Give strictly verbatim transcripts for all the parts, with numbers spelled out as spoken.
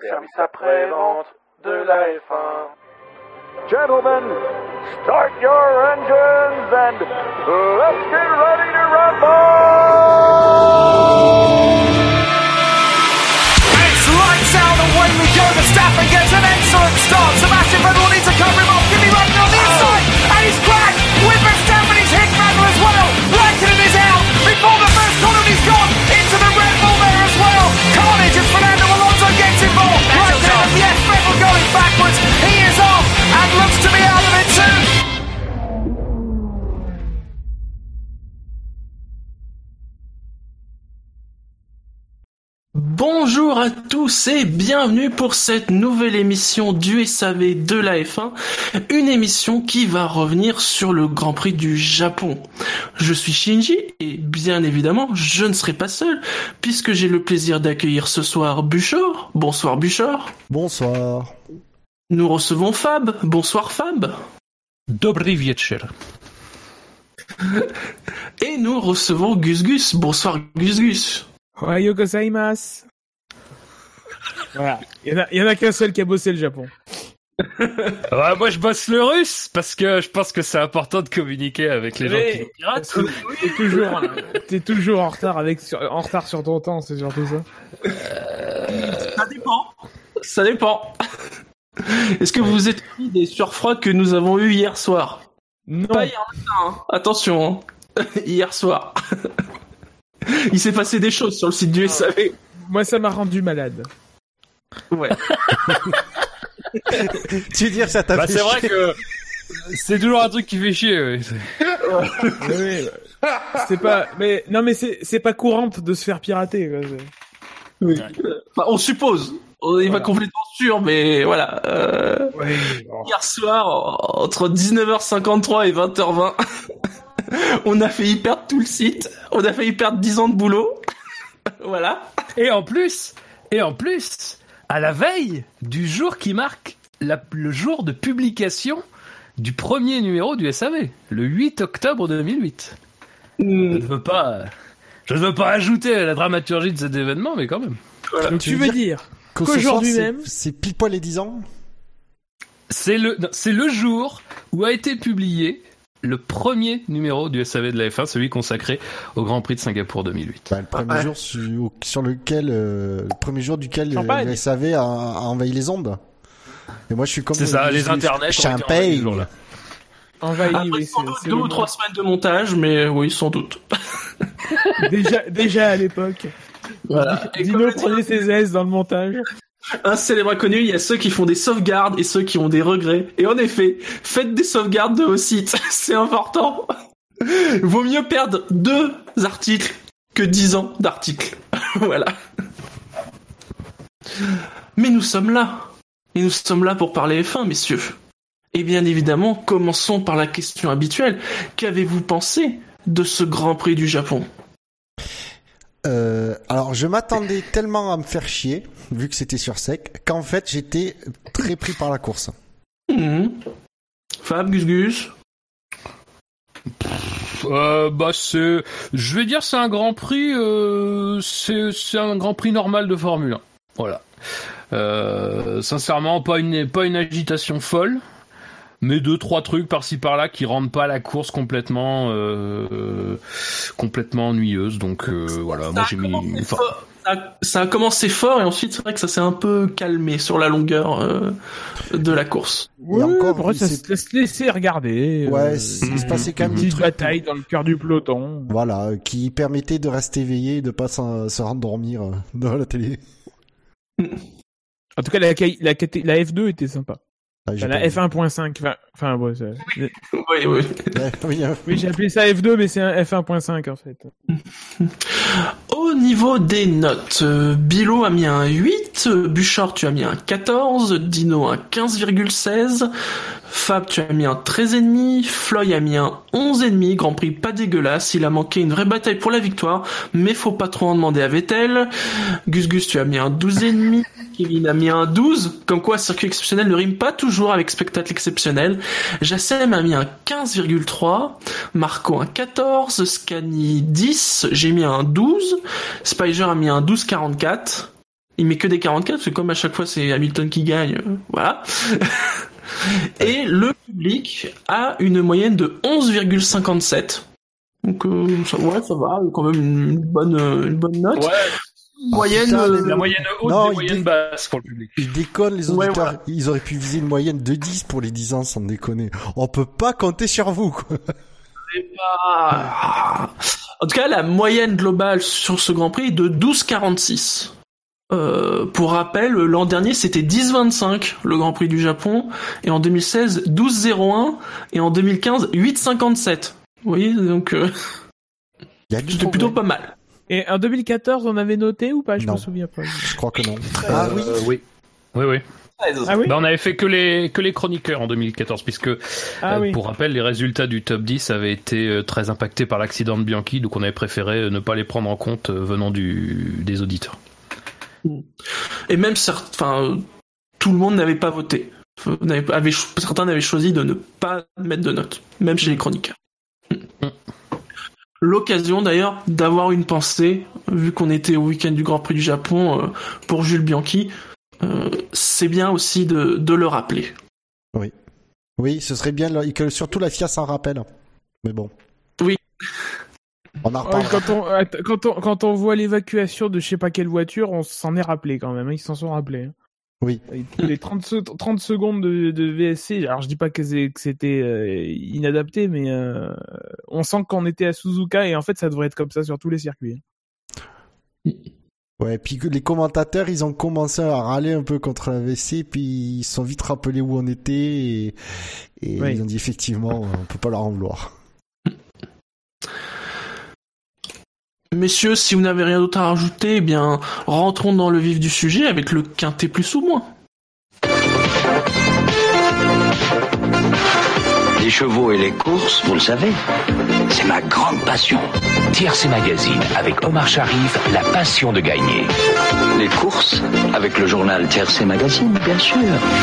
service après-vente de la F un. Gentlemen, start your engines and let's get ready to rumble! It's lights out, away we go. Verstappen gets an excellent start. Sebastian Vettel needs to cover him off. Kimi Raikkonen on the inside, and he's cracked with Verstappen. He's hit Vettel as well. Raikkonen is out before the first corner. He's gone into the Red Bull there as well. Carnage as Fernando Alonso gets involved. Raikkonen, yes, Vettel going backwards. He is off and looks to be out of it too. Bonjour à tous et bienvenue pour cette nouvelle émission du S A V de la F un, une émission qui va revenir sur le Grand Prix du Japon. Je suis Shinji et bien évidemment je ne serai pas seul puisque j'ai le plaisir d'accueillir ce soir Buchor. Bonsoir Buchor. Bonsoir. Nous recevons Fab. Bonsoir Fab. Dobry wieczór. Et nous recevons Gus Gus. Bonsoir Gus Gus. Ohayou gozaimasu. Voilà, il y en a, il y en a qu'un seul qui a bossé le Japon. Ouais, moi je bosse le russe parce que je pense que c'est important de communiquer avec les Mais, gens qui nous piratent. T'es toujours, t'es toujours en retard avec, sur, en retard sur ton temps, c'est surtout ça. Euh... Ça dépend. Ça dépend. Est-ce que vous vous êtes pris des surfroids que nous avons eu hier soir? Non. Pas hier matin, hein. Attention, hein. Hier soir. Il s'est passé des choses sur le site du S A V. Moi, ça m'a rendu malade. Ouais. Tu veux dire ça t'a bah, fait c'est vrai chier. que c'est toujours un truc qui fait chier. Ouais. Oui, oui. C'est pas, mais non, mais c'est c'est pas courant de se faire pirater. Quoi. Oui. Enfin, on suppose. On est voilà. Pas complètement sûr, mais voilà. Euh... Ouais, bon. Hier soir, entre dix-neuf heures cinquante-trois et vingt heures vingt. On a failli perdre tout le site. On a failli perdre dix ans de boulot. Voilà. Et en plus, et en plus, à la veille du jour qui marque la, le jour de publication du premier numéro du S A V, le huit octobre deux mille huit. Mm. Je ne veux pas, je ne veux pas ajouter à la dramaturgie de cet événement, mais quand même. Voilà. Donc tu, tu veux dire, dire qu'aujourd'hui même, c'est pile poil les dix ans. C'est le, non, c'est le jour où a été publié le premier numéro du S A V de la F un, celui consacré au Grand Prix de Singapour deux mille huit. Bah, le premier ouais. jour sur, sur lequel, euh, le premier jour duquel euh, le S A V a, a envahi les ondes. Et moi, je suis comme. C'est ça, je, les je, internets. Champagne. Envahi, Après, oui, sans c'est, doute c'est deux ou trois semaines de montage, mais oui, sans doute. déjà, déjà à l'époque. Voilà. Dino prenait ses aises dans le montage. Un célèbre inconnu, il y a ceux qui font des sauvegardes et ceux qui ont des regrets. Et en effet, faites des sauvegardes de vos sites, c'est important. Vaut mieux perdre deux articles que dix ans d'articles. Voilà. Mais nous sommes là. Et nous sommes là pour parler F un, messieurs. Et bien évidemment, commençons par la question habituelle. Qu'avez-vous pensé de ce Grand Prix du Japon ? Euh, alors, je m'attendais tellement à me faire chier, vu que c'était sur sec, qu'en fait, j'étais très pris par la course. Mmh. Fab, Gus Gus. Euh, bah c'est, je vais dire c'est un Grand Prix, euh, c'est c'est un Grand Prix normal de Formule un. Voilà. Euh, sincèrement, pas une pas une agitation folle. Mais deux trois trucs par-ci par-là qui rendent pas la course complètement euh, complètement ennuyeuse. Donc euh, voilà, moi j'ai mis. Enfin... Ça, ça a commencé fort et ensuite c'est vrai que ça s'est un peu calmé sur la longueur euh, de la course. Oui, et encore, après, ça se laisse laisser regarder. Ouais, euh, il se passait quand même une petite bataille dans le cœur du peloton. Voilà, qui permettait de rester éveillé et de pas se rendormir dans la télé. En tout cas, la, la, la F deux était sympa. Ah, enfin, la F un point cinq, enfin, enfin, ouais, ça... oui, oui. oui. oui, oui, j'ai appelé ça F deux, mais c'est un F un point cinq, en fait. Au niveau des notes, euh, Bilo a mis un huit, Buchor, tu as mis un quatorze, Dino un quinze virgule seize, Fab, tu as mis un treize virgule cinq, Floy a mis un onze virgule cinq, Grand Prix pas dégueulasse, il a manqué une vraie bataille pour la victoire, mais faut pas trop en demander à Vettel. Gus Gus, tu as mis un douze virgule cinq, Kevin a mis un douze, comme quoi circuit exceptionnel ne rime pas toujours avec spectacle exceptionnel. Jassem a mis un quinze virgule trois, Marco un quatorze, Scani dix, j'ai mis un douze, Spiger a mis un douze virgule quarante-quatre, Il met que des quarante-quatre, parce que comme à chaque fois c'est Hamilton qui gagne, euh, voilà. Et le public a une moyenne de onze virgule cinquante-sept. Donc euh, ça, ouais, ça va, quand même une bonne, une bonne note. Ouais. Moyenne, putain, euh... la moyenne haute non, des moyennes dé... basses pour le public. Ils déconnent les auditeurs. Ouais, ouais. Ils auraient pu viser une moyenne de dix pour les dix ans sans déconner. On peut pas compter sur vous, quoi. Pas... En tout cas, la moyenne globale sur ce Grand Prix est de douze virgule quarante-six. Euh, pour rappel, l'an dernier c'était dix virgule vingt-cinq le Grand Prix du Japon, et en deux mille seize douze virgule zéro un, et en deux mille quinze huit virgule cinquante-sept. Vous voyez, donc euh... c'était plutôt pas mal. Et en deux mille quatorze on avait noté ou pas? Je non. me souviens pas. Je crois que non. Ah oui. Euh, oui. Oui, oui. Ah oui. Bah, on avait fait que les que les chroniqueurs en deux mille quatorze, puisque ah, euh, oui. pour rappel, les résultats du top dix avaient été euh, très impactés par l'accident de Bianchi, donc on avait préféré euh, ne pas les prendre en compte euh, venant du des auditeurs. Et même certains, tout le monde n'avait pas voté. Avait, certains avaient choisi de ne pas mettre de notes, même chez les chroniqueurs. L'occasion d'ailleurs d'avoir une pensée, vu qu'on était au week-end du Grand Prix du Japon, euh, pour Jules Bianchi. Euh, c'est bien aussi de, de le rappeler. Oui. Oui, ce serait bien que surtout la F I A s'en rappelle. Mais bon. Oui. On en reparlera. Quand on, quand on, quand on voit l'évacuation de je sais pas quelle voiture, on s'en est rappelé quand même. Ils s'en sont rappelés. Oui. Les trente, trente secondes de, de V S C, alors je dis pas que, que c'était euh, inadapté, mais euh, on sent qu'on était à Suzuka et en fait ça devrait être comme ça sur tous les circuits. Ouais, puis les commentateurs, ils ont commencé à râler un peu contre la V C, puis ils se sont vite rappelés où on était, et, et oui. Ils ont dit effectivement, on peut pas leur en vouloir. Messieurs, si vous n'avez rien d'autre à rajouter, eh bien, rentrons dans le vif du sujet avec le quintet plus ou moins. Les chevaux et les courses, vous le savez, c'est ma grande passion. T R C Magazine, avec Omar Sharif, la passion de gagner. Les courses, avec le journal T R C Magazine, bien sûr.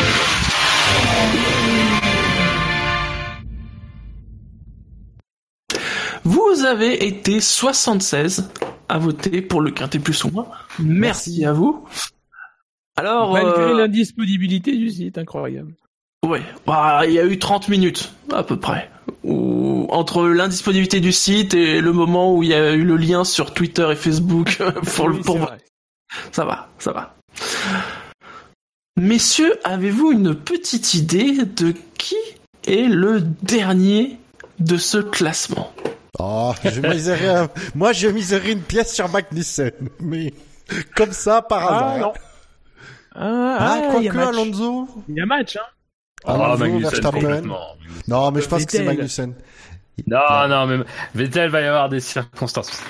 Vous avez été soixante-seize à voter pour le quintet plus ou moins. Merci, Merci à vous. Alors, malgré euh... l'indisponibilité du site, incroyable. Ouais, bah, il y a eu trente minutes, à peu près. Où, entre l'indisponibilité du site et le moment où il y a eu le lien sur Twitter et Facebook pour oui, le pour... Ça va, ça va. Messieurs, avez-vous une petite idée de qui est le dernier de ce classement? Oh, je miserais un... Moi, je miserais une pièce sur Magnussen, mais comme ça, par hasard. Ah, non. Ah, ah, ah quoique Alonso. Il y a match, hein. Ah, Magnussen, non, mais je pense que c'est Magnussen. Non, non, non, mais Vettel va y avoir des circonstances.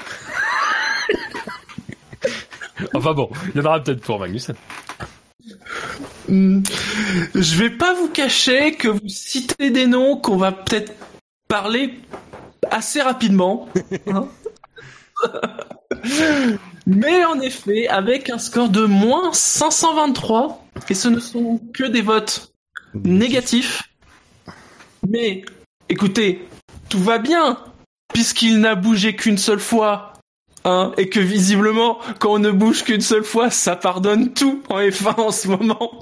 Enfin bon, il y en aura peut-être pour Magnussen. Mmh. Je vais pas vous cacher que vous citez des noms qu'on va peut-être parler assez rapidement. Hein. Mais en effet, avec un score de moins cinq cent vingt-trois, et ce ne sont que des votes négatifs. Mais, écoutez, tout va bien, puisqu'il n'a bougé qu'une seule fois. Hein, et que visiblement, quand on ne bouge qu'une seule fois, ça pardonne tout en F un en ce moment.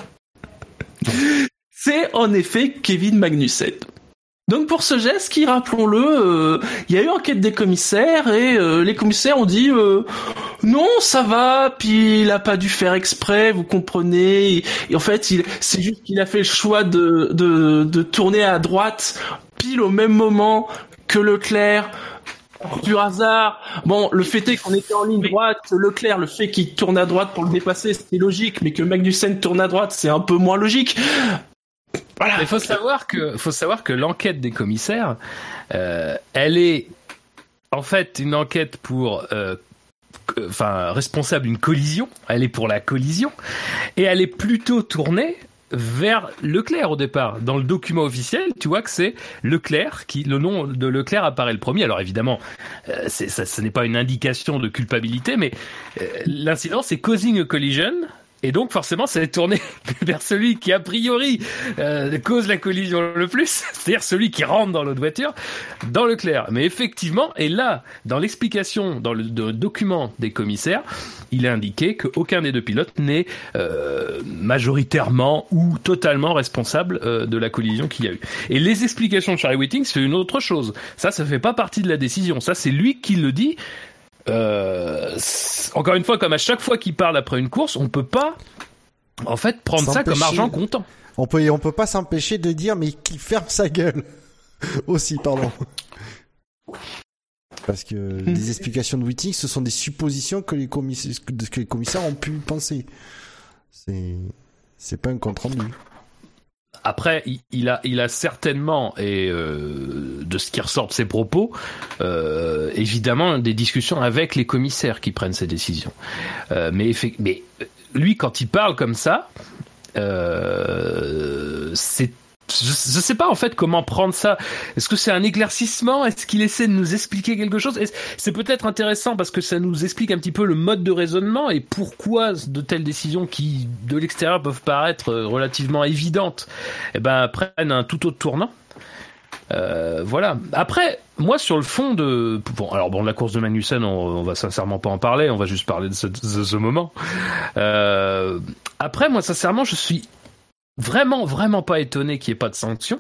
C'est en effet Kevin Magnussen. Donc pour ce geste qui, rappelons-le, euh, il y a eu enquête des commissaires et euh, les commissaires ont dit euh, non, ça va, puis il a pas dû faire exprès, vous comprenez. Et, et en fait, il, c'est juste qu'il a fait le choix de, de, de tourner à droite pile au même moment que Leclerc. Pur hasard. Bon, le fait est qu'on était en ligne droite. Leclerc, le fait qu'il tourne à droite pour le dépasser, c'était logique, mais que Magnussen tourne à droite, c'est un peu moins logique. Voilà. Il faut savoir que, faut savoir que l'enquête des commissaires, euh, elle est en fait une enquête pour, euh, enfin, responsable d'une collision. Elle est pour la collision et elle est plutôt tournée vers Leclerc au départ. Dans le document officiel, tu vois que c'est Leclerc qui, le nom de Leclerc apparaît le premier. Alors évidemment, euh, c'est, ça, ce n'est pas une indication de culpabilité, mais euh, l'incident c'est causing a collision Et donc forcément, ça est tourné vers celui qui a priori euh, cause la collision le plus, c'est-à-dire celui qui rentre dans l'autre voiture, dans Leclerc. Mais effectivement, et là, dans l'explication, dans le, le document des commissaires, il est indiqué qu'aucun des deux pilotes n'est euh, majoritairement ou totalement responsable euh, de la collision qu'il y a eu. Et les explications de Charlie Whiting, c'est une autre chose. Ça, ça fait pas partie de la décision. Ça, c'est lui qui le dit. Euh, encore une fois, comme à chaque fois qu'il parle après une course, on peut pas, en fait, prendre ça comme argent comptant. On peut, on peut pas s'empêcher de dire, mais qu'il ferme sa gueule. Aussi, pardon. Parce que les explications de Whiting, ce sont des suppositions que les commissaires, que les commissaires ont pu penser. C'est, c'est pas un compte rendu. Après, il a, il a certainement, et euh, de ce qui ressort de ses propos, euh, évidemment des discussions avec les commissaires qui prennent ces décisions. Euh, mais, mais lui, quand il parle comme ça, euh, c'est Je ne sais pas en fait comment prendre ça. Est-ce que c'est un éclaircissement ? Est-ce qu'il essaie de nous expliquer quelque chose ? C'est peut-être intéressant parce que ça nous explique un petit peu le mode de raisonnement et pourquoi de telles décisions qui, de l'extérieur, peuvent paraître relativement évidentes, eh ben, prennent un tout autre tournant. Euh, voilà. Après, moi, sur le fond de... Bon, alors bon, la course de Magnussen, on, on va sincèrement pas en parler, on va juste parler de ce, de ce moment. Euh, après, moi, sincèrement, je suis vraiment, vraiment pas étonné qu'il n'y ait pas de sanction.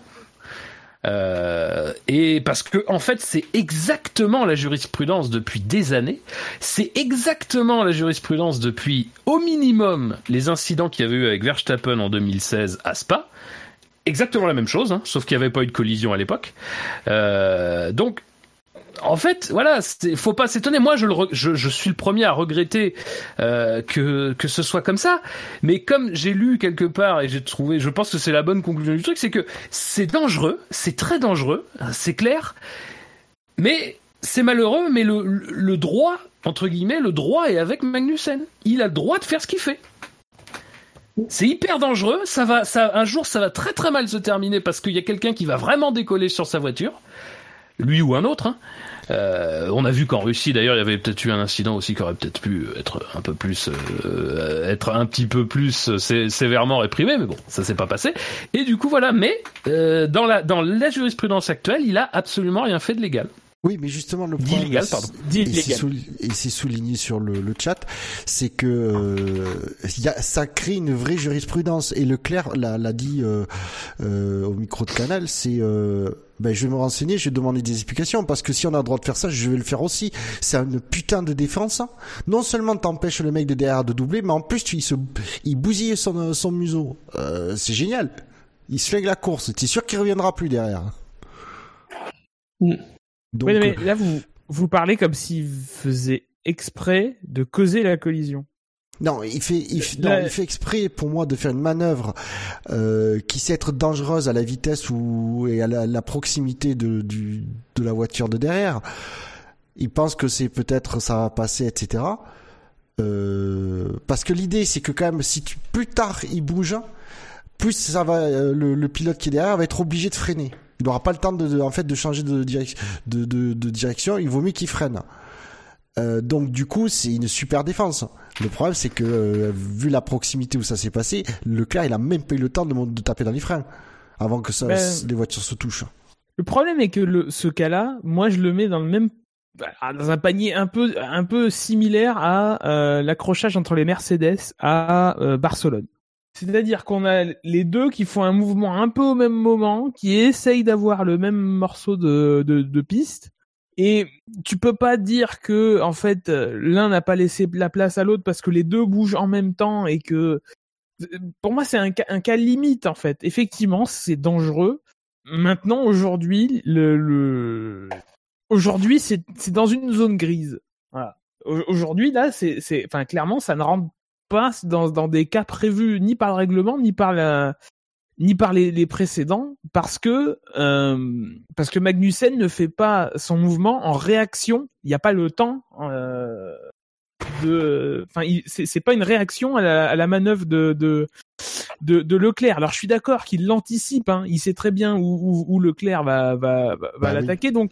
Euh, et parce que, en fait, c'est exactement la jurisprudence depuis des années. C'est exactement la jurisprudence depuis, au minimum, les incidents qu'il y avait eu avec Verstappen en deux mille seize à Spa. Exactement la même chose, hein, sauf qu'il n'y avait pas eu de collision à l'époque. Euh, donc, en fait, voilà, il faut pas s'étonner. Moi, je, le re- je, je suis le premier à regretter euh, que que ce soit comme ça. Mais comme j'ai lu quelque part et j'ai trouvé, je pense que c'est la bonne conclusion du truc, c'est que c'est dangereux, c'est très dangereux, c'est clair. Mais c'est malheureux. Mais le, le droit, entre guillemets, le droit est avec Magnussen. Il a le droit de faire ce qu'il fait. C'est hyper dangereux. Ça va, ça, un jour, ça va très très mal se terminer parce qu'il y a quelqu'un qui va vraiment décoller sur sa voiture. Lui ou un autre. Hein. Euh, on a vu qu'en Russie, d'ailleurs, il y avait peut-être eu un incident aussi qui aurait peut-être pu être un peu plus, euh, être un petit peu plus sé- sévèrement réprimé, mais bon, ça s'est pas passé. Et du coup, voilà. Mais euh, dans la dans la jurisprudence actuelle, il a absolument rien fait de légal. Oui, mais justement, le point, d'illégal, pardon. Et c'est, souligné, et c'est souligné sur le, le chat, c'est que euh, y a, ça crée une vraie jurisprudence. Et Leclerc l'a, l'a dit euh, euh, au micro de Canal, c'est euh, ben je vais me renseigner, je vais demander des explications, parce que si on a le droit de faire ça, je vais le faire aussi. C'est une putain de défense. Hein. Non seulement t'empêches le mec de derrière de doubler, mais en plus tu, il se, il bousille son, son museau. Euh, c'est génial. Il se flingue la course. T'es sûr qu'il reviendra plus derrière. Mm. Donc, oui, mais là, vous, vous parlez comme s'il faisait exprès de causer la collision. Non, il fait, il, non, là... il fait exprès, pour moi, de faire une manœuvre euh, qui sait être dangereuse à la vitesse ou et à la, la proximité de, du, de la voiture de derrière. Il pense que c'est peut-être ça va passer, et cetera. Euh, parce que l'idée, c'est que quand même, si tu, plus tard il bouge, plus ça va, euh, le, le pilote qui est derrière va être obligé de freiner. Il n'aura pas le temps de, de, en fait, de changer de, direc- de, de, de direction. Il vaut mieux qu'il freine. Euh, donc, du coup, c'est une super défense. Le problème, c'est que, euh, vu la proximité où ça s'est passé, Leclerc, il a même pas eu le temps de, de taper dans les freins avant que ça, ben, les voitures se touchent. Le problème est que le, ce cas-là, moi, je le mets dans le même, dans un panier un peu, un peu similaire à euh, l'accrochage entre les Mercedes à euh, Barcelone. C'est-à-dire qu'on a les deux qui font un mouvement un peu au même moment, qui essayent d'avoir le même morceau de, de, de piste, et tu peux pas dire que en fait l'un n'a pas laissé la place à l'autre parce que les deux bougent en même temps et que pour moi c'est un cas, un cas limite en fait. Effectivement, c'est dangereux. Maintenant, aujourd'hui, le, le... aujourd'hui c'est c'est dans une zone grise. Voilà. Aujourd'hui là, c'est c'est enfin clairement ça ne rentre passe dans, dans des cas prévus ni par le règlement ni par la ni par les, les précédents parce que euh, parce que Magnussen ne fait pas son mouvement en réaction. Il n'y a pas le temps euh, de enfin c'est c'est pas une réaction à la, à la manœuvre de, de de de Leclerc. Alors je suis d'accord qu'il l'anticipe, hein, il sait très bien où où, où Leclerc va va va, va bah l'attaquer, oui. Donc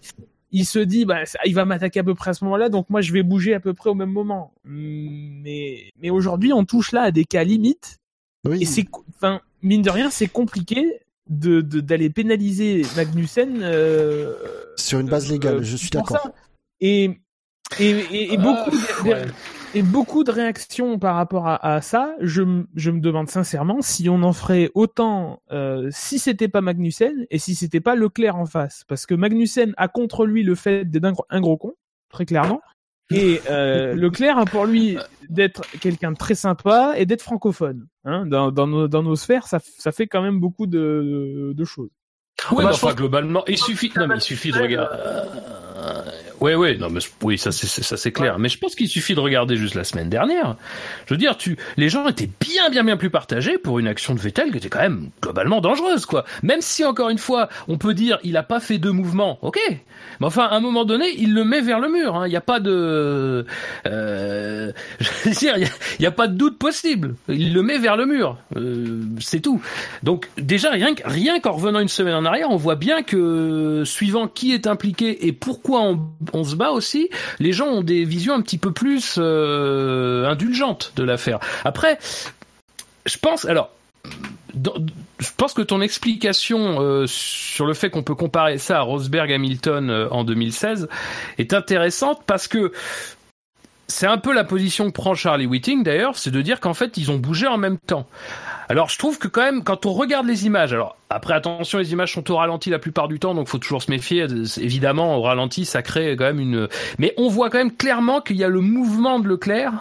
il se dit bah ça, il va m'attaquer à peu près à ce moment-là, donc moi je vais bouger à peu près au même moment. Mais mais aujourd'hui on touche là à des cas limites. Oui. Et c'est enfin mine de rien c'est compliqué de, de d'aller pénaliser Magnussen euh, sur une base légale. Euh, je suis d'accord. Ça. Et et, et, et beaucoup euh, de, ouais. et beaucoup de réactions par rapport à, à ça. Je je me demande sincèrement si on en ferait autant euh, si c'était pas Magnussen et si c'était pas Leclerc en face, parce que Magnussen a contre lui le fait d'être un, un gros con, très clairement. Et euh, Leclerc a pour lui d'être quelqu'un de très sympa et d'être francophone. Hein, dans, dans, nos, dans nos sphères, ça, ça fait quand même beaucoup de, de choses. Oui, bah, enfin, globalement, il suffit, non, mais il suffit de regarder. Euh... Ouais, ouais, non, mais oui, ça c'est ça c'est clair. Ouais. Mais je pense qu'il suffit de regarder juste la semaine dernière. Je veux dire, tu, les gens étaient bien, bien, bien plus partagés pour une action de Vettel qui était quand même globalement dangereuse, quoi. Même si encore une fois, on peut dire, il a pas fait deux mouvements, ok. Mais enfin, à un moment donné, il le met vers le mur. Hein. Il y a pas de, euh... je veux dire, il y a, il y a pas de doute possible. Il le met vers le mur, euh, c'est tout. Donc déjà, rien, rien qu'en revenant une semaine en arrière, on voit bien que suivant qui est impliqué et pourquoi on on se bat aussi, les gens ont des visions un petit peu plus euh, indulgentes de l'affaire. Après, je pense, alors, dans, je pense que ton explication euh, sur le fait qu'on peut comparer ça à Rosberg-Hamilton euh, en deux mille seize est intéressante parce que c'est un peu la position que prend Charlie Whiting d'ailleurs, c'est de dire qu'en fait ils ont bougé en même temps. Alors je trouve que quand même quand on regarde les images, alors après attention les images sont au ralenti la plupart du temps donc faut toujours se méfier, évidemment au ralenti ça crée quand même une... Mais on voit quand même clairement qu'il y a le mouvement de Leclerc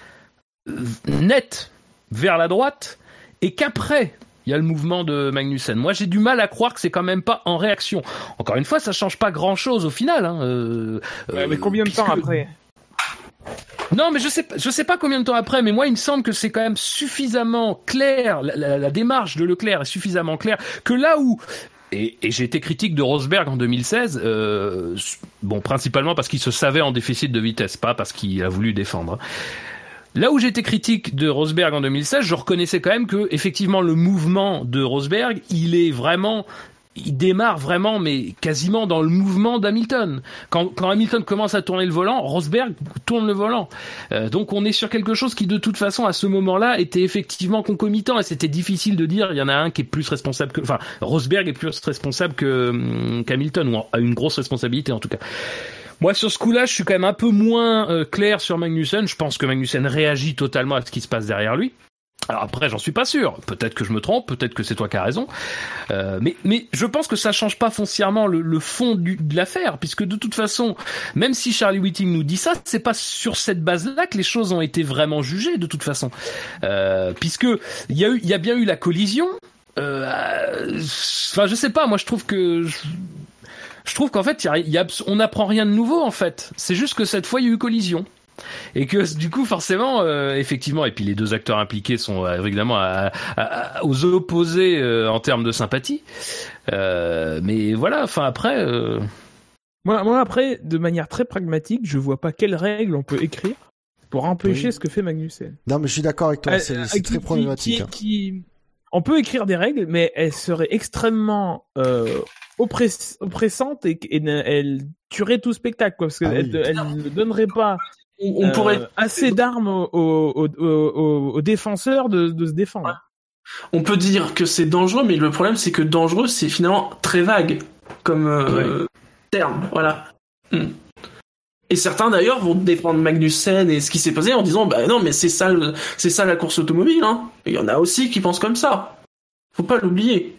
net vers la droite et qu'après il y a le mouvement de Magnussen. Moi j'ai du mal à croire que c'est quand même pas en réaction. Encore une fois ça change pas grand chose au final. Hein. Euh, ouais, mais combien de temps que... après ? Non, mais je sais, je sais pas combien de temps après, mais moi, il me semble que c'est quand même suffisamment clair, la, la, la démarche de Leclerc est suffisamment claire, que là où, et, et j'ai été critique de Rosberg en deux mille seize, euh, bon, principalement parce qu'il se savait en déficit de vitesse, pas parce qu'il a voulu défendre. Là où j'étais critique de Rosberg en deux mille seize, je reconnaissais quand même que, effectivement, le mouvement de Rosberg, il est vraiment... il démarre vraiment, mais quasiment dans le mouvement d'Hamilton. Quand, quand Hamilton commence à tourner le volant, Rosberg tourne le volant. Euh, donc on est sur quelque chose qui, de toute façon, à ce moment-là, était effectivement concomitant et c'était difficile de dire, il y en a un qui est plus responsable que... Enfin, Rosberg est plus responsable que, qu'Hamilton, ou a une grosse responsabilité en tout cas. Moi, sur ce coup-là, je suis quand même un peu moins euh, clair sur Magnussen. Je pense que Magnussen réagit totalement à ce qui se passe derrière lui. Alors après, j'en suis pas sûr. Peut-être que je me trompe, peut-être que c'est toi qui as raison. Euh, mais, mais je pense que ça change pas foncièrement le, le fond du, de l'affaire, puisque de toute façon, même si Charlie Whiting nous dit ça, c'est pas sur cette base-là que les choses ont été vraiment jugées, de toute façon. Euh, puisque il y a eu, il y a bien eu la collision. Euh, enfin, je sais pas. Moi, je trouve que. Je, je trouve qu'en fait, il y a, il y a, on n'apprend rien de nouveau. En fait, c'est juste que cette fois, il y a eu collision. Et que du coup forcément euh, effectivement et puis les deux acteurs impliqués sont euh, évidemment à, à, à, aux opposés euh, en termes de sympathie euh, mais voilà enfin après euh... moi, moi après de manière très pragmatique je vois pas quelles règles on peut écrire pour empêcher oui. ce que fait Magnussen. Non mais je suis d'accord avec toi, c'est, euh, c'est très qui, problématique qui, hein. qui... on peut écrire des règles mais elles seraient extrêmement euh, oppress... oppressantes et, et elles tueraient tout spectacle quoi, parce qu'elles ah oui. elles ne donneraient pas on euh, pourrait assez d'armes aux, aux, aux, aux, aux défenseurs de, de se défendre. On peut dire que c'est dangereux, mais le problème c'est que dangereux c'est finalement très vague comme euh, ouais. terme, voilà. Hmm. Et certains d'ailleurs vont défendre Magnussen et ce qui s'est passé en disant bah non mais c'est ça, le, c'est ça la course automobile. Hein. Il y en a aussi qui pensent comme ça. Faut pas l'oublier.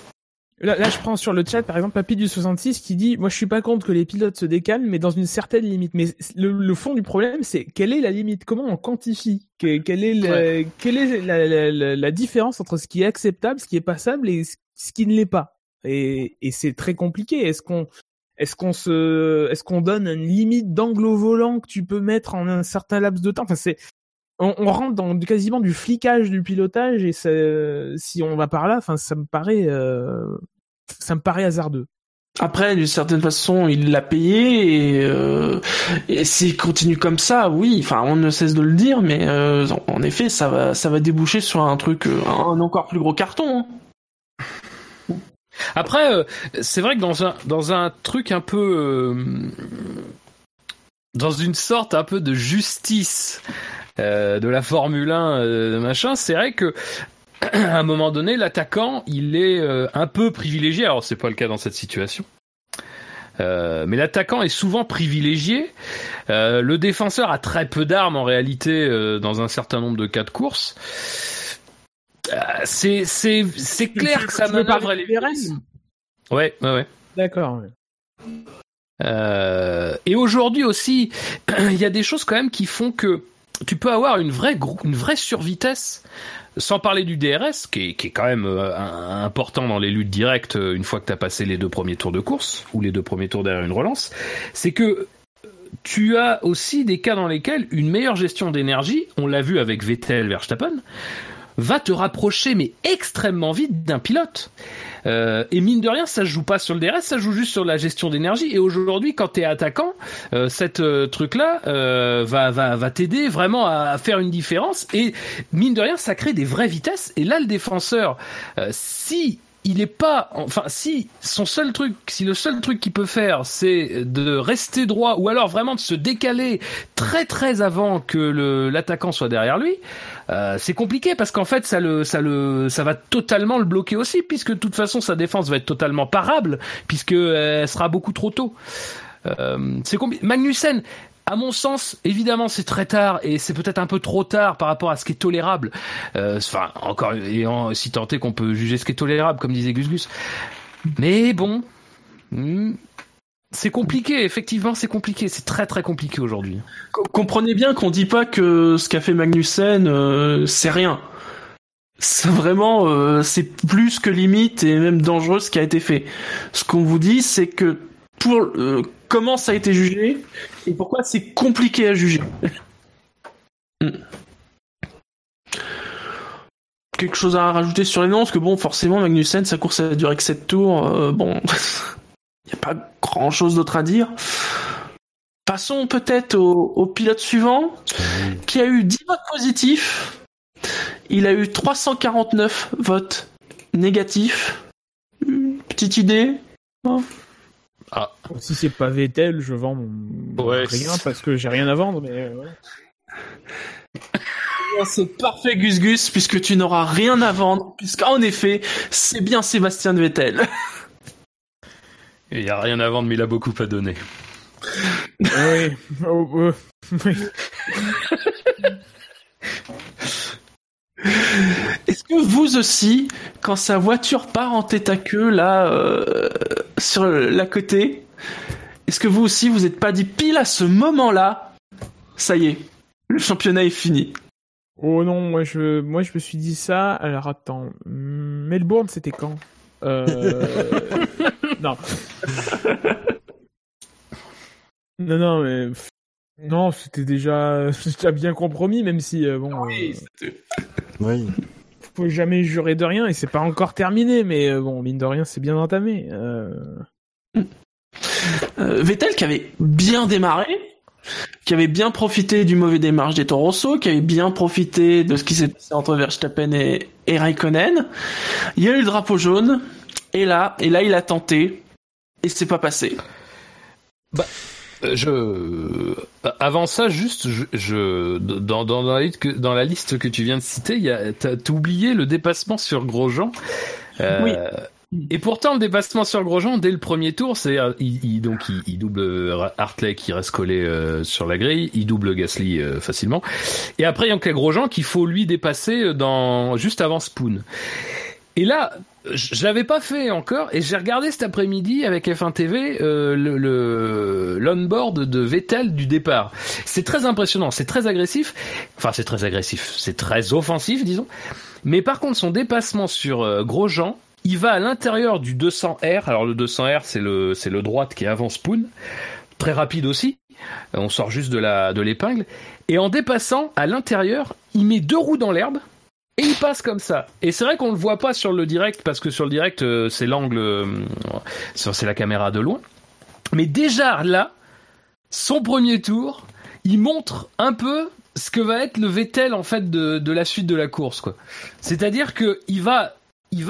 Là, là, je prends sur le chat, par exemple, Papy du soixante-six qui dit « Moi, je suis pas contre que les pilotes se décalent, mais dans une certaine limite. » Mais le, le fond du problème, c'est quelle est la limite ? Comment on quantifie ? Quelle est, le, ouais. quelle est la, la, la, la différence entre ce qui est acceptable, ce qui est passable et ce qui ne l'est pas ? Et, et c'est très compliqué. Est-ce qu'on, est-ce qu'on se, est-ce qu'on donne une limite d'angle au volant que tu peux mettre en un certain laps de temps ? Enfin, c'est, on, on rentre dans quasiment du flicage du pilotage et ça, si on va par là, enfin, ça me paraît, euh, ça me paraît hasardeux. Après, d'une certaine façon, il l'a payé et, euh, et s'il continue comme ça, oui, enfin, on ne cesse de le dire, mais euh, en effet, ça va, ça va déboucher sur un truc, un encore plus gros carton. Hein. Après, euh, c'est vrai que dans un dans un truc un peu euh, dans une sorte un peu de justice euh, de la Formule un, euh, machin, c'est vrai que à un moment donné, l'attaquant, il est euh, un peu privilégié. Alors, c'est pas le cas dans cette situation. Euh, mais l'attaquant est souvent privilégié. Euh, le défenseur a très peu d'armes en réalité euh, dans un certain nombre de cas de course. Euh, c'est c'est c'est clair que sa manœuvre elle est. Ouais, ouais, ouais. D'accord. Ouais. Euh, et aujourd'hui aussi, il y a des choses quand même qui font que tu peux avoir une vraie une vraie survitesse. Sans parler du D R S, qui est, qui est quand même euh, important dans les luttes directes euh, une fois que tu as passé les deux premiers tours de course, ou les deux premiers tours derrière une relance, c'est que tu as aussi des cas dans lesquels une meilleure gestion d'énergie, on l'a vu avec Vettel, Verstappen, va te rapprocher mais extrêmement vite d'un pilote. Euh, et mine de rien, ça se joue pas sur le D R S, ça joue juste sur la gestion d'énergie. Et aujourd'hui, quand t'es attaquant, euh, cette euh, truc-là euh, va va va t'aider vraiment à, à faire une différence. Et mine de rien, ça crée des vraies vitesses. Et là, le défenseur, euh, si il est pas, enfin, si son seul truc, si le seul truc qu'il peut faire, c'est de rester droit, ou alors vraiment de se décaler très très avant que le l'attaquant soit derrière lui. Euh, c'est compliqué parce qu'en fait ça le ça le ça va totalement le bloquer aussi, puisque de toute façon sa défense va être totalement parable, puisque elle sera beaucoup trop tôt. Euh, c'est compliqué. Magnussen, à mon sens, évidemment, c'est très tard et c'est peut-être un peu trop tard par rapport à ce qui est tolérable. Euh, enfin, encore, et en, si tant est qu'on peut juger ce qui est tolérable, comme disait Gus Gus. Mais bon. Hmm, c'est compliqué, effectivement, c'est compliqué. C'est très très compliqué aujourd'hui. Comprenez bien qu'on dit pas que ce qu'a fait Magnussen, euh, c'est rien. C'est vraiment, euh, c'est plus que limite et même dangereux ce qui a été fait. Ce qu'on vous dit, c'est que pour euh, comment ça a été jugé et pourquoi c'est compliqué à juger. Quelque chose à rajouter sur les noms, parce que bon, forcément, Magnussen, sa course a duré que sept tours. Euh, bon. Il n'y a pas grand chose d'autre à dire. Passons peut-être au, au pilote suivant, qui a eu dix votes positifs. Il a eu trois cent quarante-neuf votes négatifs. Petite idée hein ah. Si c'est pas Vettel, je vends mon... ouais, rien c'est... parce que j'ai rien à vendre. Mais ouais. C'est parfait, Gus Gus, puisque tu n'auras rien à vendre, puisqu'en effet, c'est bien Sébastien Vettel. Il n'y a rien à vendre, mais il a beaucoup à donner. Oui. Oh, oh. Oui. Est-ce que vous aussi, quand sa voiture part en tête à queue, là, euh, sur la côté, est-ce que vous aussi, vous n'êtes pas dit pile à ce moment-là, ça y est, le championnat est fini? Oh non, moi je, moi je me suis dit ça. Alors attends, Melbourne, c'était quand? Euh... non. non, non, mais non, c'était déjà, c'était déjà bien compromis, même si euh, bon. Oui. Euh... oui. Faut jamais jurer de rien et c'est pas encore terminé, mais euh, bon, mine de rien, c'est bien entamé. Euh... Euh, Vettel qui avait bien démarré, qui avait bien profité du mauvais démarrage des Toro Rosso, qui avait bien profité de ce qui s'est passé entre Verstappen et, et Raikkonen. Il y a eu le drapeau jaune, et là, et là, il a tenté, et c'est pas passé. Bah, je, avant ça, juste, je, je dans, dans, dans, la liste que, dans la liste que tu viens de citer, il y a, t'as, t'as oublié le dépassement sur Grosjean. Euh, oui. Et pourtant, le dépassement sur Grosjean, dès le premier tour, c'est il, il, donc il, il double Hartley qui reste collé euh, sur la grille, il double Gasly euh, facilement. Et après, il y a que Grosjean qu'il faut lui dépasser dans juste avant Spoon. Et là, je l'avais pas fait encore, et j'ai regardé cet après-midi avec F un T V euh, le, le l'onboard de Vettel du départ. C'est très impressionnant, c'est très agressif. Enfin, c'est très agressif, c'est très offensif, disons. Mais par contre, son dépassement sur euh, Grosjean, il va à l'intérieur du deux cents R. Alors le deux cents R, c'est le c'est le droite qui est avant Spoon, très rapide aussi. On sort juste de la de l'épingle, et en dépassant à l'intérieur, il met deux roues dans l'herbe. Et il passe comme ça. Et c'est vrai qu'on le voit pas sur le direct, parce que sur le direct, euh, c'est l'angle, euh, c'est la caméra de loin. Mais déjà là, son premier tour, il montre un peu ce que va être le Vettel en fait de, de la suite de la course, quoi. C'est-à-dire que il va, il va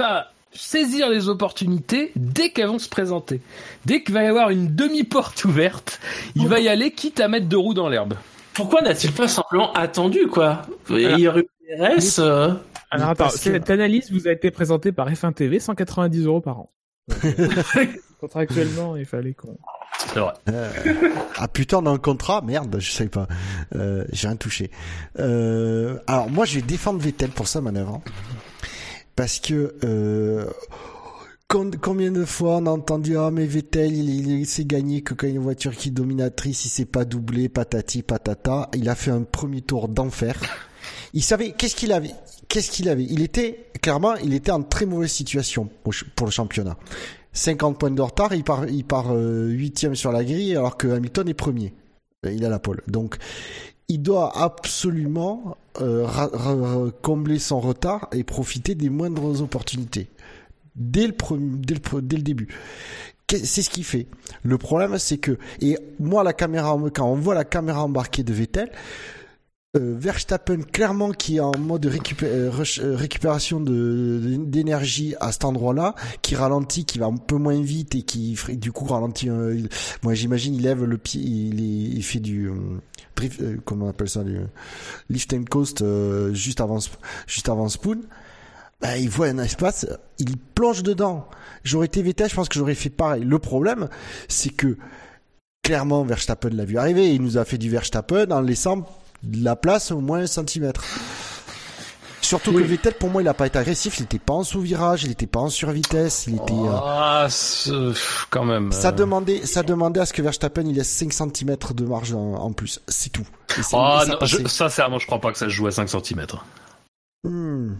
saisir les opportunités dès qu'elles vont se présenter. Dès qu'il va y avoir une demi-porte ouverte, il va y aller quitte à mettre deux roues dans l'herbe. Pourquoi n'a-t-il pas simplement attendu, quoi? Il y aurait eu R S. Euh... Alors attends, cette que... analyse vous a été présentée par F un T V, cent quatre-vingt-dix euros par an. Contractuellement, il fallait qu'on... C'est vrai. Euh, ah putain, dans le contrat, merde, je savais pas. Euh, j'ai rien touché. Euh, alors moi, je vais défendre Vettel pour sa manœuvre, hein, parce que euh, combien de fois on a entendu ah mais Vettel il, il, il s'est gagné que quand il y a une voiture qui est dominatrice, il s'est pas doublé, patati patata. Il a fait un premier tour d'enfer. Il savait qu'est-ce qu'il avait, qu'est-ce qu'il avait. Il était clairement, il était en très mauvaise situation pour, pour le championnat. cinquante points de retard, il part, il part huitième euh, sur la grille, alors que Hamilton est premier. Il a la pole. Donc, il doit absolument euh, ra- ra- combler son retard et profiter des moindres opportunités dès le premier, dès le, dès le début. C'est ce qu'il fait. Le problème, c'est que, et moi, la caméra, quand on voit la caméra embarquée de Vettel, Euh, Verstappen clairement qui est en mode récupé- euh, récupération de, d'énergie à cet endroit-là, qui ralentit, qui va un peu moins vite et qui du coup ralentit. Euh, il, moi j'imagine il lève le pied, il, il, il fait du euh, drift, euh, comment on appelle ça, du lift and coast euh, juste avant juste avant Spoon. Ben, il voit un espace, il plonge dedans. J'aurais été Vettel, je pense que j'aurais fait pareil. Le problème, c'est que clairement Verstappen l'a vu arriver, il nous a fait du Verstappen en laissant de la place au moins un centimètre. Surtout oui. que Vettel, pour moi, il a pas été agressif, il était pas en sous-virage, il était pas en survitesse, il était... Ah, euh... quand même. Ça demandait, ça demandait à ce que Verstappen, il laisse cinq centimètres de marge en, en plus. C'est tout. Et c'est, ah, non, je, sincèrement, je crois pas que ça se joue à cinq centimètres. Hmm.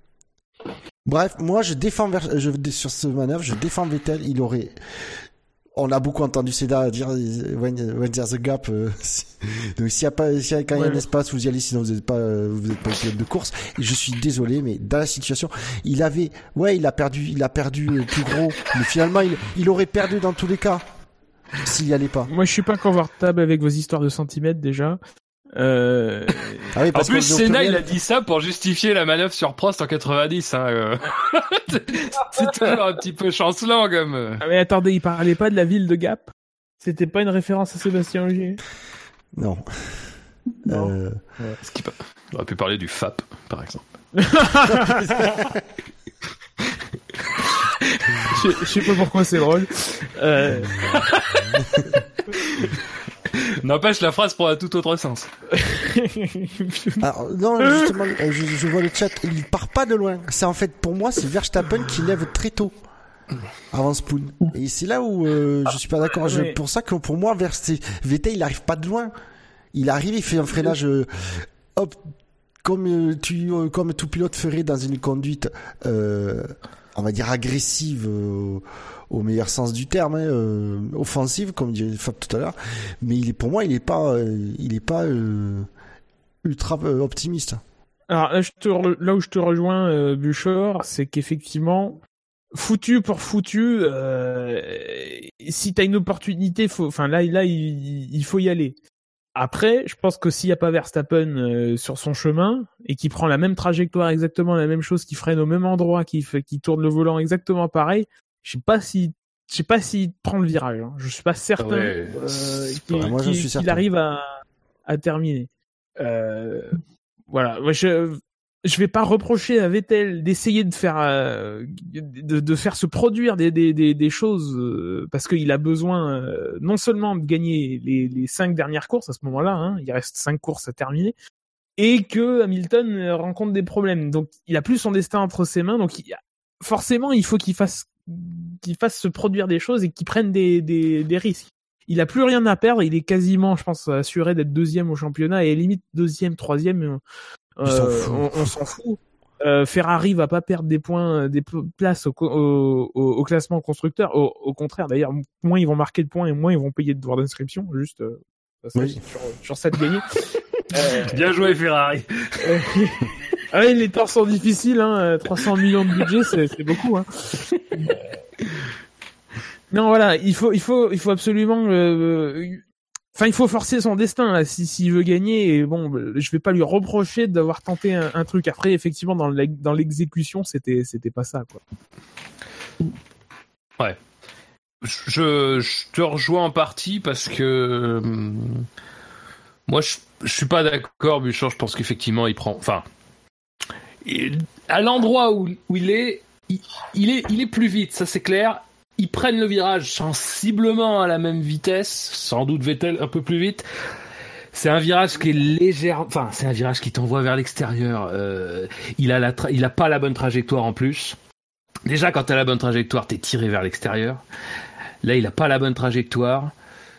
Bref, moi, je défends, je, sur ce manœuvre, je défends Vettel, il aurait... On a beaucoup entendu Seda dire when, when there's a gap. Euh, donc s'il y a pas, s'il y a quand il y a un espace, vous y allez, sinon vous n'êtes pas, vous n'êtes pas pilote de course. Et je suis désolé, mais dans la situation, il avait, ouais, il a perdu, il a perdu euh, plus gros, mais finalement, il, il aurait perdu dans tous les cas s'il y allait pas. Moi, je suis pas confortable avec vos histoires de centimètres déjà. Euh... Ah oui, parce en plus, Senna, il a dit ça pour justifier la manœuvre sur Prost en quatre-vingt-dix. Hein, euh. C'est toujours un petit peu chancelant, comme. Ah mais attendez, il parlait pas de la ville de Gap? C'était pas une référence à Sébastien Ogier? Non. non. Euh... Ouais. Ce qui... On aurait pu parler du F A P, par exemple. je, je sais pas pourquoi c'est drôle. Euh... N'empêche, la phrase prend un tout autre sens. Alors, non, justement, je, je vois le chat, il part pas de loin. C'est en fait, pour moi, c'est Verstappen qui lève très tôt. Avant Spoon. Et c'est là où euh, je suis pas d'accord. Je, oui. Pour ça que pour moi, Vettel, il arrive pas de loin. Il arrive, il fait un freinage, euh, hop, comme tu, euh, comme tout pilote ferait dans une conduite, euh, on va dire agressive. Euh, au meilleur sens du terme, hein, euh, offensive, comme disait Fab tout à l'heure. Mais il est, pour moi, il est pas, euh, il est pas euh, ultra euh, optimiste. Alors là, je te re... là où je te rejoins, euh, Buchor, c'est qu'effectivement, foutu pour foutu, euh, si t'as une opportunité, faut, enfin là, là, il, il faut y aller. Après, je pense que s'il y a pas Verstappen euh, sur son chemin et qui prend la même trajectoire, exactement la même chose, qui freine au même endroit, qui fait, qui tourne le volant exactement pareil. Je sais pas si, je sais pas s'il prend le virage. Hein. Je suis pas certain ouais, euh, qu'il, moi, qu'il, je suis certain. qu'il arrive à, à terminer. Euh, voilà. Moi, je, je vais pas reprocher à Vettel d'essayer de faire, euh, de, de faire se produire des, des, des, des choses euh, parce qu'il a besoin euh, non seulement de gagner les, les cinq dernières courses à ce moment-là. Hein, il reste cinq courses à terminer. Et que Hamilton rencontre des problèmes. Donc, il a plus son destin entre ses mains. Donc, il, forcément, il faut qu'il fasse qu'il fasse se produire des choses et qu'il prenne des, des, des risques. Il a plus rien à perdre, il est quasiment, je pense, assuré d'être deuxième au championnat et limite deuxième, troisième, euh, s'en on, on s'en fout. Euh, Ferrari va pas perdre des points, des places au, au, au, au classement constructeur. Au, au contraire, d'ailleurs, moins ils vont marquer de points et moins ils vont payer de droits d'inscription, juste euh, oui. sur, sur sept gagnés. euh, Bien joué Ferrari. Euh, Ah oui, les temps sont difficiles, hein. trois cents millions de budget, c'est, c'est beaucoup, hein. Non, voilà, il faut, il faut, il faut absolument, euh, Enfin, il faut forcer son destin là, si s'il veut gagner. Et bon, je vais pas lui reprocher d'avoir tenté un, un truc. Après, effectivement, dans l'ex- dans l'exécution, c'était c'était pas ça, quoi. Ouais. Je, je te rejoins en partie parce que euh, moi, je, je suis pas d'accord, Bouchard. Je pense qu'effectivement, il prend. Enfin, il, à l'endroit où, où il est, il, il est, il est plus vite. Ça, c'est clair. Ils prennent le virage sensiblement à la même vitesse, sans doute Vettel un peu plus vite. C'est un virage qui est légère, enfin c'est un virage qui t'envoie vers l'extérieur. Euh, il a la, tra- il a pas la bonne trajectoire en plus. Déjà quand t'as la bonne trajectoire, t'es tiré vers l'extérieur. Là il a pas la bonne trajectoire.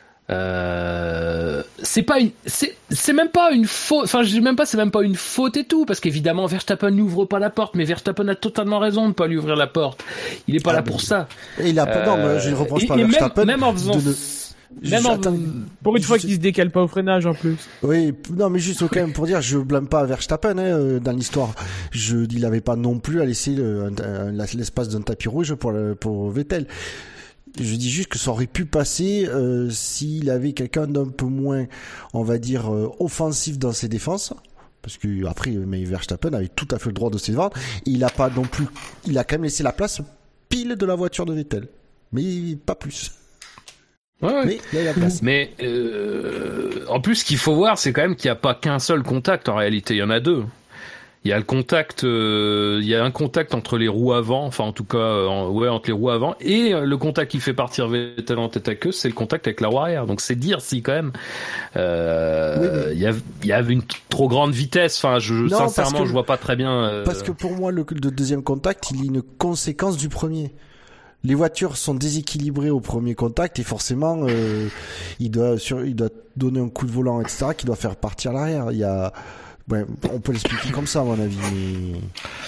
Euh, c'est pas une, c'est, c'est même pas une faute. Enfin, je dis même pas, c'est même pas une faute et tout, parce qu'évidemment Verstappen n'ouvre pas la porte, mais Verstappen a totalement raison de ne pas lui ouvrir la porte. Il est pas ah, là pour ça. Et il a pas. Euh, non, mais je ne reproche pas à Verstappen. Même, même en faisant. De... Même en... Pour une fois qu'il se décale pas au freinage en plus. Oui, non, mais juste quand même pour dire, je blâme pas Verstappen hein, dans l'histoire. Je, il avait pas non plus à laisser le, un, un, l'espace d'un tapis rouge pour le, pour Vettel. Je dis juste que ça aurait pu passer euh, s'il avait quelqu'un d'un peu moins, on va dire, euh, offensif dans ses défenses. Parce que après, mais Verstappen avait tout à fait le droit de se défendre. Il a pas non plus, il a quand même laissé la place pile de la voiture de Vettel, mais pas plus. Ouais, ouais. Mais il y a la place. Mais euh, en plus, ce qu'il faut voir, c'est quand même qu'il n'y a pas qu'un seul contact. En réalité, il y en a deux. Il y a le contact, euh, il y a un contact entre les roues avant, enfin en tout cas, euh, en, ouais, entre les roues avant, et le contact qui fait partir Vettel en tête à queue, c'est le contact avec la roue arrière. Donc c'est dire si quand même, euh, oui, il y a, il y avait une t- trop grande vitesse. Enfin, je, non, sincèrement, que, je vois pas très bien. Euh... Parce que pour moi, le, le deuxième contact, il est une conséquence du premier. Les voitures sont déséquilibrées au premier contact et forcément, euh, il doit, sur, il doit donner un coup de volant, et cetera, qui doit faire partir l'arrière. Il y a Ouais, on peut l'expliquer comme ça, à mon avis. Mais...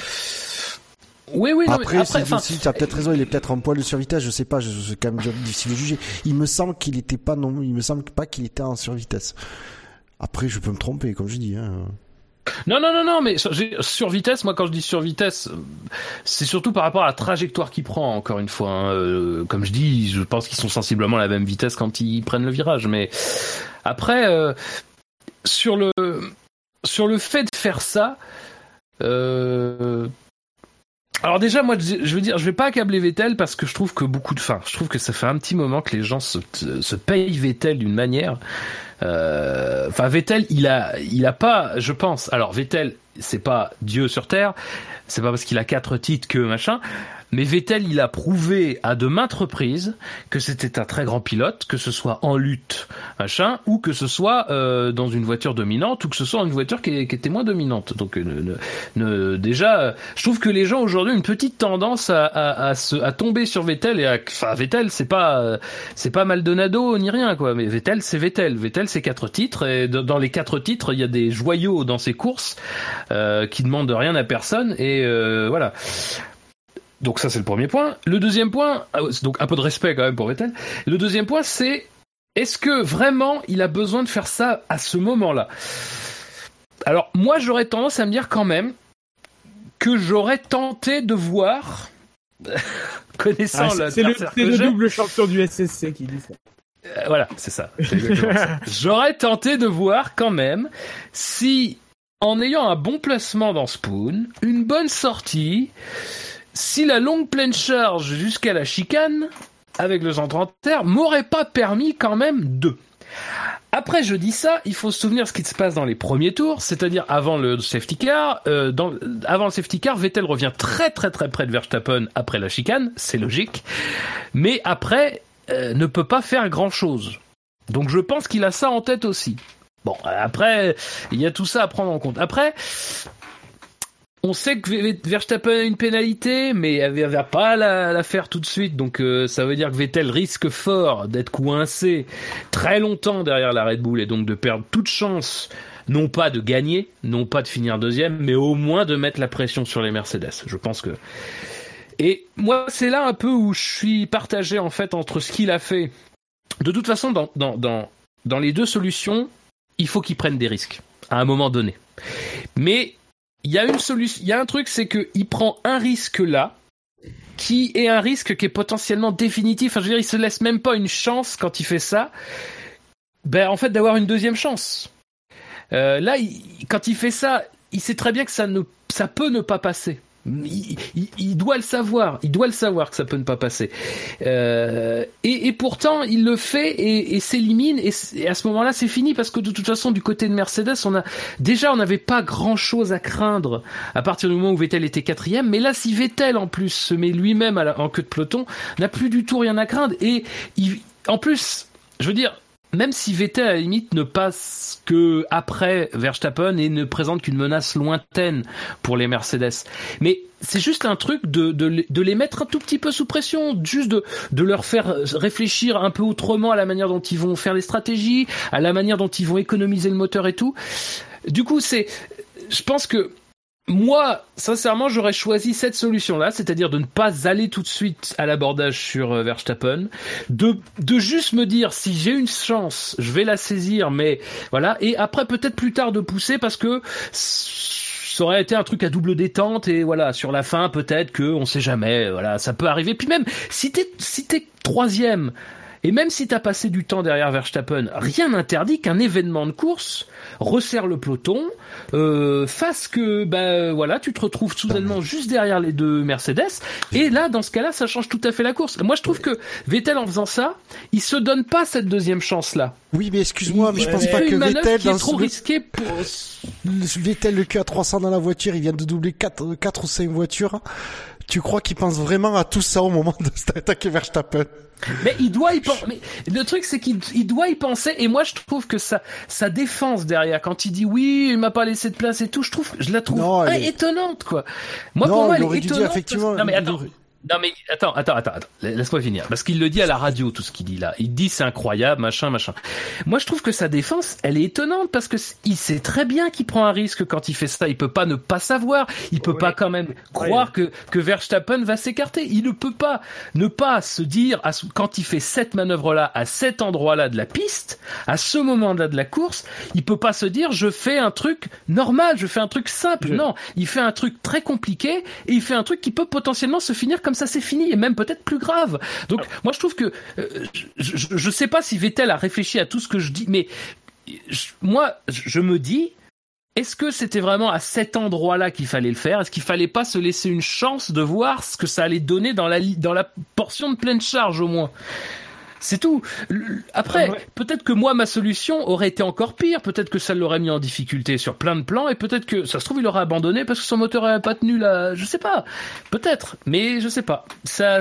Oui, oui. Après, non, après c'est, si, tu as peut-être raison, il est peut-être en poil de survitesse, je sais pas, c'est quand même difficile de juger. Il me semble qu'il était pas, non, il me semble pas qu'il était en survitesse. Après, je peux me tromper, comme je dis, hein. Non, non, non, non, mais sur, sur vitesse, moi quand je dis sur vitesse, c'est surtout par rapport à la trajectoire qu'il prend, encore une fois. Hein. Euh, comme je dis, je pense qu'ils sont sensiblement à la même vitesse quand ils prennent le virage. Mais après, euh, sur le... Sur le fait de faire ça, euh... alors déjà moi je veux dire, je vais pas accabler Vettel parce que je trouve que beaucoup de, enfin, je trouve que ça fait un petit moment que les gens se, se payent Vettel d'une manière. Euh... Enfin Vettel, il a, il a pas, je pense. Alors Vettel, c'est pas Dieu sur terre, c'est pas parce qu'il a quatre titres que machin. Mais Vettel, il a prouvé à de maintes reprises que c'était un très grand pilote, que ce soit en lutte, machin, ou que ce soit euh, dans une voiture dominante, ou que ce soit une voiture qui, qui était moins dominante. Donc, ne, ne, ne, déjà, je trouve que les gens aujourd'hui ont une petite tendance à, à, à, se, à tomber sur Vettel et à, enfin, Vettel, c'est pas, c'est pas Maldonado ni rien, quoi. Mais Vettel, c'est Vettel. Vettel, c'est quatre titres, et dans les quatre titres, il y a des joyaux dans ses courses euh, qui demandent rien à personne, et euh, voilà. Donc ça c'est le premier point. Le deuxième point, donc un peu de respect quand même pour Vettel. Le deuxième point c'est, est-ce que vraiment il a besoin de faire ça à ce moment-là ? Alors moi j'aurais tendance à me dire quand même que j'aurais tenté de voir, connaissant ah, la c'est, le, c'est le double champion du S S C qui dit ça. Euh, voilà, c'est ça. C'est exactement ça. J'aurais tenté de voir quand même si, en ayant un bon placement dans Spoon, une bonne sortie, si la longue pleine charge jusqu'à la chicane, avec le centre en terre, m'aurait pas permis quand même de. Après, je dis ça, il faut se souvenir ce qui se passe dans les premiers tours, c'est-à-dire avant le safety car. Euh, dans, avant le safety car, Vettel revient très très très près de Verstappen après la chicane, c'est logique, mais après, euh, ne peut pas faire grand-chose. Donc je pense qu'il a ça en tête aussi. Bon, après, il y a tout ça à prendre en compte. Après... On sait que Verstappen a une pénalité, mais elle ne va pas la, la faire tout de suite. Donc euh, ça veut dire que Vettel risque fort d'être coincé très longtemps derrière la Red Bull et donc de perdre toute chance, non pas de gagner, non pas de finir deuxième, mais au moins de mettre la pression sur les Mercedes. Je pense que... Et moi, c'est là un peu où je suis partagé en fait entre ce qu'il a fait. De toute façon, dans, dans, dans, dans les deux solutions, il faut qu'il prenne des risques à un moment donné. Mais... Il y a une solution, il y a un truc, c'est que il prend un risque là, qui est un risque qui est potentiellement définitif. Enfin, je veux dire, il se laisse même pas une chance quand il fait ça. ben en fait d'avoir une deuxième chance. Euh, là, il, quand il fait ça, il sait très bien que ça ne, ça peut ne pas passer. Il, il, il doit le savoir, il doit le savoir que ça peut ne pas passer. Euh, et, et pourtant, il le fait et, et s'élimine. Et, et à ce moment-là, c'est fini parce que de toute façon, du côté de Mercedes, on a déjà, on n'avait pas grand-chose à craindre à partir du moment où Vettel était quatrième. Mais là, si Vettel en plus se met lui-même à la, en queue de peloton, n'a plus du tout rien à craindre. Et il, en plus, je veux dire. Même si Vettel, à la limite, ne passe que après Verstappen et ne présente qu'une menace lointaine pour les Mercedes. Mais c'est juste un truc de, de, de les mettre un tout petit peu sous pression, juste de, de leur faire réfléchir un peu autrement à la manière dont ils vont faire les stratégies, à la manière dont ils vont économiser le moteur et tout. Du coup, c'est, je pense que, moi, sincèrement, j'aurais choisi cette solution-là, c'est-à-dire de ne pas aller tout de suite à l'abordage sur euh, Verstappen, de de juste me dire si j'ai une chance, je vais la saisir, mais voilà, et après peut-être plus tard de pousser parce que ça aurait été un truc à double détente et voilà, sur la fin peut-être que on sait jamais, voilà, ça peut arriver. Puis même si t'es si t'es troisième. Et même si t'as passé du temps derrière Verstappen, rien n'interdit qu'un événement de course resserre le peloton, euh, fasse que, bah, voilà, tu te retrouves soudainement juste derrière les deux Mercedes, et là, dans ce cas-là, ça change tout à fait la course. Moi, je trouve que Vettel, en faisant ça, il se donne pas cette deuxième chance-là. Oui, mais excuse-moi, mais il je pense fait pas que une manœuvre Vettel, qui est dans trop le... risquée pour... Vettel, le Q A trois cents dans la voiture, il vient de doubler quatre, quatre ou cinq voitures. Tu crois qu'il pense vraiment à tout ça au moment d'attaquer Verstappen? Mais il doit y penser. Mais le truc, c'est qu'il il doit y penser. Et moi, je trouve que sa, sa défense derrière, quand il dit oui, il m'a pas laissé de place et tout, je trouve, je la trouve non, ah, est... étonnante, quoi. Moi, non, pour moi, il elle aurait est dû étonnante. dire, effectivement. Parce... Non, mais attends. Non mais attends, attends, attends, attends. Laisse-moi finir. Parce qu'il le dit à la radio, tout ce qu'il dit là. Il dit c'est incroyable, machin, machin. Moi, je trouve que sa défense, elle est étonnante parce que il sait très bien qu'il prend un risque quand il fait ça. Il peut pas ne pas savoir. Il peut oui. pas quand même croire oui. que que Verstappen va s'écarter. Il ne peut pas ne pas se dire à, quand il fait cette manœuvre-là à cet endroit-là de la piste, à ce moment-là de la course, il peut pas se dire je fais un truc normal, je fais un truc simple. Je... Non, il fait un truc très compliqué et il fait un truc qui peut potentiellement se finir comme ça, c'est fini, et même peut-être plus grave. Donc, ah. moi, je trouve que euh, je, je, je sais pas si Vettel a réfléchi à tout ce que je dis, mais je, moi, je me dis, est-ce que c'était vraiment à cet endroit-là qu'il fallait le faire? Est-ce qu'il fallait pas se laisser une chance de voir ce que ça allait donner dans la dans la portion de pleine charge au moins? C'est tout. Après, ouais. peut-être que moi, ma solution aurait été encore pire. Peut-être que ça l'aurait mis en difficulté sur plein de plans et peut-être que, ça se trouve, il aurait abandonné parce que son moteur n'avait pas tenu là. Je sais pas. Peut-être. Mais je sais pas. Ça...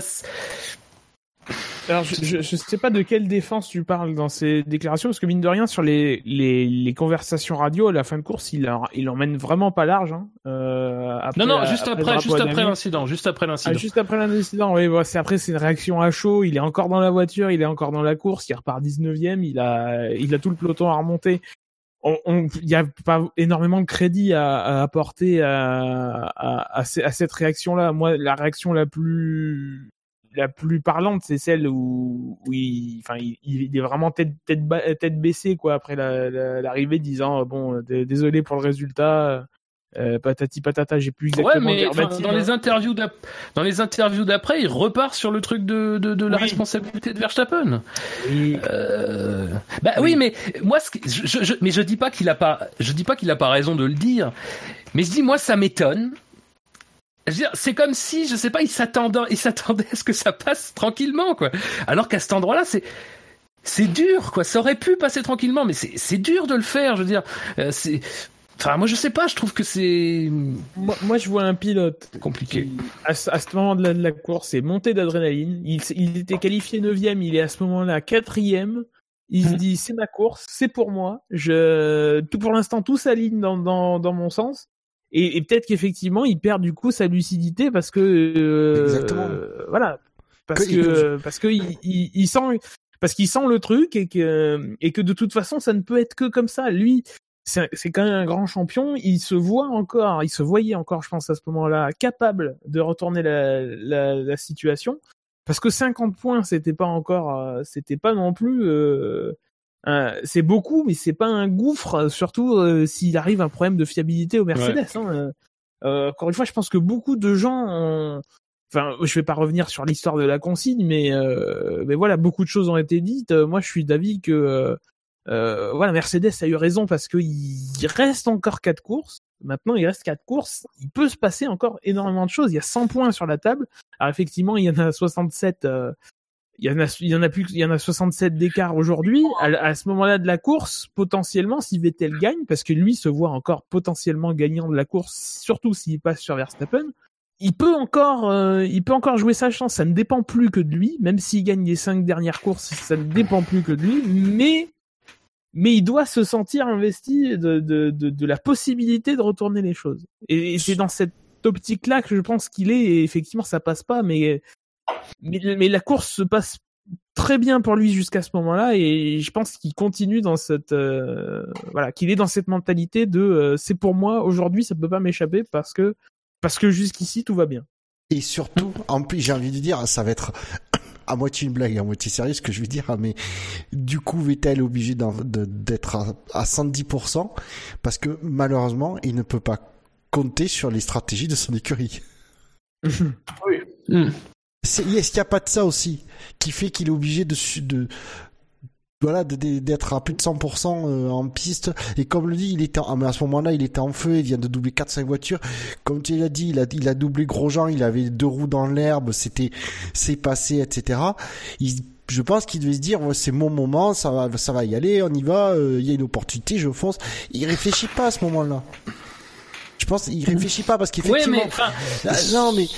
Alors, je, je, je sais pas de quelle défense tu parles dans ces déclarations, parce que mine de rien, sur les, les, les conversations radio à la fin de course, il, en, il emmène vraiment pas large. Hein. Euh, après, non, non, juste après, après, juste après l'incident, juste après l'incident. Ah, juste après l'incident, oui, bon, c'est après, c'est une réaction à chaud, il est encore dans la voiture, il est encore dans la course, il repart dix-neuvième, il a, il a tout le peloton à remonter. On, on, il y a pas énormément de crédit à, à apporter à, à, à, à cette réaction-là. Moi, la réaction la plus, la plus parlante, c'est celle où, où il, enfin, il, il est vraiment tête, tête, tête baissée, quoi, après la, la, l'arrivée, disant, bon, d- désolé pour le résultat, euh, patati patata, j'ai plus exactement. Ouais, mais dans les interviews d'ap- dans les interviews d'après, il repart sur le truc de, de, de la oui. responsabilité de Verstappen. Oui. Euh... Bah oui. oui, mais moi, ce que, je, je, mais je dis pas qu'il a pas, je dis pas qu'il a pas raison de le dire, mais je dis, moi, ça m'étonne. Je veux dire, c'est comme si, je sais pas, il s'attendait, il s'attendait à ce que ça passe tranquillement, quoi. Alors qu'à cet endroit-là, c'est, c'est dur, quoi. Ça aurait pu passer tranquillement, mais c'est, c'est dur de le faire, je veux dire. Euh, c'est, enfin, moi, je sais pas, je trouve que c'est... Moi, moi je vois un pilote compliqué. Qui, à, ce, à ce moment de la, de la course, c'est montée d'adrénaline. Il, il était qualifié neuvième, il est à ce moment-là quatrième. Il mmh. se dit, c'est ma course, c'est pour moi. Je, tout pour l'instant, tout s'aligne dans, dans, dans mon sens. Et, et peut-être qu'effectivement, il perd du coup sa lucidité parce que euh, exactement. Euh, voilà, parce que, que parce que il, il, il sent parce qu'il sent le truc et que et que de toute façon, ça ne peut être que comme ça. Lui, c'est, c'est quand même un grand champion. Il se voit encore, il se voyait encore, je pense à ce moment-là, capable de retourner la la, la situation. Parce que cinquante points, c'était pas encore, euh, c'était pas non plus. Euh, Euh, c'est beaucoup, mais c'est pas un gouffre, surtout euh, s'il arrive un problème de fiabilité au Mercedes. Ouais. Hein. Euh, encore une fois, je pense que beaucoup de gens, ont... enfin, je vais pas revenir sur l'histoire de la consigne, mais euh, mais voilà, beaucoup de choses ont été dites. Euh, moi, je suis d'avis que euh, Euh, voilà, Mercedes a eu raison parce que il reste encore quatre courses. Maintenant, il reste quatre courses. Il peut se passer encore énormément de choses. Il y a cent points sur la table. Alors effectivement, il y en a soixante-sept. Euh, il y en a, il y en a plus, il y en a soixante-sept d'écart aujourd'hui. À, à ce moment-là de la course, potentiellement, si Vettel gagne, parce que lui se voit encore potentiellement gagnant de la course, surtout s'il passe sur Verstappen, il peut encore, euh, il peut encore jouer sa chance. Ça ne dépend plus que de lui, même s'il gagne les cinq dernières courses, ça ne dépend plus que de lui. Mais mais il doit se sentir investi de, de, de, de la possibilité de retourner les choses. Et, et c'est dans cette optique-là que je pense qu'il est, et effectivement, ça passe pas, mais, mais, mais la course se passe très bien pour lui jusqu'à ce moment-là, et je pense qu'il continue dans cette, euh, voilà, qu'il est dans cette mentalité de, euh, c'est pour moi, aujourd'hui, ça peut pas m'échapper parce que, parce que jusqu'ici, tout va bien. Et surtout, en plus, j'ai envie de dire, ça va être à moitié une blague, à moitié sérieux, ce que je vais dire, mais du coup, Vettel est obligé d'en, de, d'être à, à cent dix pour cent parce que malheureusement, il ne peut pas compter sur les stratégies de son écurie. Oui. Mm. C'est, est-ce qu'il n'y a pas de ça aussi qui fait qu'il est obligé de, de voilà, de, de, d'être à plus de cent pour cent en piste, et comme le dit, il était en, à ce moment-là, il était en feu, il vient de doubler quatre cinq voitures, comme tu l'as dit, il a, il a doublé Grosjean, il avait deux roues dans l'herbe, c'était, c'est passé, et cetera. Il, je pense qu'il devait se dire, ouais, c'est mon moment, ça va, ça va y aller, on y va, il euh, y a une opportunité, je fonce. Il réfléchit pas à ce moment-là. Je pense, il réfléchit pas parce qu'effectivement, ouais, mais, enfin, ah, non, mais,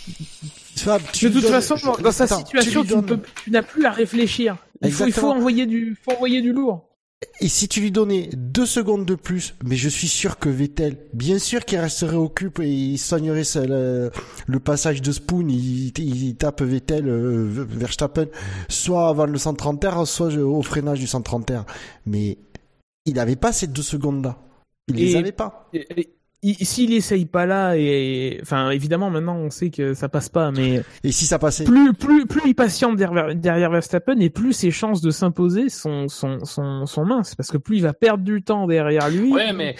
Fab, de toute donnes... façon, dans, dans sa Attends, situation, tu, tu, peux, tu n'as plus à réfléchir. Il faut, il faut envoyer du, faut envoyer du lourd. Et si tu lui donnais deux secondes de plus, mais je suis sûr que Vettel, bien sûr qu'il resterait au cube et il soignerait ça, le, le passage de Spoon, il, il tape Vettel, euh, Verstappen, soit avant le cent trente R, soit au freinage du cent trente R. Mais il n'avait pas ces deux secondes-là. Il et, les avait pas. Et, et... S'il essaye pas là, et enfin évidemment maintenant on sait que ça passe pas, mais et si ça passait, plus plus plus il patiente derrière, derrière Verstappen, et plus ses chances de s'imposer sont sont sont sont minces, parce que plus il va perdre du temps derrière lui. Ouais, mais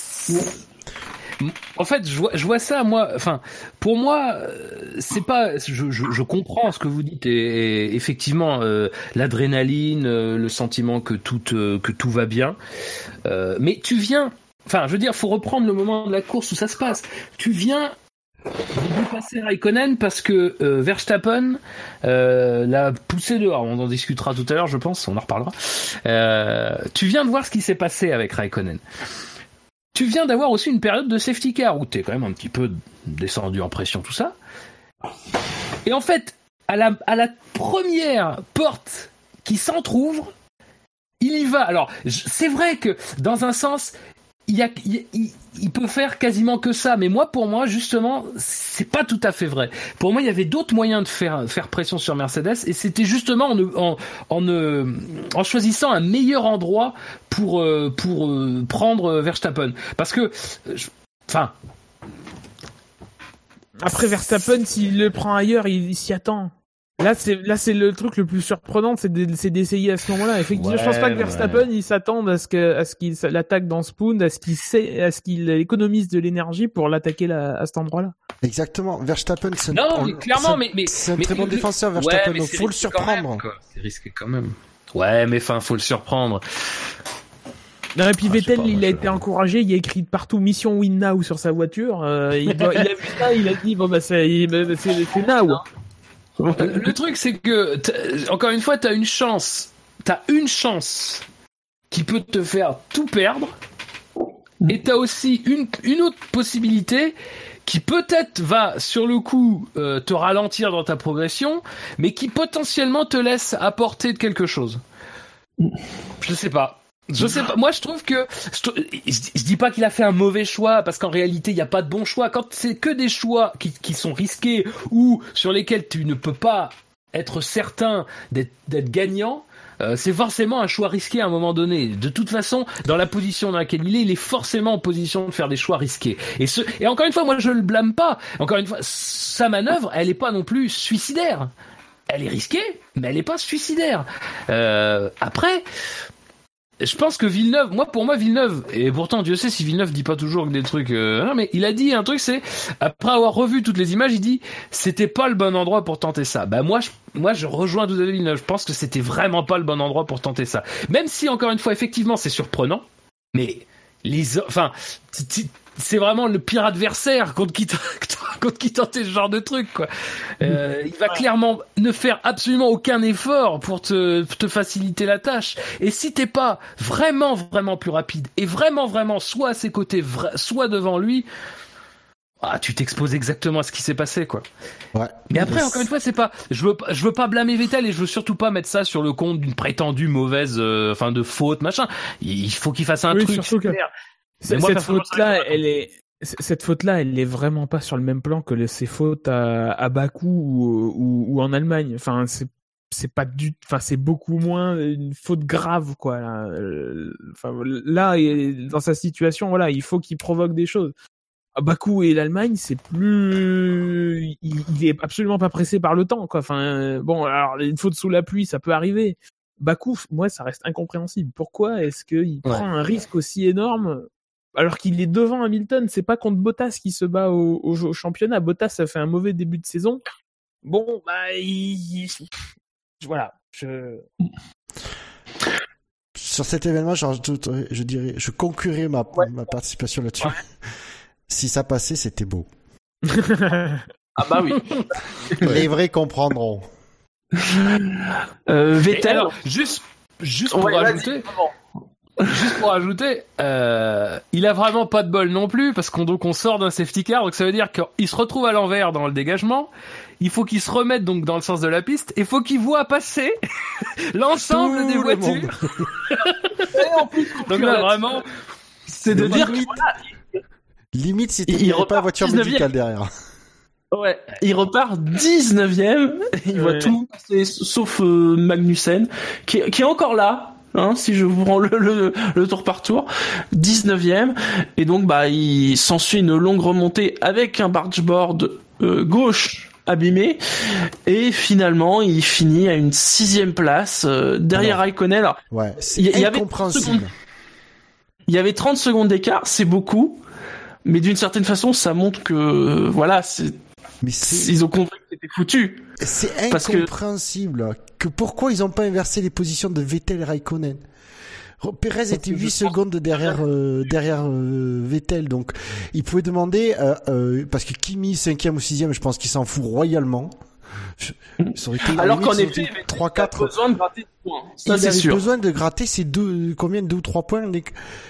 en fait je vois je vois ça moi. Enfin pour moi c'est pas. Je je, je comprends ce que vous dites, et, et effectivement euh, l'adrénaline, euh, le sentiment que tout euh, que tout va bien, euh, mais tu viens. Enfin, je veux dire, faut reprendre le moment de la course où ça se passe. Tu viens de dépasser Raikkonen parce que euh, Verstappen euh, l'a poussé dehors. On en discutera tout à l'heure, je pense, on en reparlera. Euh, tu viens de voir ce qui s'est passé avec Raikkonen. Tu viens d'avoir aussi une période de safety car où t'es quand même un petit peu descendu en pression, tout ça. Et en fait, à la, à la première porte qui s'entrouvre, il y va. Alors, c'est vrai que dans un sens, Il, y a, il, il peut faire quasiment que ça, mais moi, pour moi, justement, c'est pas tout à fait vrai. Pour moi, il y avait d'autres moyens de faire faire pression sur Mercedes, et c'était justement en en en, en choisissant un meilleur endroit pour pour prendre Verstappen, parce que, enfin. Après Verstappen, s'il le prend ailleurs, il, il s'y attend. Là, c'est là, c'est le truc le plus surprenant, c'est, de, c'est d'essayer à ce moment-là. Effectivement, ouais, je pense pas que Verstappen, ouais. il s'attende à ce que, à ce qu'il l'attaque dans Spoon, à ce qu'il sait, à ce qu'il économise de l'énergie pour l'attaquer là, à cet endroit-là. Exactement. Verstappen, c'est non, on, mais clairement, c'est, mais, mais c'est un mais, très bon mais, défenseur, Verstappen. Ouais, donc faut le surprendre. Même, c'est risqué quand même. Ouais, mais enfin, faut le surprendre. Non, et puis ah, Vettel, pas, il moi, a été encouragé, il y a écrit partout Mission Win Now sur sa voiture. Euh, il, doit, il a vu ça, il a dit bon bah c'est, c'est, c'est now. Le truc, c'est que, encore une fois, t'as une chance, t'as une chance qui peut te faire tout perdre, et t'as aussi une, une autre possibilité qui peut-être va, sur le coup, euh, te ralentir dans ta progression, mais qui potentiellement te laisse apporter de quelque chose. Je sais pas. Je sais pas. Moi, je trouve que je, je dis pas qu'il a fait un mauvais choix, parce qu'en réalité, il y a pas de bon choix. Quand c'est que des choix qui, qui sont risqués ou sur lesquels tu ne peux pas être certain d'être, d'être gagnant, euh, c'est forcément un choix risqué à un moment donné. De toute façon, dans la position dans laquelle il est, il est forcément en position de faire des choix risqués. Et ce, et encore une fois, moi, je le blâme pas. Encore une fois, sa manœuvre, elle est pas non plus suicidaire. Elle est risquée, mais elle est pas suicidaire. Euh, après. je pense que Villeneuve, moi pour moi Villeneuve, et pourtant Dieu sait si Villeneuve dit pas toujours que des trucs, euh, non mais il a dit un truc, c'est après avoir revu toutes les images, il dit c'était pas le bon endroit pour tenter ça. Bah moi je, moi je rejoins tout à fait Villeneuve. Je pense que c'était vraiment pas le bon endroit pour tenter ça. Même si encore une fois effectivement c'est surprenant, mais les, enfin t- t- c'est vraiment le pire adversaire contre qui contre qui tenter ce genre de truc quoi. Euh, il va clairement ne faire absolument aucun effort pour te te faciliter la tâche. Et si t'es pas vraiment vraiment plus rapide et vraiment vraiment soit à ses côtés vra- soit devant lui, ah tu t'exposes exactement à ce qui s'est passé quoi. Ouais. Mais après yes. encore une fois c'est pas je veux je veux pas blâmer Vettel et je veux surtout pas mettre ça sur le compte d'une prétendue mauvaise euh, enfin de faute machin. Il faut qu'il fasse un Oui, truc surtout que- super. Cette, moi, cette personnellement, faute-là, ça, elle est, cette faute-là, elle est vraiment pas sur le même plan que les, ses fautes à, à Bakou ou, ou, ou en Allemagne. Enfin, c'est, c'est pas du, enfin, c'est beaucoup moins une faute grave, quoi. Là, Euh, enfin, là, dans sa situation, voilà, il faut qu'il provoque des choses. À Bakou et l'Allemagne, c'est plus, il, il est absolument pas pressé par le temps, quoi. Enfin, bon, alors une faute sous la pluie, ça peut arriver. Bakou, moi, ça reste incompréhensible. Pourquoi est-ce qu'il Ouais. prend un risque aussi énorme alors qu'il est devant Hamilton? C'est pas contre Bottas qui se bat au, au, au championnat. Bottas a fait un mauvais début de saison. Bon, bah, il... il- voilà. Je... Sur cet événement, je, rajouterais- je dirais, je conclurai ma, Ouais. ma participation là-dessus. Si ça passait, c'était beau. Ah bah oui. Les vrais comprendront. Euh, Et Vettel. alors, juste, juste pour Ouais, vas-y, ajouter, vraiment. juste pour ajouter, euh, il a vraiment pas de bol non plus parce qu'on donc on sort d'un safety car, donc ça veut dire qu'il se retrouve à l'envers dans le dégagement. Il faut qu'il se remette donc dans le sens de la piste et faut qu'il voit passer l'ensemble Tout des le voitures. monde. Et en plus, Donc là vraiment, c'est de dire que Limite, limite c'était Il- il il n'y avait pas repart la voiture dix-neuvième. médicale derrière. ouais, il repart dix-neuvième, il voit Ouais. tout passer, sauf euh, Magnussen, qui, est- qui est encore là, hein, si je vous prends le, le, le tour par tour, dix-neuvième, et donc bah il s'ensuit une longue remontée avec un bargeboard euh, gauche abîmé, et finalement il finit à une sixième place, euh, derrière Alors. Raikkonen. Alors, Ouais, c'est Il y- il y avait incompréhensible. il y avait trente secondes d'écart, c'est beaucoup, mais d'une certaine façon ça montre que, euh, voilà, c'est, Mais c'est, ils ont compris que c'était foutu. c'est parce que- incompréhensible que... pourquoi ils n'ont pas inversé les positions de Vettel et Raikkonen. Pérez était huit secondes derrière euh, derrière euh, Vettel, donc il pouvait demander euh, euh, parce que Kimi cinquième ou sixième, je pense qu'il s'en fout royalement. Je- Ça aurait été, à la Alors limite, qu'en ça aurait effet, été trois quatre. il a besoin de gratter des points. Ça, Il c'est avait sûr. besoin de gratter ces deux, combien, deux ou trois points. mais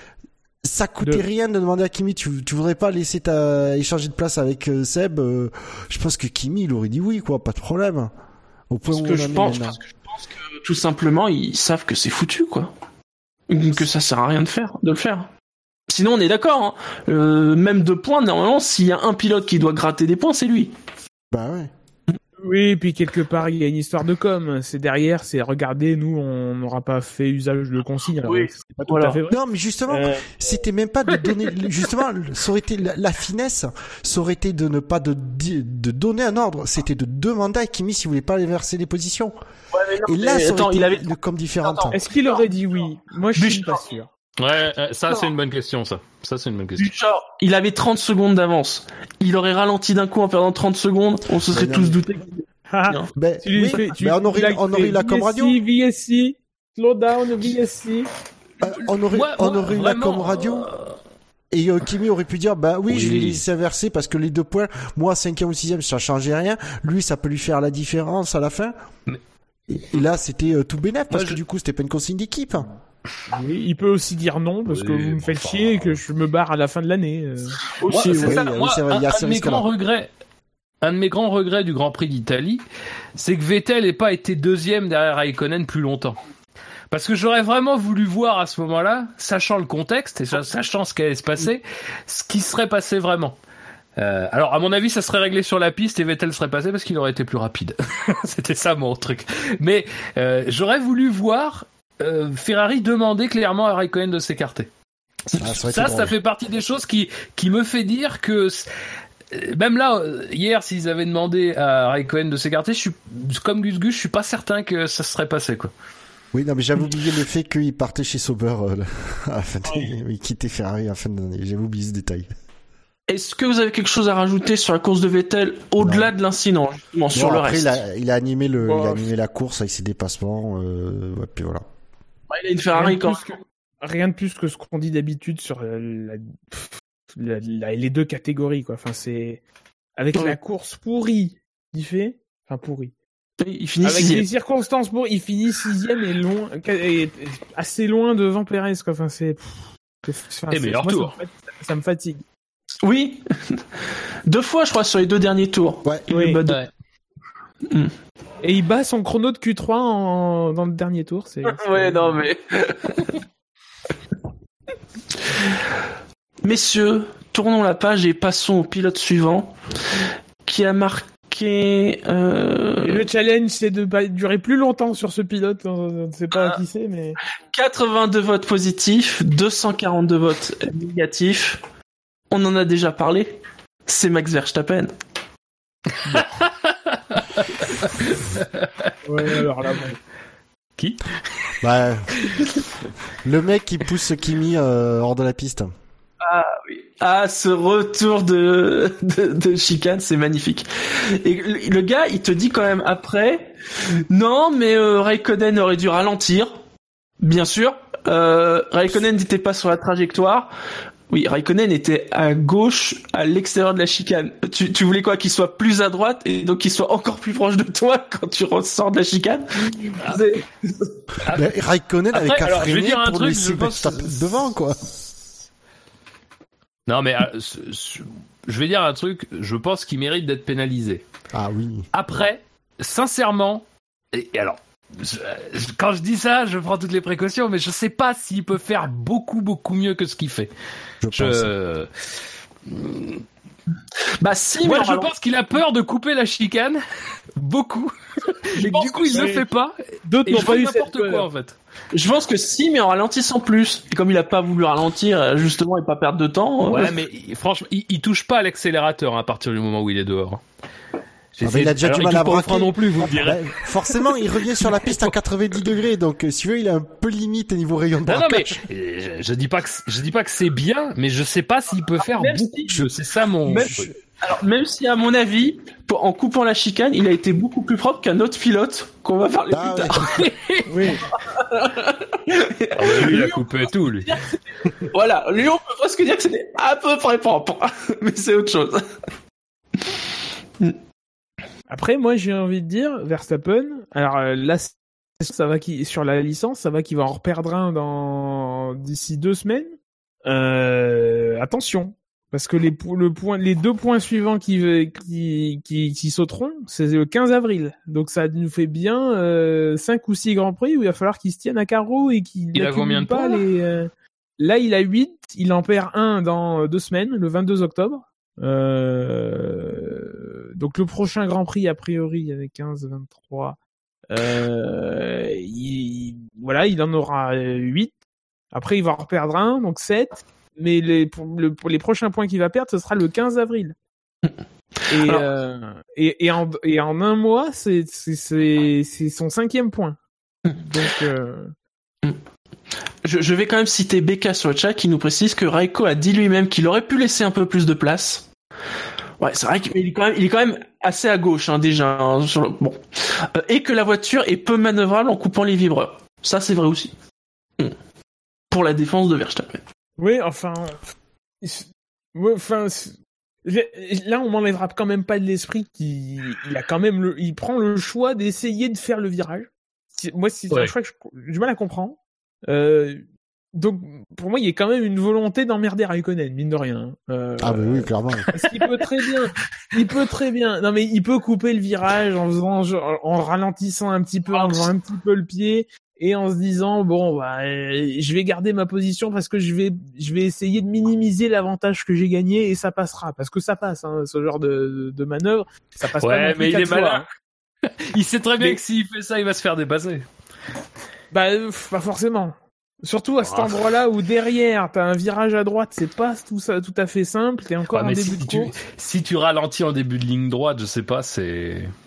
ça coûtait Deux. rien de demander à Kimi, tu, tu voudrais pas laisser ta, échanger de place avec euh, Seb, euh, je pense que Kimi, il aurait dit oui, quoi, pas de problème. Au point Parce où que on je en est pense, maintenant. parce que je pense que tout simplement, ils savent que c'est foutu, quoi. Que ça sert à rien de faire, de le faire. Sinon, on est d'accord, hein. Euh, même deux points, normalement, s'il y a un pilote qui doit gratter des points, c'est lui. Bah ouais. Oui, et puis quelque part, il y a une histoire de com. C'est derrière, c'est regardez, nous, on n'aura pas fait usage de consignes. Alors, Oui, c'est pas tout voilà. à fait vrai. Non, mais justement, Euh, c'était même pas de donner, justement, ça aurait été, la, la finesse, ça aurait été de ne pas de, di- de donner un ordre, c'était de demander à Kimi s'il voulait pas aller verser les positions. Et là, ça aurait attends, été il avait- une com différente. Attends. Est-ce qu'il aurait dit oui? Moi, je suis Bouchard. pas sûr. ouais, euh, ça c'est une bonne question ça. Ça c'est une bonne question. Bouchard, il avait trente secondes d'avance. Il aurait ralenti d'un coup en perdant trente secondes, on se serait Mais non, tous mais- douté. Ah, Non. Ben, tu lui oui, fais, tu ben, on aurait, là, on tu aurait fais eu la com radio. V S I, V S I, slow down, V S I. Euh, on aurait, Moi- on moi, aurait eu la vraiment, com radio. euh, Et euh, Kimi aurait pu dire, bah oui, Oui. je l'ai laissé inverser parce que les deux points, moi cinquième ou sixième, ça changeait rien. Lui, ça peut lui faire la différence à la fin. Mais- Et, et là, c'était euh, tout bénef parce Moi, que je- du coup, c'était pas une consigne d'équipe. Oui, il peut aussi dire non parce que Oui, vous me faites enfin, chier et que je me barre à la fin de l'année. euh. Moi, Aussi, c'est oui, ça, oui, moi, c'est vrai, il y a un, ce un de mes risque-là. grands regrets, un de mes grands regrets du Grand Prix d'Italie, c'est que Vettel n'ait pas été deuxième derrière Raikkonen plus longtemps. Parce que j'aurais vraiment voulu voir à ce moment-là, sachant le contexte et sachant ce qui allait se passer, ce qui serait passé vraiment. Euh, alors, à mon avis, ça serait réglé sur la piste et Vettel serait passé parce qu'il aurait été plus rapide. C'était ça mon truc. Mais euh, j'aurais voulu voir euh, Ferrari demander clairement à Raikkonen de s'écarter. Ah, ça aurait été ça, drôle. ça fait partie des choses qui qui me fait dire que même là, hier, s'ils avaient demandé à Raikkonen de s'écarter, je suis comme Gus Gus, je suis pas certain que ça se serait passé quoi. Oui, non, mais j'avais oublié le fait qu'il partait chez Sauber euh, à la fin d'année. Il quittait Ferrari à la fin d'année. J'avais oublié ce détail. Est-ce que vous avez quelque chose à rajouter sur la course de Vettel au-delà non. de l'incident, justement, sur bon, le après, reste? il a, il a animé le, bon, il a animé la course avec ses dépassements. Euh, ouais, puis voilà. Ouais, il a une Ferrari rien, de quand plus que, rien de plus que ce qu'on dit d'habitude sur la, la, la, les deux catégories, quoi. Enfin, c'est avec ouais. la course pourrie qu'il fait, enfin pourrie. Il finit avec sixième. les circonstances pour, il finit sixième et loin, et assez loin devant Perez, quoi. Enfin, c'est. Enfin, et meilleur tour. Ça, ça me fatigue. Oui, deux fois, je crois, sur les deux derniers tours. Ouais. Oui. Bat de... ouais. Mm. Et il bat son chrono de Q trois en... dans le dernier tour. C'est. c'est... Ouais, non mais. Messieurs, tournons la page et passons au pilote suivant, qui a marqué. Euh... Le challenge, c'est de pas durer plus longtemps sur ce pilote. On ne sait pas ah. qui c'est, mais. quatre-vingt-deux votes positifs, deux cent quarante-deux votes négatifs. On en a déjà parlé. C'est Max Verstappen. Ouais, alors là, bon. Qui? Bah, le mec qui pousse Kimi euh, hors de la piste. Ah oui. Ah, ce retour de, de, de chicane, c'est magnifique. Et le, le gars, il te dit quand même après, non, mais euh, Raikkonen aurait dû ralentir. Bien sûr. Euh, Raikkonen n'était pas sur la trajectoire. Oui, Raikkonen était à gauche, à l'extérieur de la chicane. Tu, tu voulais quoi, qu'il soit plus à droite et donc qu'il soit encore plus proche de toi quand tu ressors de la chicane? Ah. Mais Raikkonen avait qu'à freiner pour truc, laisser Verstappen devant, quoi. Non, mais euh, je vais dire un truc, je pense qu'il mérite d'être pénalisé. Ah oui. Après, sincèrement, et, et alors, je, quand je dis ça, je prends toutes les précautions, mais je sais pas s'il peut faire beaucoup, beaucoup mieux que ce qu'il fait. Je pense. Je... Bah si, Moi, mais je alors... pense qu'il a peur de couper la chicane, beaucoup. Et du coup, il ne le fait pas. D'autres n'ont pas eu n'importe quoi, en fait. Je pense que si, mais en ralentissant plus. Et comme il a pas voulu ralentir, justement, et pas perdre de temps. Ouais, euh... mais franchement, il, il touche pas à l'accélérateur hein, à partir du moment où il est dehors. Ah bah il a déjà Alors, du mal à braquer non plus, vous me direz. Bah, forcément, il revient sur la piste à quatre-vingt-dix degrés, donc si tu veux, il est un peu limite au niveau rayon de braquage. Non, non, mais je, je dis pas que je dis pas que c'est bien, mais je sais pas s'il peut faire même beaucoup. Si, c'est ça mon. Même, alors même si à mon avis, pour, en coupant la chicane, il a été beaucoup plus propre qu'un autre pilote qu'on va parler ah, plus ouais. tard. Oui. Ah ouais, lui, il a coupé tout, lui. Voilà, lui on peut presque dire que c'était à peu près propre, mais c'est autre chose. Après, moi, j'ai envie de dire, Verstappen, alors là, ça va qu'il, sur la licence, ça va qu'il va en reperdre un dans, d'ici deux semaines. Euh, attention. Parce que les, le point, les deux points suivants qui, qui, qui, qui sauteront, c'est le quinze avril. Donc ça nous fait bien, euh, cinq ou six grands prix où il va falloir qu'il se tienne à carreau et qu'il il a combien de pas points, les, euh... là, il a huit, il en perd un dans deux semaines, le vingt-deux octobre. Euh... Donc le prochain Grand Prix a priori avec quinze, vingt-trois, euh... il... voilà, il en aura huit. Après il va en perdre un, donc sept. Mais les pour, le, pour les prochains points qu'il va perdre, ce sera le quinze avril. Et Alors... euh... et, et en et en un mois, c'est c'est c'est, c'est son cinquième point. Donc euh... Je, je vais quand même citer Becca sur le chat qui nous précise que Raikko a dit lui-même qu'il aurait pu laisser un peu plus de place. Ouais, c'est vrai qu'il est quand même, il est quand même assez à gauche hein, déjà. Hein, sur le, bon, euh, et que la voiture est peu manœuvrable en coupant les vibreurs. Ça, c'est vrai aussi. Mmh. Pour la défense de Verstappen. Oui, enfin, ouais, enfin, là, on m'enlèvera quand même pas de l'esprit qu'il il a quand même le, il prend le choix d'essayer de faire le virage. Moi, c'est ouais. un choix que j'ai du mal à comprendre. Euh, donc, pour moi, il y a quand même une volonté d'emmerder Raikkonen, mine de rien. Euh, ah, bah oui, clairement. Parce qu'il peut très bien, il peut très bien, non, mais il peut couper le virage en faisant, en ralentissant un petit peu, en faisant un petit peu le pied, et en se disant, bon, bah, je vais garder ma position parce que je vais, je vais essayer de minimiser l'avantage que j'ai gagné et ça passera. Parce que ça passe, hein, ce genre de, de manœuvre. Ça passe ouais, pas non plus mais il est fois, malin. Hein. Il sait très bien mais... que s'il fait ça, il va se faire dépasser. Bah, pas forcément. Surtout à cet endroit-là où derrière t'as un virage à droite, c'est pas tout ça, tout à fait simple. T'es encore ouais, en début si de tu, course. Si tu ralentis en début de ligne droite, je sais pas, c'est.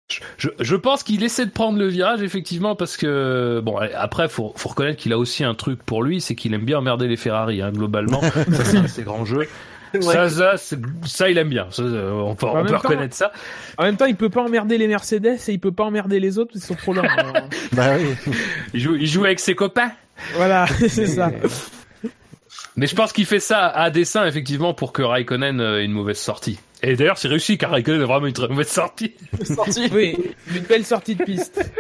Je, je pense qu'il essaie de prendre le virage, effectivement, parce que bon, après, faut, faut reconnaître qu'il a aussi un truc pour lui, c'est qu'il aime bien emmerder les Ferrari, hein, globalement. Ça, c'est un de ses grands jeux. Ouais. Ça, ça, ça, il aime bien. Ça, on peut, on peut temps, reconnaître ça. En même temps, il peut pas emmerder les Mercedes et il peut pas emmerder les autres parce qu'ils sont trop lents. Bah oui. Il joue, il joue avec ses copains. Voilà, c'est ça. Mais je pense qu'il fait ça à dessein, effectivement, pour que Raikkonen ait une mauvaise sortie. Et d'ailleurs, c'est réussi, car Raikkonen a vraiment une très mauvaise sortie. sortie. Oui, une belle sortie de piste.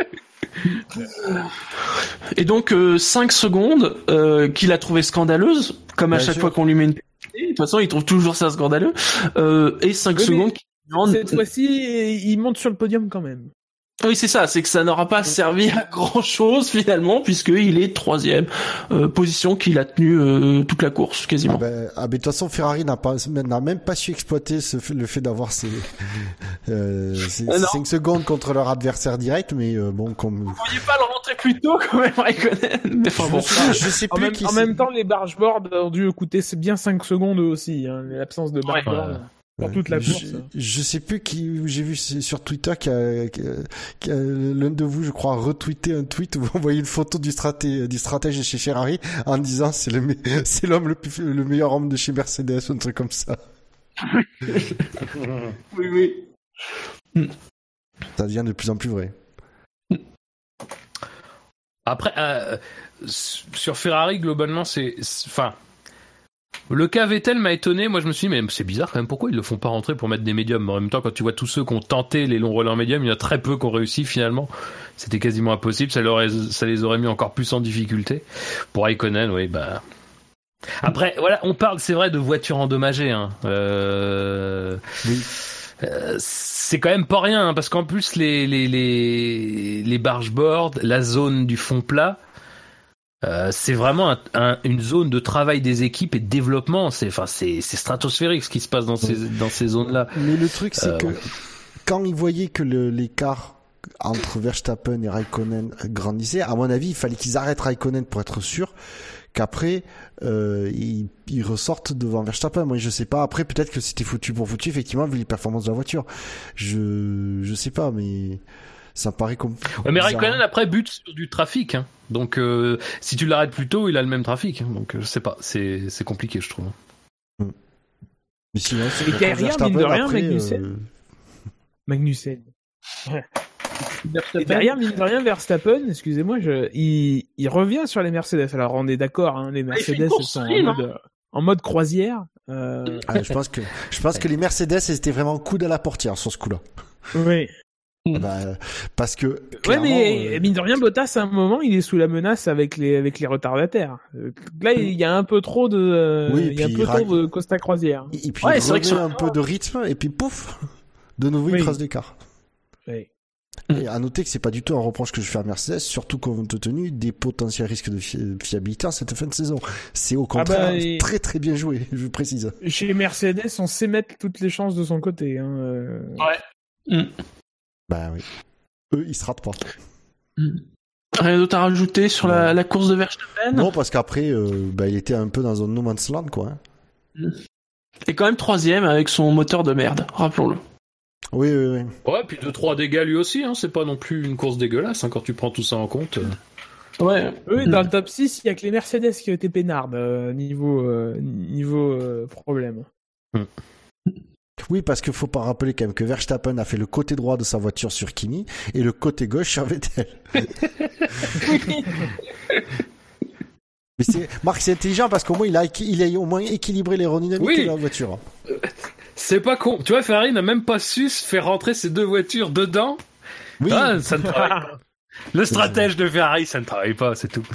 Et donc, euh, cinq secondes euh, qu'il a trouvé scandaleuse, comme à Bien chaque sûr. fois qu'on lui met une... De toute façon, il trouve toujours ça scandaleux. Euh, et cinq oui, secondes... Cette fois-ci, il monte sur le podium quand même. Oui, c'est ça, c'est que ça n'aura pas servi à grand chose finalement, puisqu'il est troisième, euh, position qu'il a tenue euh, toute la course quasiment. Ah ben, ah ben, de toute façon, Ferrari n'a pas, n'a même pas su exploiter ce, le fait d'avoir ces, euh, ces euh, cinq secondes contre leur adversaire direct, mais euh, bon, comme. Vous pourriez pas le rentrer plus tôt quand même, Raikkonen. Mais enfin bon, je sais plus. En, même, qui en même temps, les bargeboards ont dû coûter bien cinq secondes aussi, hein, l'absence de bargeboard. Ouais. Pour toute la course. Je, je sais plus qui, j'ai vu sur Twitter qu'il y a, qu'il y a l'un de vous, je crois, retweeté un tweet où vous envoyez une photo du stratège, du stratège chez Ferrari en disant c'est le, c'est l'homme le plus, le meilleur homme de chez Mercedes ou un truc comme ça. Oui, oui. Ça devient de plus en plus vrai. Après, euh, sur Ferrari, globalement, c'est, enfin, le cas Vettel m'a étonné. Moi, je me suis dit, mais c'est bizarre quand même, pourquoi ils le font pas rentrer pour mettre des médiums? En même temps, quand tu vois tous ceux qui ont tenté les longs relais en médium, il y en a très peu qui ont réussi finalement. C'était quasiment impossible. Ça, leur, ça les aurait mis encore plus en difficulté. Pour Raikkonen, oui, bah. Après, voilà, on parle, c'est vrai, de voitures endommagées. Hein. Euh... Oui. Euh, c'est quand même pas rien, hein, parce qu'en plus, les, les, les, les bargeboards, la zone du fond plat, Euh, c'est vraiment un, un, une zone de travail des équipes et de développement. C'est, enfin, c'est, c'est stratosphérique ce qui se passe dans ces, dans ces zones-là. Mais le truc, c'est euh, que quand ils voyaient que le, l'écart entre Verstappen et Raikkonen grandissait, à mon avis, il fallait qu'ils arrêtent Raikkonen pour être sûr qu'après euh, ils, ils ressortent devant Verstappen. Moi, je sais pas. Après, peut-être que c'était foutu pour foutu, effectivement, vu les performances de la voiture. Je, je sais pas, mais. Ça me paraît comme. Ouais, mais Raikkonen après bute sur du trafic, hein. Donc euh, si tu l'arrêtes plus tôt, il a le même trafic. Hein. Donc je sais pas, c'est c'est compliqué, je trouve. Mm. Mais sinon, et derrière, mine de rien, après, Magnussen. Euh... Magnussen. Ouais. Et derrière, mine de rien, Verstappen, excusez-moi, je... il... il revient sur les Mercedes. Alors on est d'accord, hein, les Mercedes sont en mode... en mode croisière. Euh... Ah, je pense que je pense que les Mercedes étaient vraiment coude à la portière sur ce coup-là. Oui. Bah, parce que ouais, mais euh... mine de rien, Bottas à un moment il est sous la menace avec les avec les retardataires. Là il y a un peu trop de euh, oui, il y a un peu ra... trop de Costa croisière. Et puis ouais, il c'est vrai que un peu de rythme et puis pouf, de nouveau oui. il creuse l'écart. Oui. Et à noter que c'est pas du tout un reproche que je fais à Mercedes, surtout compte tenu des potentiels risques de fi- fiabilité en cette fin de saison. C'est au contraire ah bah, et... très très bien joué, je précise. Chez Mercedes, on sait mettre toutes les chances de son côté. Hein. Ouais. Mm. Bah oui. Eux, ils se ratent pas. Rien d'autre à rajouter sur ouais. la, la course de Verstappen? Non, parce qu'après, euh, bah, il était un peu dans un no man's land, quoi. Et quand même troisième avec son moteur de merde, rappelons-le. Oui, oui, oui. Ouais, puis deux trois dégâts lui aussi, hein. C'est pas non plus une course dégueulasse, hein, quand tu prends tout ça en compte. Ouais. Oui, dans le top six, il y a que les Mercedes qui ont été peinardes, euh, niveau, euh, niveau euh, problème. Mm. Oui, parce qu'il faut pas rappeler quand même que Verstappen a fait le côté droit de sa voiture sur Kimi et le côté gauche sur Vettel. Mais c'est, Marc, c'est intelligent parce qu'au moins il a, il a au moins équilibré l'aérodynamique oui. de la voiture. C'est pas con. Tu vois, Ferrari n'a même pas su se faire rentrer ces deux voitures dedans. Oui. Ah, ça ne travaille pas. Le stratège de Ferrari, ça ne travaille pas, c'est tout.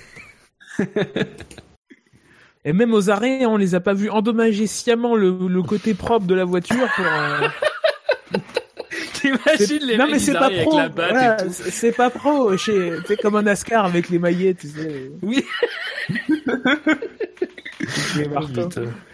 Et même aux arrêts, on les a pas vus endommager sciemment le, le côté propre de la voiture pour. Euh... T'imagines les non mecs mais c'est pas pro. Avec la batte voilà, et tout. C'est, c'est pas pro. Chez... C'est comme un NASCAR avec les maillets, tu sais. Oui. Les marteaux.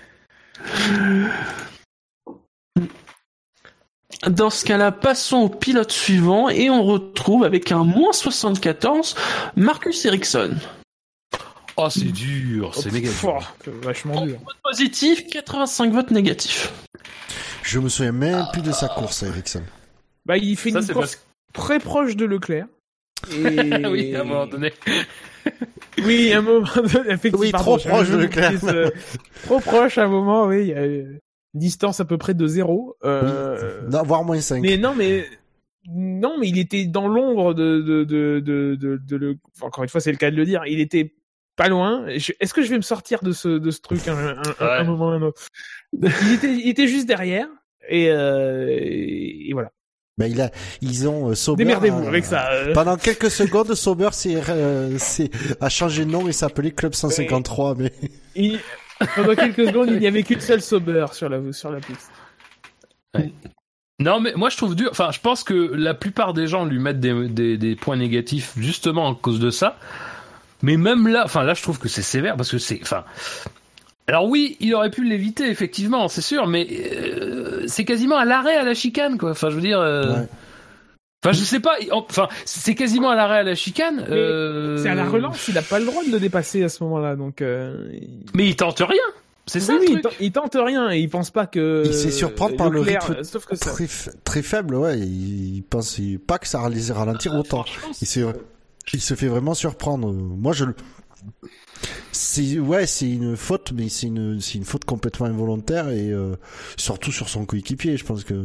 Dans ce cas-là, passons au pilote suivant et on retrouve avec un moins soixante-quatorze Marcus Ericsson. Oh, c'est dur, c'est oh, négatif. Fort, c'est vachement dur. Vote positif, quatre-vingt-cinq votes négatifs. Je me souviens même ah. plus de sa course, Ericsson. Bah, il fait Ça, une c'est course parce... très proche de Leclerc. Et... oui, à un moment donné. oui, à un moment donné, effectivement. Oui, trop pardon, proche de Leclerc. Euh, trop proche à un moment, oui. Il y a une distance à peu près de zéro. Euh... Oui. Non, voire moins cinq. Mais non, mais non, mais il était dans l'ombre de de de de de, de le. Enfin, encore une fois, c'est le cas de le dire. Il était pas loin. Je... Est-ce que je vais me sortir de ce de ce truc un, un, ouais. un moment ou un autre? Il était il était juste derrière et euh... et voilà. Ben il a, ils ont euh, Sauber. Démerdez-vous euh, avec ça. Euh... Pendant quelques secondes, Sauber c'est, euh, c'est a changé de nom et s'appelait Club cent cinquante-trois, mais. Il... Pendant quelques secondes, il n'y avait qu'une seule Sauber sur la sur la piste. Ouais. Non, mais moi je trouve dur. Enfin, je pense que la plupart des gens lui mettent des des, des points négatifs justement à cause de ça. Mais même là, enfin là, je trouve que c'est sévère parce que c'est, enfin. Alors oui, il aurait pu l'éviter, effectivement, c'est sûr, mais euh, c'est quasiment à l'arrêt à la chicane, quoi. Enfin, je veux dire... Euh... Ouais. Enfin, je sais pas, enfin, c'est quasiment à l'arrêt à la chicane. Euh... C'est à la relance, il a pas le droit de le dépasser à ce moment-là, donc... Euh... Mais il tente rien. C'est ça, oui, le oui, truc. Il tente rien et il pense pas que... Il s'est surprendre par le Leclerc, rythme sauf que ça... très, très faible, ouais. Il pense pas que ça allait ralentir euh, autant. Il, s'est... il se fait vraiment surprendre. Moi, je le... C'est ouais, c'est une faute, mais c'est une c'est une faute complètement involontaire et euh, surtout sur son coéquipier, je pense que.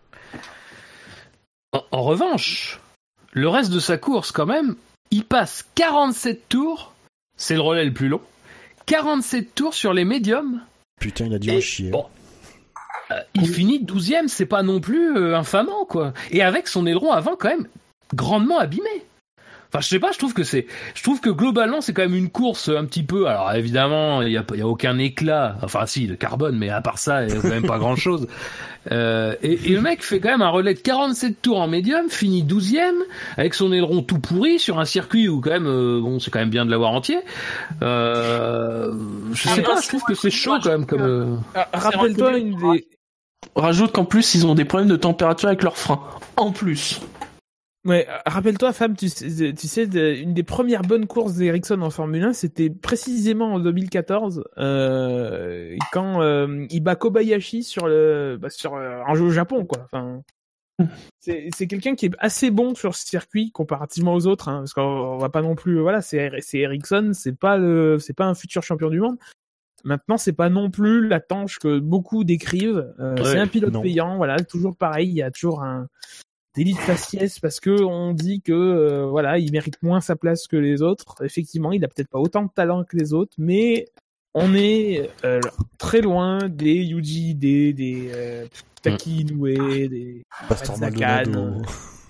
En, en revanche, le reste de sa course, quand même, il passe quarante-sept tours, c'est le relais le plus long, quarante-sept tours sur les médiums. Putain, il a dû en chier. Bon, euh, il oui. finit douzième, c'est pas non plus euh, infamant, quoi. Et avec son aileron avant, quand même, grandement abîmé. Enfin, je sais pas, je trouve que c'est, je trouve que globalement, c'est quand même une course un petit peu, alors évidemment, il y a, il y a aucun éclat, enfin si, le carbone, mais à part ça, il y a quand même pas grand chose. Euh, et, et le mec fait quand même un relais de quarante-sept tours en médium, finit douzième, avec son aileron tout pourri, sur un circuit où quand même, euh, bon, c'est quand même bien de l'avoir entier. Euh, je sais pas, je trouve que c'est chaud quand même comme, euh... ah, rappelle-toi une des... Rajoute qu'en plus, ils ont des problèmes de température avec leurs freins. En plus. Ouais, rappelle-toi, Fab, tu sais, tu sais, une des premières bonnes courses d'Ericsson en Formule un, c'était précisément en deux mille quatorze, euh, quand euh, il bat Kobayashi sur le, bah, sur un jeu au Japon, quoi. Enfin, c'est, c'est quelqu'un qui est assez bon sur ce circuit comparativement aux autres, hein, parce qu'on va pas non plus, voilà, c'est, c'est Ericsson, c'est pas le, c'est pas un futur champion du monde. Maintenant, c'est pas non plus la tanche que beaucoup décrivent. Euh, ouais, c'est un pilote non. payant, voilà, toujours pareil, il y a toujours un délit de faciès parce que on dit que euh, voilà, il mérite moins sa place que les autres. Effectivement, il a peut-être pas autant de talent que les autres, mais on est euh, très loin des Yuji, des des euh, Taki Inoue, des Nakan.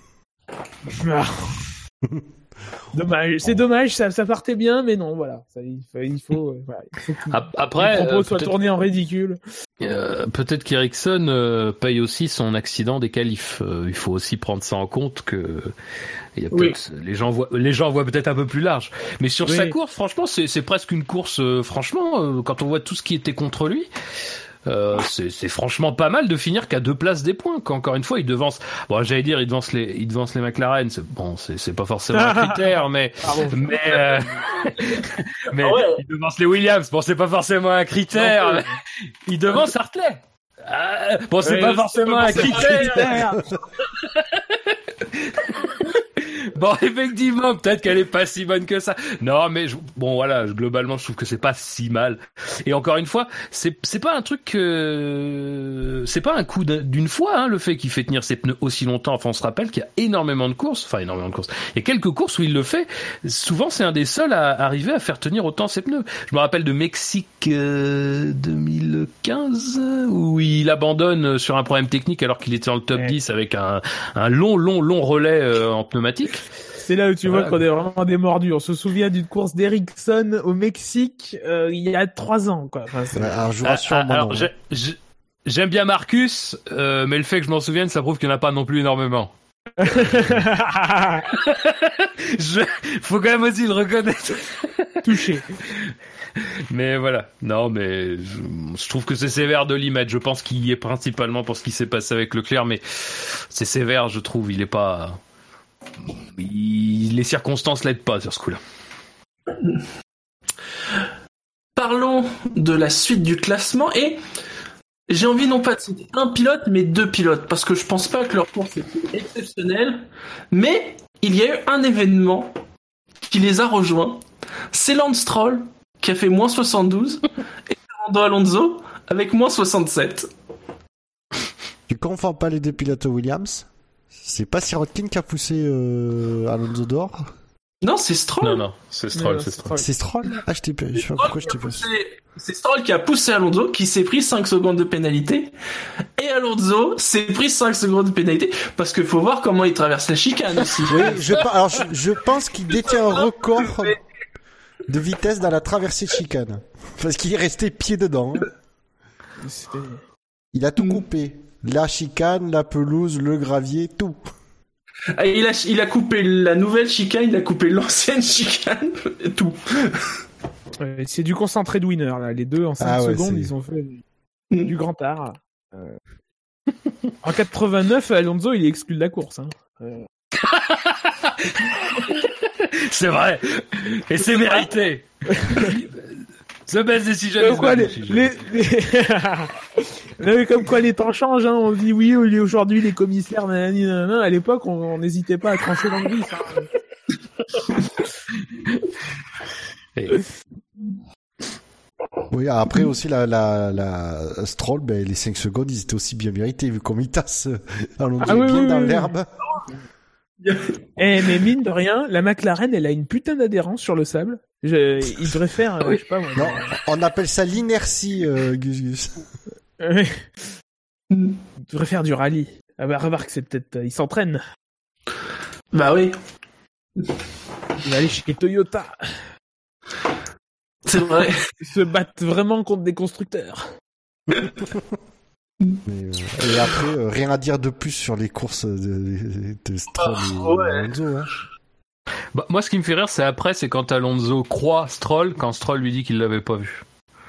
Dommage, c'est dommage, ça, ça partait bien, mais non, voilà, ça, il faut, il faut, euh, voilà, il faut que après, les propos euh, soient tournés en ridicule. Euh, peut-être qu'Ericsson euh, paye aussi son accident des qualifs. Euh, il faut aussi prendre ça en compte que il y a oui. les gens voient, les gens voient peut-être un peu plus large. Mais sur oui. sa course, franchement, c'est, c'est presque une course. Euh, franchement, euh, quand on voit tout ce qui était contre lui. Euh, c'est, c'est franchement pas mal de finir qu'à deux places des points. Qu'encore une fois, il devance. Bon, j'allais dire, il devance les, il devance les McLaren. C'est, bon, c'est, c'est pas forcément un critère, mais, mais, euh, mais ah ouais. il devance les Williams. Bon, c'est pas forcément un critère. Mais il devance Hartley. Ah, bon, c'est ouais, pas forcément un critère. Bon, effectivement, peut-être qu'elle est pas si bonne que ça. Non, mais je, bon, voilà, je, globalement, je trouve que c'est pas si mal. Et encore une fois, c'est c'est pas un truc, euh, c'est pas un coup d'une fois, hein, le fait qu'il fait tenir ses pneus aussi longtemps. Enfin, on se rappelle qu'il y a énormément de courses, enfin énormément de courses. Il y a quelques courses où il le fait. Souvent, c'est un des seuls à arriver à faire tenir autant ses pneus. Je me rappelle de Mexique euh, deux mille quinze où il abandonne sur un problème technique alors qu'il était dans le top ouais. dix avec un un long, long, long relais euh, en pneumatique. C'est là où tu voilà. vois qu'on est vraiment des mordus. On se souvient d'une course d'Ericsson au Mexique euh, il y a trois ans, quoi. Enfin, c'est... Alors, je vous rassure, ah, alors, j'ai, j'ai, j'aime bien Marcus, euh, mais le fait que je m'en souvienne, ça prouve qu'il n'y en a pas non plus énormément. je... Faut quand même aussi le reconnaître. Touché. Mais voilà, non, mais je, je trouve que c'est sévère de l'y mettre. Je pense qu'il y est principalement pour ce qui s'est passé avec Leclerc, mais c'est sévère, je trouve. Il est pas. Il... Les circonstances l'aident pas sur ce coup-là. Parlons de la suite du classement et j'ai envie non pas de citer un pilote, mais deux pilotes, parce que je pense pas que leur course était exceptionnelle, mais il y a eu un événement qui les a rejoints. C'est Lance Stroll qui a fait moins soixante-douze et Fernando Alonso avec moins soixante-sept. Tu confonds pas les deux pilotes Williams? C'est pas Sirotkin qui a poussé euh, Alonso dehors? Non, c'est Stroll. Non, non, c'est Stroll, Non, c'est c'est Stroll. C'est Stroll? Ah, je t'ai pas, je sais pas pourquoi je t'ai pas. C'est Stroll qui a poussé Alonso, qui s'est pris cinq secondes de pénalité, et Alonso s'est pris cinq secondes de pénalité, parce qu'il faut voir comment il traverse la chicane aussi. Oui, je, alors je, je pense qu'il détient un record de vitesse dans la traversée de chicane. Parce qu'il est resté pied dedans. Hein. C'était- Il a tout coupé. La chicane, la pelouse, le gravier, tout. Ah, Il a, il a coupé la nouvelle chicane, il a coupé l'ancienne chicane, et tout. Ouais, c'est du concentré de winner, là. Les deux, en cinq Ah ouais, secondes, c'est- ils ont fait du, du grand art. Euh... en quatre-vingt-neuf, Alonso, il est exclu de la course. Hein. Euh... C'est vrai. Et c'est mérité. The best decision Comme is quoi, bad les, decision. les, les... Non, mais comme quoi les temps changent, hein. On dit oui, aujourd'hui les commissaires, nanani, nanana. À l'époque, on n'hésitait pas à trancher dans le vice. Hein. Et- Oui, après aussi, la, la, la Stroll, ben, les cinq secondes, ils étaient aussi bien mérités, vu comme il tasse Alonso Ah oui, bien oui, dans oui, l'herbe. Eh, mais mine de rien, la McLaren, elle a une putain d'adhérence sur le sable. Je... Il devrait faire, euh, je sais pas moi. Non, on appelle ça l'inertie, euh, Gus Gus. Ouais. Il devrait faire du rallye. Ah bah remarque, c'est peut-être, euh, il s'entraîne. Bah oui, Il va aller chez Toyota. c'est vrai. Ils se battent vraiment contre des constructeurs. Mais, euh, et après, euh, rien à dire de plus sur les courses de, de, de Stroll et Ah, ouais. Alonso. Hein. Bah, moi, ce qui me fait rire, c'est après, c'est quand Alonso croit Stroll, quand Stroll lui dit qu'il l'avait pas vu.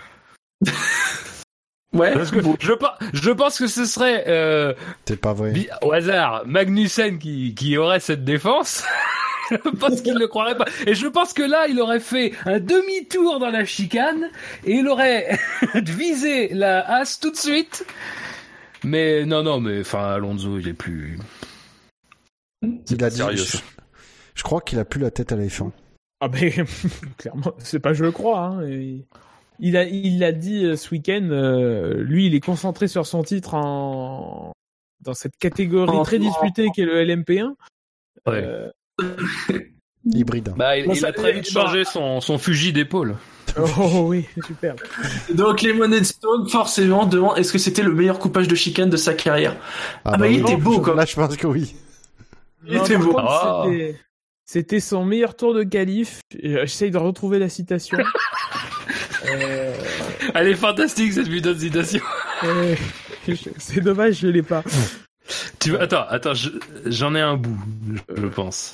Ouais. Parce que je, pe- je pense que ce serait, euh, C'est pas vrai. bi- au hasard, Magnussen qui, qui aurait cette défense. Je pense qu'il ne croirait pas. Et je pense que là, il aurait fait un demi-tour dans la chicane et il aurait visé la Haas tout de suite. Mais non, non, mais enfin, Alonso, il est plus. C'est Il pas a dit, sérieux, je, ça. je crois qu'il a plus la tête à la F un. Ah ben, clairement, c'est pas je le crois. Hein. Et il a, il a dit euh, ce week-end, euh, lui, il est concentré sur son titre en dans cette catégorie En- très disputée qu'est le L M P un. Ouais. Euh, Hybride. Bah, il, Bon, il ça- a très vite changé son, son fusil d'épaule. Oh oui, super. Donc les Money Stone forcément demandent est-ce que c'était le meilleur coupage de chicane de sa carrière. Ah bah, il était beau, je- quoi. Là, je pense que oui. Il était par beau. contre, Ah. c'était- C'était son meilleur tour de qualif. Euh, J'essaye de retrouver la citation. euh... Elle est fantastique, cette putain de citation. euh, C'est dommage, je l'ai pas. Tu veux... Attends, attends, je- j'en ai un bout, je, je pense.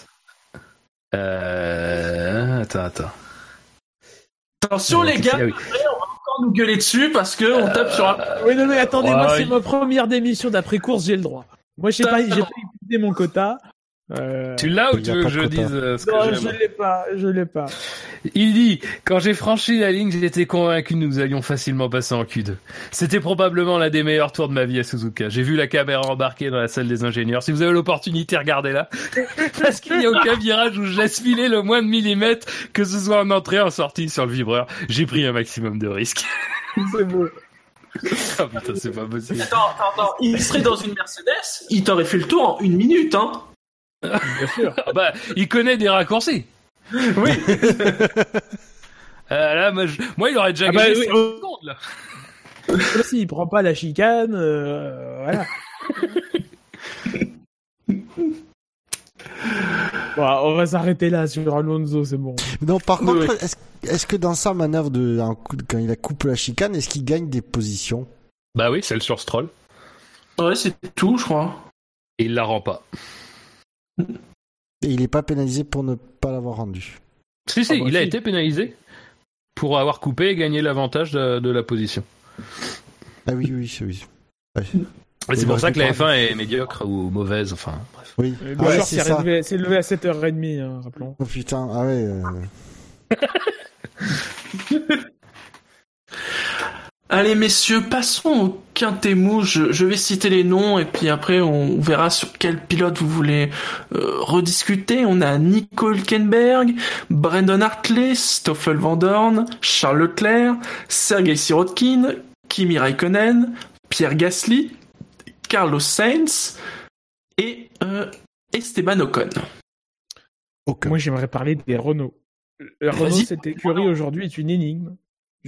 Euh... Attends, attends. Attention les gars, Ah oui. encore nous gueuler dessus parce que on tape sur un... Oui, non, mais attendez, moi, Ouais, c'est il- ma première démission d'après-course, j'ai le droit. Moi, j'ai pas, j'ai pas épuisé mon quota. Euh... Tu l'as ou Il y tu a veux pas que je de quota. dise euh, ce que Non, j'aime je l'ai pas, je l'ai pas. Il dit, quand j'ai franchi la ligne, j'étais convaincu que nous allions facilement passer en Q deux. C'était probablement l'un des meilleurs tours de ma vie à Suzuka. J'ai vu la caméra embarquée dans la salle des ingénieurs. Si vous avez l'opportunité, regardez-la. Parce qu'il n'y a aucun virage où je laisse filer le moins de millimètres, que ce soit en entrée, en sortie, sur le vibreur. J'ai pris un maximum de risques. C'est beau. Ah putain, c'est pas possible. Attends, attends, attends. Il serait dans une Mercedes, il t'aurait fait le tour en une minute, hein. Bien sûr. Ah bah, il connaît des raccourcis. Oui. Euh, là, moi, je- moi, il aurait déjà Ah bah, gagné oui. cinq secondes, là. Si il prend pas la chicane, euh, voilà. Bon, on va s'arrêter là sur Alonso, c'est bon. Non, par Oui, contre, oui. est-ce, est-ce que dans sa manœuvre de, en coup- quand il a coupé la chicane, est-ce qu'il gagne des positions? Bah oui, celle sur Stroll. Ouais, c'est tout, je crois. Et il la rend pas. Et il est pas pénalisé pour ne pas l'avoir rendu. Si, si, Ah bah il a si. été pénalisé pour avoir coupé et gagné l'avantage de, de la position. Ah oui, oui, oui. oui. Ouais. Et c'est Il pour aurait ça pu que la prendre- F un est médiocre ou mauvaise, enfin, bref. Oui. Euh, Ah ouais, Bouchard c'est s'est ça. levé, s'est levé à sept heures trente, hein, rappelons. Oh putain, ah ouais. euh. Allez messieurs, passons au quintet mou. Je, je vais citer les noms et puis après on verra sur quel pilote vous voulez euh, rediscuter. On a Nico Hülkenberg, Brendan Hartley, Stoffel Van Dorn, Charles Leclerc, Sergei Sirotkin, Kimi Raikkonen, Pierre Gasly, Carlos Sainz et euh, Esteban Ocon. Ocon. Moi j'aimerais parler des Renault. La Renault, Vas-y. cette écurie aujourd'hui est une énigme.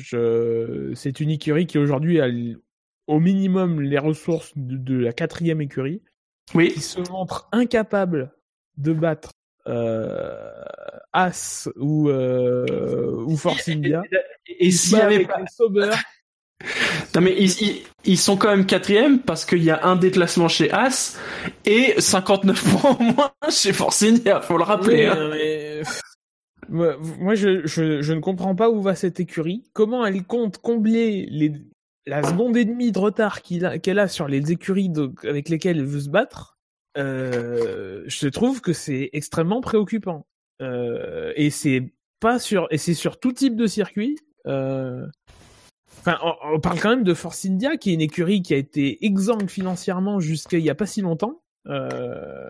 Je... C'est une écurie qui aujourd'hui a l- au minimum les ressources de, de la quatrième écurie, Oui. qui se montre incapable de battre euh, As ou, euh, ou Force India. Et, et Ils se s'il y battent avait avec pas... les Sauber. Non mais ils, ils, ils sont quand même quatrième parce qu'il y a un déclassement chez As et cinquante-neuf points au moins chez Force India, faut le rappeler. Oui, hein. non, mais... Moi, moi je, je, je ne comprends pas où va cette écurie. Comment elle compte combler les, la seconde et demie de retard qu'il a, qu'elle a sur les écuries de, avec lesquelles elle veut se battre. Euh, je trouve que c'est extrêmement préoccupant. Euh, et c'est pas sur, et c'est sur tout type de circuit. Euh, Enfin, on, on parle quand même de Force India, qui est une écurie qui a été exsangue financièrement jusqu'à il y a pas si longtemps. Euh...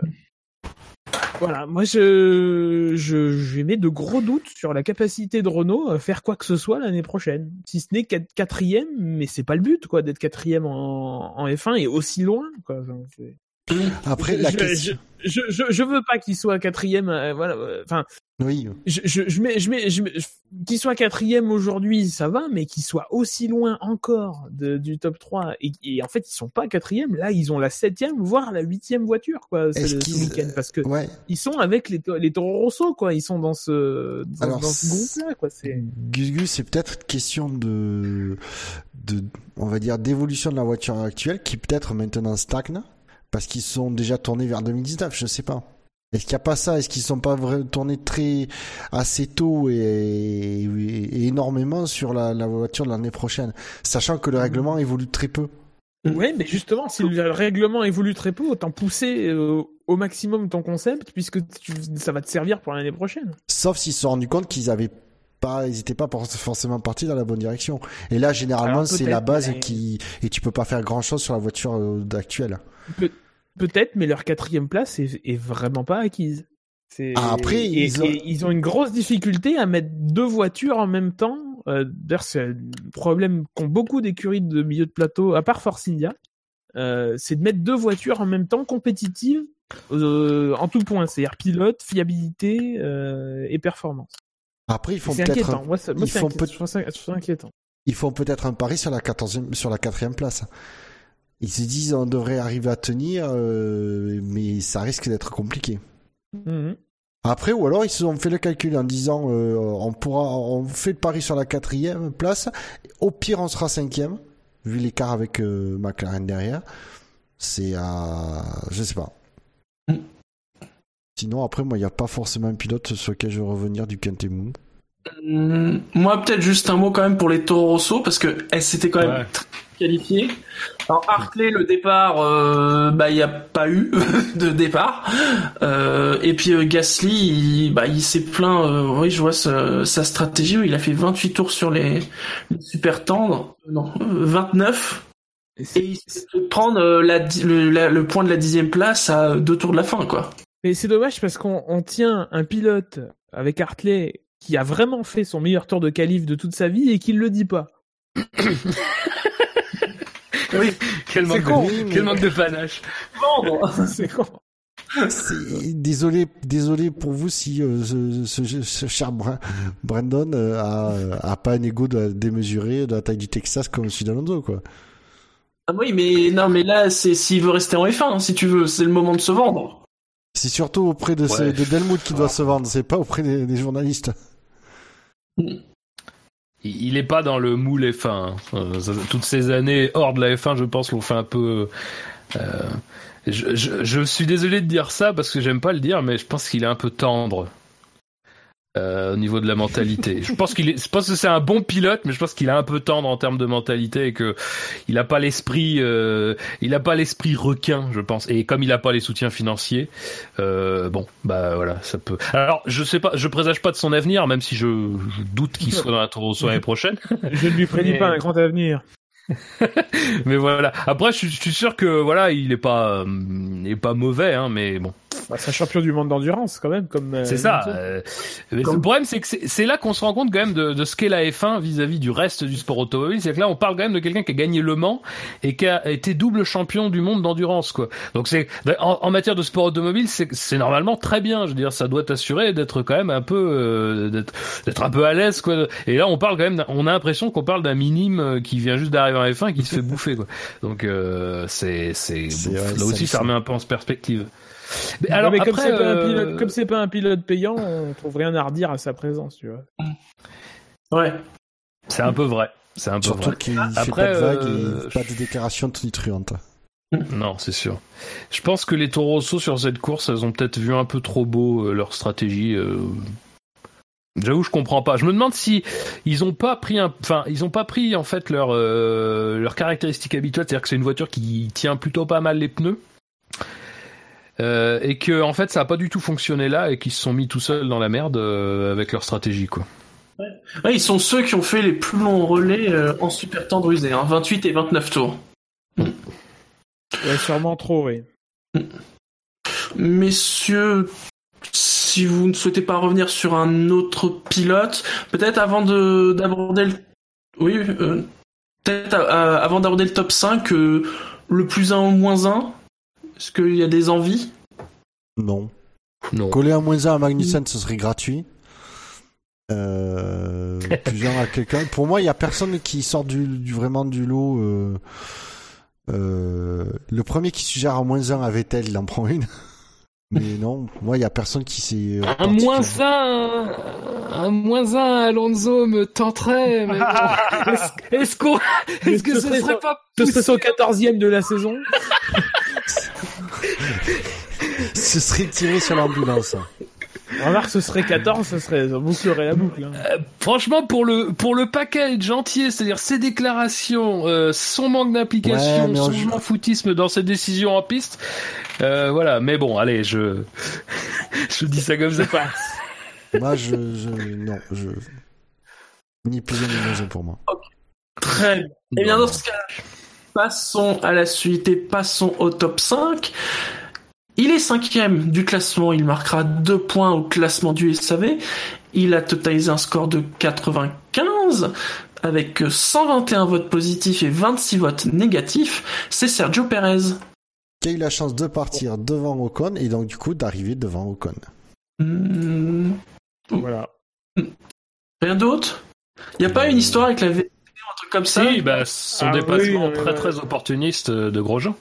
Voilà, moi je, je j'émets de gros doutes sur la capacité de Renault à faire quoi que ce soit l'année prochaine. Si ce n'est qu'être quatrième, mais c'est pas le but quoi, d'être quatrième en, en F un et aussi loin quoi. Enfin, c'est... Après, je, la je, question. je, je, je veux pas qu'il soit quatrième. Euh, voilà, euh, enfin. Oui. Je, je, je mets, je mets, je mets, qu'il soit quatrième aujourd'hui, ça va, mais qu'il soit aussi loin encore de, du top trois. Et, et en fait, ils sont pas quatrième. Là, ils ont la septième, voire la huitième voiture, quoi, ce, ce week-end. Parce que ouais. ils sont avec les, les Toro Rosso, quoi. Ils sont dans ce, dans, Alors, dans ce groupe-là, quoi. C'est... Gus Gus, c'est peut-être une question de, de, on va dire, d'évolution de la voiture actuelle qui peut-être maintenant stagne. Parce qu'ils sont déjà tournés vers deux mille dix-neuf, je sais pas. Est-ce qu'il n'y a pas ça? Est-ce qu'ils sont pas vra- tournés très assez tôt et, et, et énormément sur la, la voiture de l'année prochaine, sachant que le règlement évolue très peu? Ouais, mais justement, si le règlement évolue très peu, autant pousser euh, au maximum ton concept, puisque tu, ça va te servir pour l'année prochaine. Sauf s'ils se sont rendus compte qu'ils avaient pas, ils étaient pas forcément partis dans la bonne direction. Et là, généralement, Alors, c'est la base mais... qui, et tu peux pas faire grand chose sur la voiture euh, actuelle. Pe- peut-être, mais leur quatrième place est, est vraiment pas acquise. C'est... Ah, après, et, ils ont... et ils ont une grosse difficulté à mettre deux voitures en même temps. Euh, d'ailleurs, c'est un problème qu'ont beaucoup d'écuries de milieu de plateau, à part Force India. Euh, c'est de mettre deux voitures en même temps compétitives euh, en tout point, c'est-à-dire pilote, fiabilité euh, et performance. Après, ils font c'est peut-être. inquiétant. Moi, ça, moi, ils c'est font inquiétant. peut... Je trouve ça, je trouve ça inquiétant. Ils font peut-être un pari sur la quatorzième, sur la quatrième place. Ils se disent on devrait arriver à tenir, euh, mais ça risque d'être compliqué. Mm-hmm. Après, ou alors ils se sont fait le calcul en disant euh, on pourra, on fait le pari sur la quatrième place. Au pire, on sera cinquième, vu l'écart avec euh, McLaren derrière. C'est à, je sais pas. Mm. Sinon, après, moi, il n'y a pas forcément un pilote sur lequel je veux revenir du quintet mou. Mmh, moi, peut-être juste un mot quand même pour les Toro Rosso, parce que elles s'étaient quand même ouais. très qualifiées. Alors, Hartley, le départ, euh, bah, il n'y a pas eu de départ. Euh, et puis, euh, Gasly, il, bah, il s'est plaint, euh, oui, je vois sa, sa stratégie, où il a fait vingt-huit tours sur les, les super tendres. Non, vingt-neuf. Et, et il s'est fait prendre euh, la, le, la, le point de la dixième place à deux tours de la fin, quoi. Mais c'est dommage parce qu'on on tient un pilote avec Hartley qui a vraiment fait son meilleur tour de qualif de toute sa vie et qui le dit pas. Oui, quel manque, con, de, mais... quel manque de panache. C'est con. C'est... Désolé, désolé pour vous si euh, ce, ce, ce cher Bra- Brandon euh, a, a pas un ego de, démesuré de la taille du Texas comme celui d'Alonso, quoi. Ah oui, mais non, mais là, c'est s'il veut rester en F un, si tu veux, c'est le moment de se vendre. C'est surtout auprès de, ouais. ce, de Delmout qui doit se vendre, c'est pas auprès des, des journalistes. Il est pas dans le moule F un. Euh, ça, toutes ces années hors de la F un, je pense, l'ont fait un peu. Euh, je, je, je suis désolé de dire ça parce que j'aime pas le dire, mais je pense qu'il est un peu tendre euh, au niveau de la mentalité. je pense qu'il est, je pense que c'est un bon pilote, mais je pense qu'il est un peu tendre en termes de mentalité et que il a pas l'esprit, euh, il a pas l'esprit requin, je pense. Et comme il a pas les soutiens financiers, euh, bon, bah voilà, ça peut. Alors, je sais pas, je présage pas de son avenir, même si je, je doute qu'il soit dans la Toro Rosso l'année prochaine. Je ne lui prédis mais... pas un grand avenir. Mais voilà. Après, je, je suis sûr que voilà, il est pas, euh, il est pas mauvais, hein, mais bon. Bah, c'est un champion du monde d'endurance quand même, comme. Euh, c'est ça. Euh, mais comme... Le problème, c'est que c'est, c'est là qu'on se rend compte quand même de, de ce qu'est la F un vis-à-vis du reste du sport automobile. C'est que là, on parle quand même de quelqu'un qui a gagné Le Mans et qui a été double champion du monde d'endurance, quoi. Donc c'est en, en matière de sport automobile, c'est, c'est normalement très bien. Je veux dire, ça doit t'assurer d'être quand même un peu, euh, d'être, d'être un peu à l'aise, quoi. Et là, on parle quand même, on a l'impression qu'on parle d'un minime qui vient juste d'arriver en F un et qui se fait bouffer, quoi. Donc euh, c'est, c'est, c'est bon, vrai, là aussi, ça, ça remet un peu en perspective. Mais alors, mais comme après, c'est pas euh... un pilote, comme c'est pas un pilote payant, on trouve rien à redire à sa présence, tu vois. Ouais. C'est un peu vrai. C'est un peu Surtout vrai. qu'il après, fait pas de vagues euh... et pas de déclarations tonitruantes. Non, c'est sûr. Je pense que les Toro Rosso sur cette course, elles ont peut-être vu un peu trop beau euh, leur stratégie. Euh... J'avoue, je comprends pas. Je me demande si ils ont pas pris un, enfin, ils ont pas pris en fait leur euh, leur caractéristique habituelle, c'est-à-dire que c'est une voiture qui tient plutôt pas mal les pneus. Euh, et que en fait ça a pas du tout fonctionné là et qu'ils se sont mis tout seuls dans la merde euh, avec leur stratégie, quoi. Ouais. Ouais, ils sont ceux qui ont fait les plus longs relais euh, en super tendre usé, hein, vingt-huit et vingt-neuf tours. Mm. Ouais, sûrement trop, oui. Mm. Messieurs, si vous ne souhaitez pas revenir sur un autre pilote, peut-être avant de d'aborder le, oui, euh, peut-être euh, avant d'aborder le top cinq, euh, le plus un ou moins un. Est-ce qu'il y a des envies ? Non. Non. Coller un moins un à Magnussen, ce serait gratuit. Euh, plusieurs à quelqu'un. Pour moi, il y a personne qui sort du, du vraiment du lot. Euh, euh, le premier qui suggère un moins un à Vettel, il en prend une. Mais non, moi, il y a personne qui s'est. Un moins un, un moins un à Alonso me tenterait. Mais bon. est-ce, est-ce qu'on, est-ce que ce serait, serait pas ce serait son quatorzième de la saison? Ce serait tiré sur l'ambulance. Remarque, ce serait quatorze, ce serait, ça bouclerait la boucle. Hein. Euh, franchement, pour le, pour le package entier, c'est-à-dire ses déclarations, euh, son manque d'implication, ouais, son je... foutisme dans ses décisions en piste, euh, voilà. Mais bon, allez, je, je dis ça comme ça. Moi, je, je, non, je, ni plus ni moins pour moi. Okay. Très bien. Et bien, dans ce cas, passons à la suite et passons au top cinq. Il est cinquième du classement, il marquera deux points au classement du S A V. Il a totalisé un score de quatre-vingt-quinze avec cent vingt et un votes positifs et vingt-six votes négatifs. C'est Sergio Pérez. Qui a eu la chance de partir devant Ocon et donc du coup d'arriver devant Ocon. Mmh. Voilà. Rien d'autre ? Il n'y a pas une histoire avec la V S C ou un truc comme ça ? Si, bah, son ah, dépassement oui, très très opportuniste de Grosjean.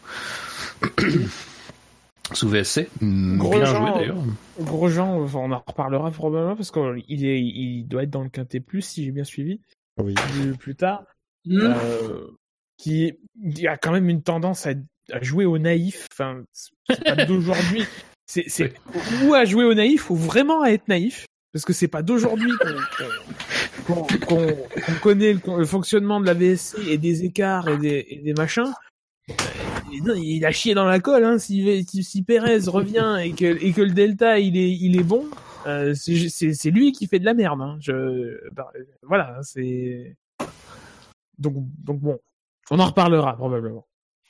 Sous V S C. Gros bien joué d'ailleurs. Grosjean, on en reparlera probablement parce qu'il est, il doit être dans le Quintet Plus si j'ai bien suivi. Oui. Plus, plus tard. Mmh. Euh, qui il a quand même une tendance à, à jouer au naïf. Enfin, c'est pas d'aujourd'hui. C'est, c'est ou à jouer au naïf ou vraiment à être naïf. Parce que c'est pas d'aujourd'hui qu'on, qu'on, qu'on, qu'on connaît le, le fonctionnement de la V S C et des écarts et des, et des machins. Il a chié dans la colle, hein. Si, si, si Pérez revient et que, et que le Delta il est, il est bon, euh, c'est, c'est, c'est lui qui fait de la merde. Hein. Je, bah, voilà, c'est donc, donc bon, on en reparlera probablement.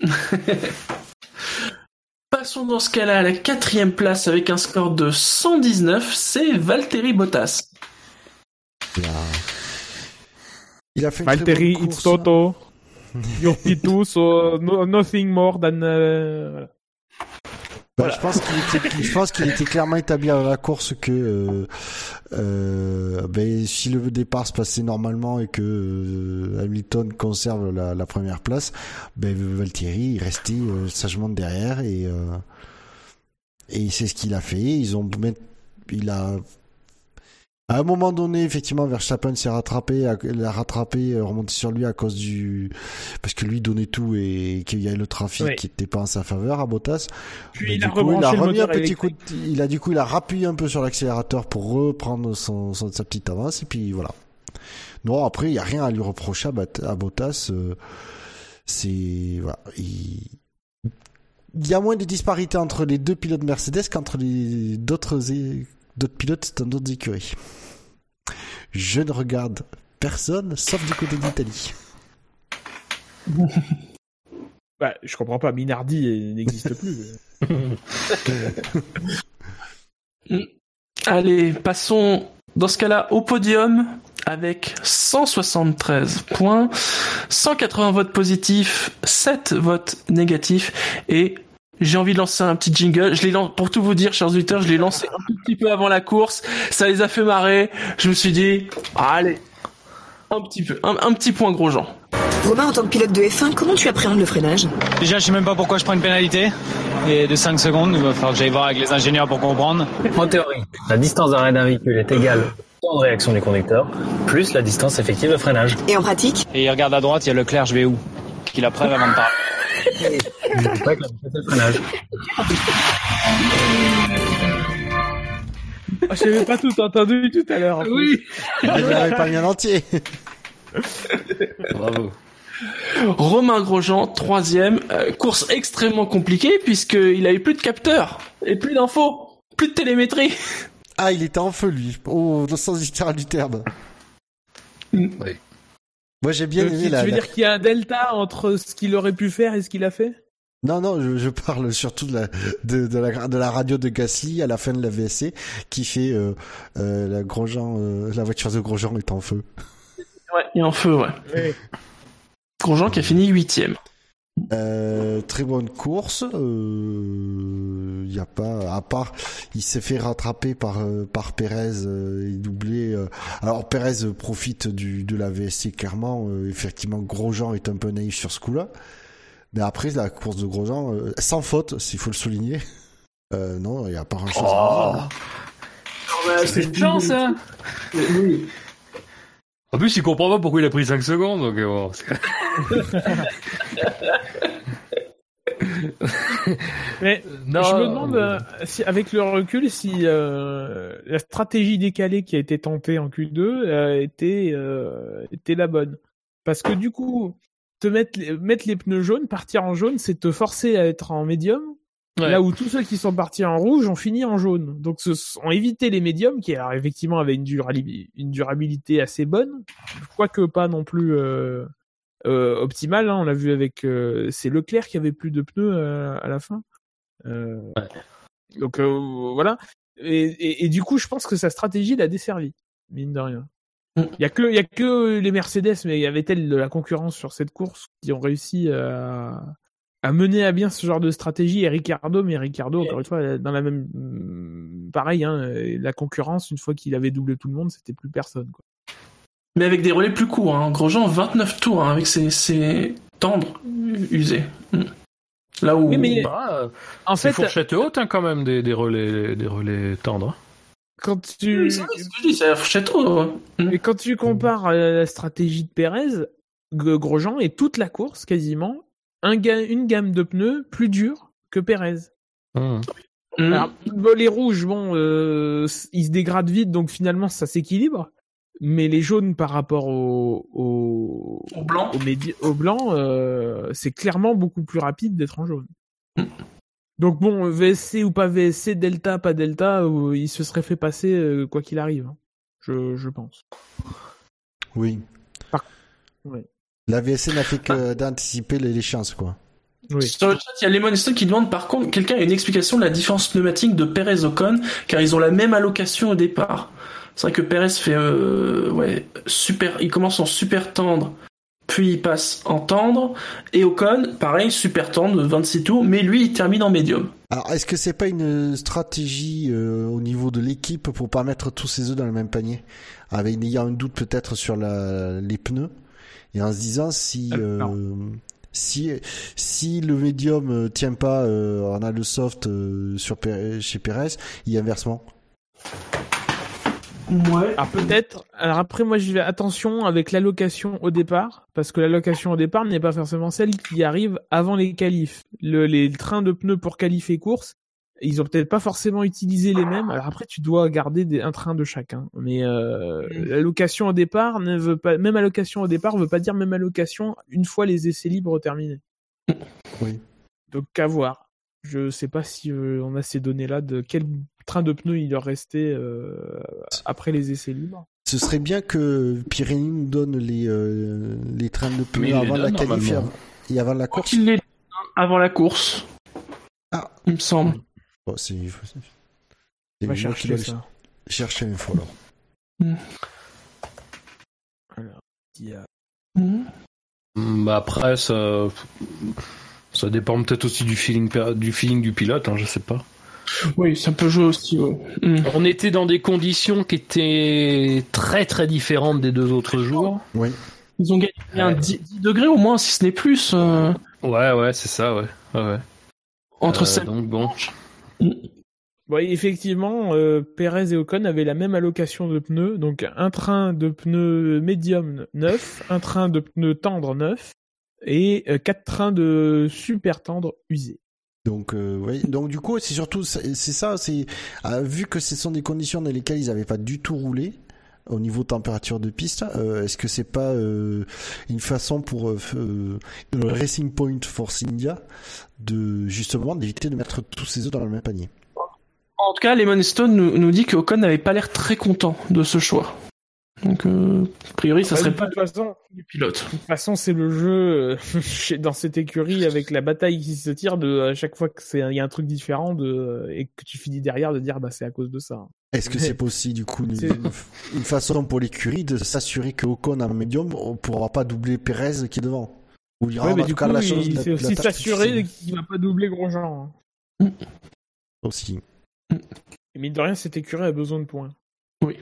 Passons dans ce cas-là à la quatrième place avec un score de cent dix-neuf, c'est Valtteri Bottas. Là. Il a fait une Valtteri, très bonne it's Toto. Your P deux, so no, nothing more than. Euh... Bah, voilà. Je pense qu'il était, je pense qu'il était clairement établi à la course que euh, euh, ben, si le départ se passait normalement et que euh, Hamilton conserve la, la première place, ben Valtteri il restait euh, sagement derrière et euh, et c'est ce qu'il a fait. Ils ont, il a. À un moment donné, effectivement, Verstappen s'est rattrapé, l'a rattrapé, remonté sur lui à cause du, parce que lui donnait tout et qu'il y avait le trafic oui. qui était pas en sa faveur à Bottas. Puis il du a, coup, il a remis un petit électrique. coup, de, il a du coup, il a rappuyé un peu sur l'accélérateur pour reprendre son, son sa petite avance et puis voilà. Non, après, il y a rien à lui reprocher à, à Bottas. Euh, c'est, voilà, il, il y a moins de disparité entre les deux pilotes Mercedes qu'entre les d'autres d'autres pilotes dans d'autres écuries. Je ne regarde personne sauf du côté d'Italie. Bah, je comprends pas. Minardi n'existe plus. Allez, passons dans ce cas-là au podium avec cent soixante-treize points, cent quatre-vingts votes positifs, sept votes négatifs et j'ai envie de lancer un petit jingle. Je l'ai lancé, pour tout vous dire, chers auditeurs, je l'ai lancé un tout petit peu avant la course. Ça les a fait marrer. Je me suis dit, allez, un petit peu, un, un petit point Grosjean. Romain, en tant que pilote de F un, comment tu appréhendes le freinage ? Déjà, je sais même pas pourquoi je prends une pénalité. Et de cinq secondes, il va falloir que j'aille voir avec les ingénieurs pour comprendre. En théorie, la distance d'arrêt d'un véhicule est égale au temps de réaction du conducteur, plus la distance effective de freinage. Et en pratique ? Et il regarde à droite, il y a Leclerc, je vais où ? Qu'il apprenne avant de parler. Je pas que la vitesse de freinage. Oh, j'avais pas tout entendu tout à l'heure. Oui. Je l'avais pas mis en entier. Bravo. Romain Grosjean, troisième. Euh, course extrêmement compliquée puisqu'il avait plus de capteurs et plus d'infos, plus de télémétrie. Ah, il était en feu, lui. Oh, dans le sens littéral du terme. Oui. Moi, j'ai bien Donc, aimé tu la... veux la... dire qu'il y a un delta entre ce qu'il aurait pu faire et ce qu'il a fait ? Non, non, je, je parle surtout de la, de, de la, de la radio de Gasly à la fin de la V S C qui fait euh, euh, la Grosjean, euh, la voiture de Grosjean est en feu. Ouais, il est en feu, ouais. Oui. Grosjean qui a fini huitième. Euh, très bonne course. Il euh, y a pas, à part, il s'est fait rattraper par euh, par Pérez euh, et doublé. Euh, alors Pérez euh, profite du de la V S C clairement. Euh, effectivement, Grosjean est un peu naïf sur ce coup-là. Mais après la course de Grosjean, euh, sans faute, s'il faut le souligner. Euh, non, il y a pas grand-chose Oh. à dire. Ouais, c'est une chance, hein. Oui. En plus, il comprend pas pourquoi il a pris cinq secondes, donc bon. Mais Non. je me demande, euh, si, avec le recul, si euh, la stratégie décalée qui a été tentée en Q deux euh, était, euh, était la bonne. Parce que du coup, te mettre les, mettre les pneus jaunes, partir en jaune, c'est te forcer à être en médium. Ouais. Là où tous ceux qui sont partis en rouge ont fini en jaune. Donc, ce sont évité les médiums qui, alors, effectivement, avaient une, durali- une durabilité assez bonne. Quoique pas non plus euh, euh, optimale. Hein. On l'a vu avec... Euh, c'est Leclerc qui avait plus de pneus euh, à la fin. Euh, Ouais. Donc, euh, voilà. Et, et, et du coup, je pense que sa stratégie l'a desservi, mine de rien. Il y a que, il y a que les Mercedes, mais il y avait-elle de la concurrence sur cette course qui ont réussi à... à mener à bien ce genre de stratégie et Ricardo, mais Ricardo, encore une fois, dans la même, pareil, hein, la concurrence, une fois qu'il avait doublé tout le monde, c'était plus personne, quoi. Mais avec des relais plus courts, hein. Grosjean, vingt-neuf tours, hein, avec ses, ses tendres usés. Là où... Oui, mais Bah, en c'est fait, fourchette haute, hein, quand même, des, des relais, des relais tendres. quand tu, Oui, c'est vrai, c'est ce que je dis, c'est la fourchette haute. Ouais. et quand tu compares la stratégie de Pérez, Grosjean et toute la course, quasiment, un ga- une gamme de pneus plus dure que Pérez. Mmh. Mm. Alors, bon, les rouges, bon, euh, ils se dégradent vite, donc finalement, ça s'équilibre. Mais les jaunes par rapport au, au, Au blanc. au, médi- au blanc, euh, c'est clairement beaucoup plus rapide d'être en jaune. Mm. Donc bon, V S C ou pas V S C, Delta, pas Delta, euh, il se serait fait passer euh, quoi qu'il arrive. Hein. Je, je pense. Oui. Par... Ouais. La V S C n'a fait que d'anticiper les, les chances, quoi. Oui. Sur le chat, il y a Lemon Stone qui demande par contre, quelqu'un a une explication de la différence pneumatique de Pérez Ocon, car ils ont la même allocation au départ. C'est vrai que Pérez fait, euh, ouais, super, il commence en super tendre, puis il passe en tendre, et Ocon, pareil, super tendre, vingt-six tours, mais lui, il termine en médium. Alors, est-ce que c'est pas une stratégie euh, au niveau de l'équipe pour pas mettre tous ses œufs dans le même panier, avec ayant un doute peut-être sur la, les pneus, et en se disant si euh, si si le médium euh, tient pas, euh, on a le soft euh, sur Pérez, chez Pérez, il y a inversement. Ouais. Alors peut-être. Alors après, moi, je vais attention avec l'allocation au départ, parce que l'allocation au départ n'est pas forcément celle qui arrive avant les qualifs. Le, les trains de pneus pour qualif et course, ils ont peut-être pas forcément utilisé les mêmes. Alors après, tu dois garder des, un train de chacun. Mais euh, mmh. l'allocation au départ ne veut pas. Même allocation au départ veut pas dire même allocation une fois les essais libres terminés. Oui. Donc à voir. Je sais pas si euh, on a ces données-là de quel train de pneus il leur restait euh, après les essais libres. Ce serait bien que Pirelli nous donne les, euh, les trains de pneus Mais avant il la les donne, qualif et normalement. av- et avant la course. Il les avant la course. Ah. Il me semble. Bon, c'est c'est On va moi chercher qui dois ça. le- chercher l'info alors. Alors, il y a... Hum, Bah après, ça, ça dépend peut-être aussi du feeling, per- du feeling du pilote, hein, je sais pas. Oui, ça peut jouer aussi. Ouais. Mm. On était dans des conditions qui étaient très très différentes des deux autres jours. Oui. Ils ont gagné un dix, dix degrés au moins, si ce n'est plus. euh, Ouais, ouais, c'est ça, ouais. ouais, ouais. Entre Euh, celles- donc bon. Bon, effectivement, euh, Perez et Ocon avaient la même allocation de pneus, donc un train de pneus médium neuf, un train de pneus tendres neuf et euh, quatre trains de super tendres usés. Donc, euh, oui. Donc, du coup, c'est surtout, c'est c'est ça, c'est, euh, vu que ce sont des conditions dans lesquelles ils n'avaient pas du tout roulé, au niveau température de piste, euh, est-ce que c'est pas euh, une façon pour euh, euh, le Racing Point Force India de, justement, d'éviter de mettre tous ses œufs dans le même panier? En tout cas, Lemon Stone nous, nous dit que Ocon n'avait pas l'air très content de ce choix. Donc, euh, a priori, ça Ouais, serait de pas toute façon, du pilote. De toute façon, c'est le jeu euh, chez- dans cette écurie avec la bataille qui se tire de à chaque fois que c'est il y a un truc différent de et que tu finis derrière de dire bah c'est à cause de ça. Est-ce que c'est possible, du coup, une, C'est- une façon pour l'écurie de s'assurer que Ocon en médium ne pourra pas doubler Perez qui est devant? Ou il y aura Ouais, mais en du tout cas coup, la chose il la- c'est la aussi tâche s'assurer difficile. qu'il va pas doubler Grosjean. hein. Aussi. Et mine de rien, cette écurie a besoin de points. Oui.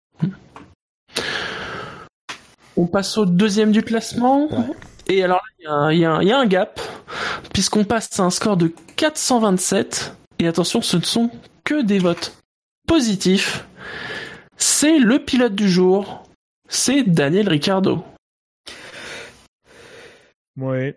On passe au deuxième du classement. Et alors là, il y a un- il y, a un- il y a un gap, puisqu'on passe à un score de quatre cent vingt-sept. Et attention, ce ne sont que des votes positifs. C'est le pilote du jour. C'est Daniel Ricciardo. Ouais.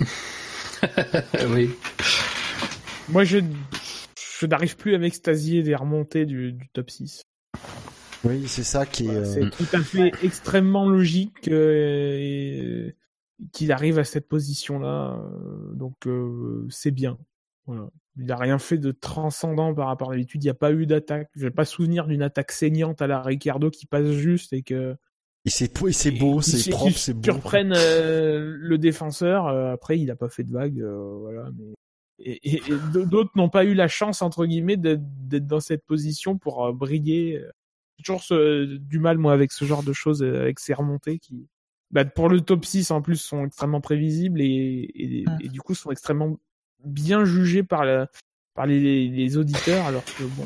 oui. Moi, je je n'arrive plus à m'extasier des remontées du, du top six. Oui, c'est ça qui est. C'est euh, tout à fait extrêmement logique euh, et- qu'il arrive à cette position-là. euh, Donc, euh, c'est bien. Voilà. Il n'a rien fait de transcendant par rapport à l'habitude. Il n'y a pas eu d'attaque. Je n'ai pas souvenir d'une attaque saignante à la Ricciardo qui passe juste et que. Et c'est beau, c'est beau, qui- c'est qui propre, c'est beau. surprenne euh, le défenseur. Euh, après, il n'a pas fait de vague. euh, voilà. Mais... Et, et- et d'autres n'ont pas eu la chance, entre guillemets, d'être, d'être dans cette position pour euh, briller. J'ai toujours ce, du mal, moi, avec ce genre de choses, euh, avec ces remontées qui, bah, pour le top six, en plus, sont extrêmement prévisibles et, et, et du coup, sont extrêmement bien jugés par, la, par les, les auditeurs, alors que, bon,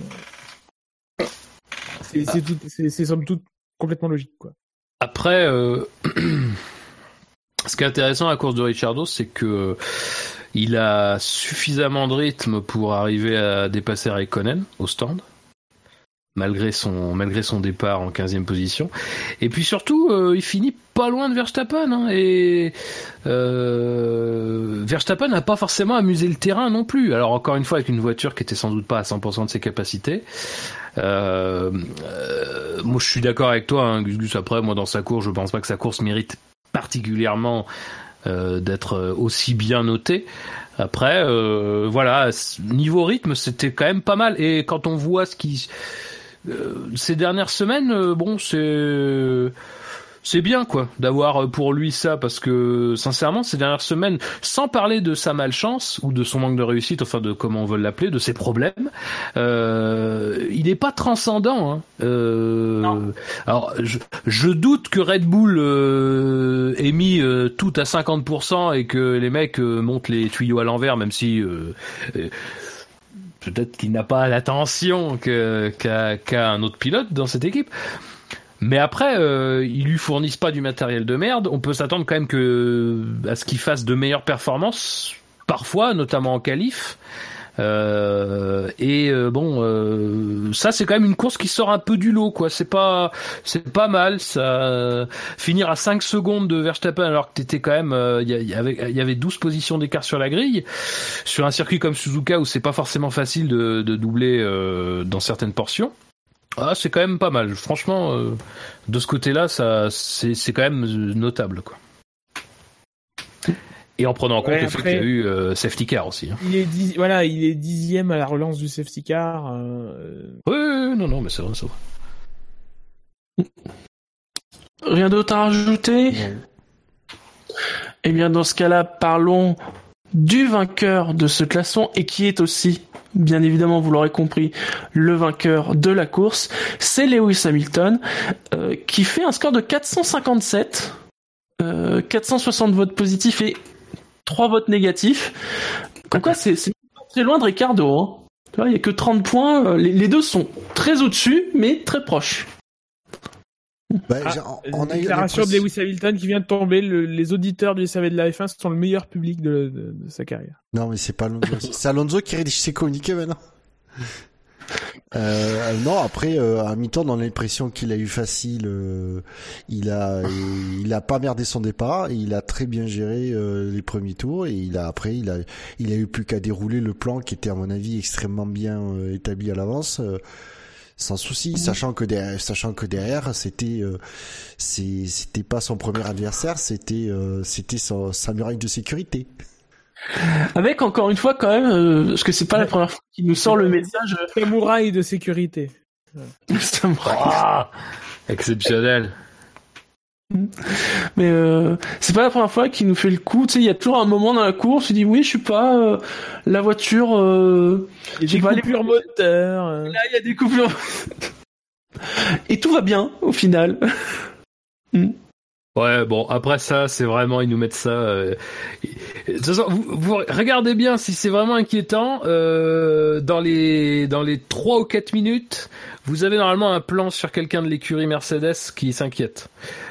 c'est, c'est, tout, c'est, c'est somme toute complètement logique, quoi. Après, euh, ce qui est intéressant à la course de Ricciardo, c'est que il a suffisamment de rythme pour arriver à dépasser Raikkonen au stand, malgré son malgré son départ en quinzième position. Et puis surtout, euh, il finit pas loin de Verstappen. Hein, et euh, Verstappen n'a pas forcément amusé le terrain non plus. Alors encore une fois, avec une voiture qui était sans doute pas à cent pour cent de ses capacités. Euh, euh, moi, je suis d'accord avec toi, hein, Gus Gus. Après, moi, dans sa course, je pense pas que sa course mérite particulièrement euh, d'être aussi bien notée. Après, euh, voilà, niveau rythme, c'était quand même pas mal. Et quand on voit ce qui euh, ces dernières semaines, euh, bon, c'est c'est bien quoi d'avoir pour lui ça, parce que sincèrement ces dernières semaines, sans parler de sa malchance ou de son manque de réussite, enfin de comment on veut l'appeler, de ses problèmes, euh, il est pas transcendant. Hein. Euh, alors je, je doute que Red Bull euh, ait mis euh, tout à cinquante pour cent et que les mecs euh, montent les tuyaux à l'envers, même si euh, euh, peut-être qu'il n'a pas l'attention que, qu'a, qu'a un autre pilote dans cette équipe. Mais après, euh, ils lui fournissent pas du matériel de merde. On peut s'attendre quand même que à ce qu'il fasse de meilleures performances, parfois, notamment en qualif. Euh, et euh, bon, euh, ça c'est quand même une course qui sort un peu du lot, quoi. C'est pas, c'est pas mal. Ça, finir à cinq secondes de Verstappen alors que t'étais quand même, il euh, y, y avait, il y avait douze positions d'écart sur la grille, sur un circuit comme Suzuka où c'est pas forcément facile de, de doubler euh, dans certaines portions. Ah, c'est quand même pas mal. Franchement, euh, de ce côté-là, ça, c'est, c'est quand même notable, quoi. Et en prenant en compte Ouais, le après, fait qu'il y a eu euh, safety car aussi. Hein. Il est dix, voilà, il est dixième à la relance du safety car. Euh... Oui, oui, oui, non, non, mais c'est vrai, c'est vrai. Rien d'autre à rajouter ? Non. Eh bien, dans ce cas-là, parlons du vainqueur de ce classement et qui est aussi, bien évidemment, vous l'aurez compris, le vainqueur de la course. C'est Lewis Hamilton, euh, qui fait un score de quatre cent cinquante-sept, euh, quatre cent soixante votes positifs et trois votes négatifs. Comme quoi, c'est, c'est très loin de Ricardo. Hein. Tu vois, il n'y a que trente points. Les, les deux sont très au-dessus, mais très proches. Bah, Ah, on a eu déclaration de l'impression- Lewis Hamilton qui vient de tomber. Le- les auditeurs du S A V de la F un sont le meilleur public de, de- de sa carrière. Non, mais c'est pas Alonso. C'est Alonso qui rédige ses communiqués maintenant. Euh, non, après, euh, Hamilton, on a l'impression qu'il a eu facile. Euh, il a, il a pas merdé son départ. Et il a très bien géré euh, les premiers tours. Et il a après, il a, il a eu plus qu'à dérouler le plan qui était, à mon avis, extrêmement bien euh, établi à l'avance. Euh, sans souci, sachant que derrière, sachant que derrière, c'était, euh, c'est, c'était pas son premier adversaire, c'était, euh, c'était son, sa muraille de sécurité. Avec, encore une fois, quand même, euh, parce que c'est pas la première fois qu'il nous sort le message. Samouraï de sécurité. Samouraï. Ah, exceptionnel. Mais euh, c'est pas la première fois qu'il nous fait le coup. Tu sais, il y a toujours un moment dans la course, il dit oui, je suis pas euh, la voiture. Euh, Il y a j'ai des pas les- coupures moteurs. euh. Là, il y a des coupures. Et tout va bien au final. Ouais, bon, après ça, c'est vraiment, ils nous mettent ça... Euh... De toute façon, vous, vous regardez bien si c'est vraiment inquiétant. Euh, dans les dans les trois ou quatre minutes, vous avez normalement un plan sur quelqu'un de l'écurie Mercedes qui s'inquiète.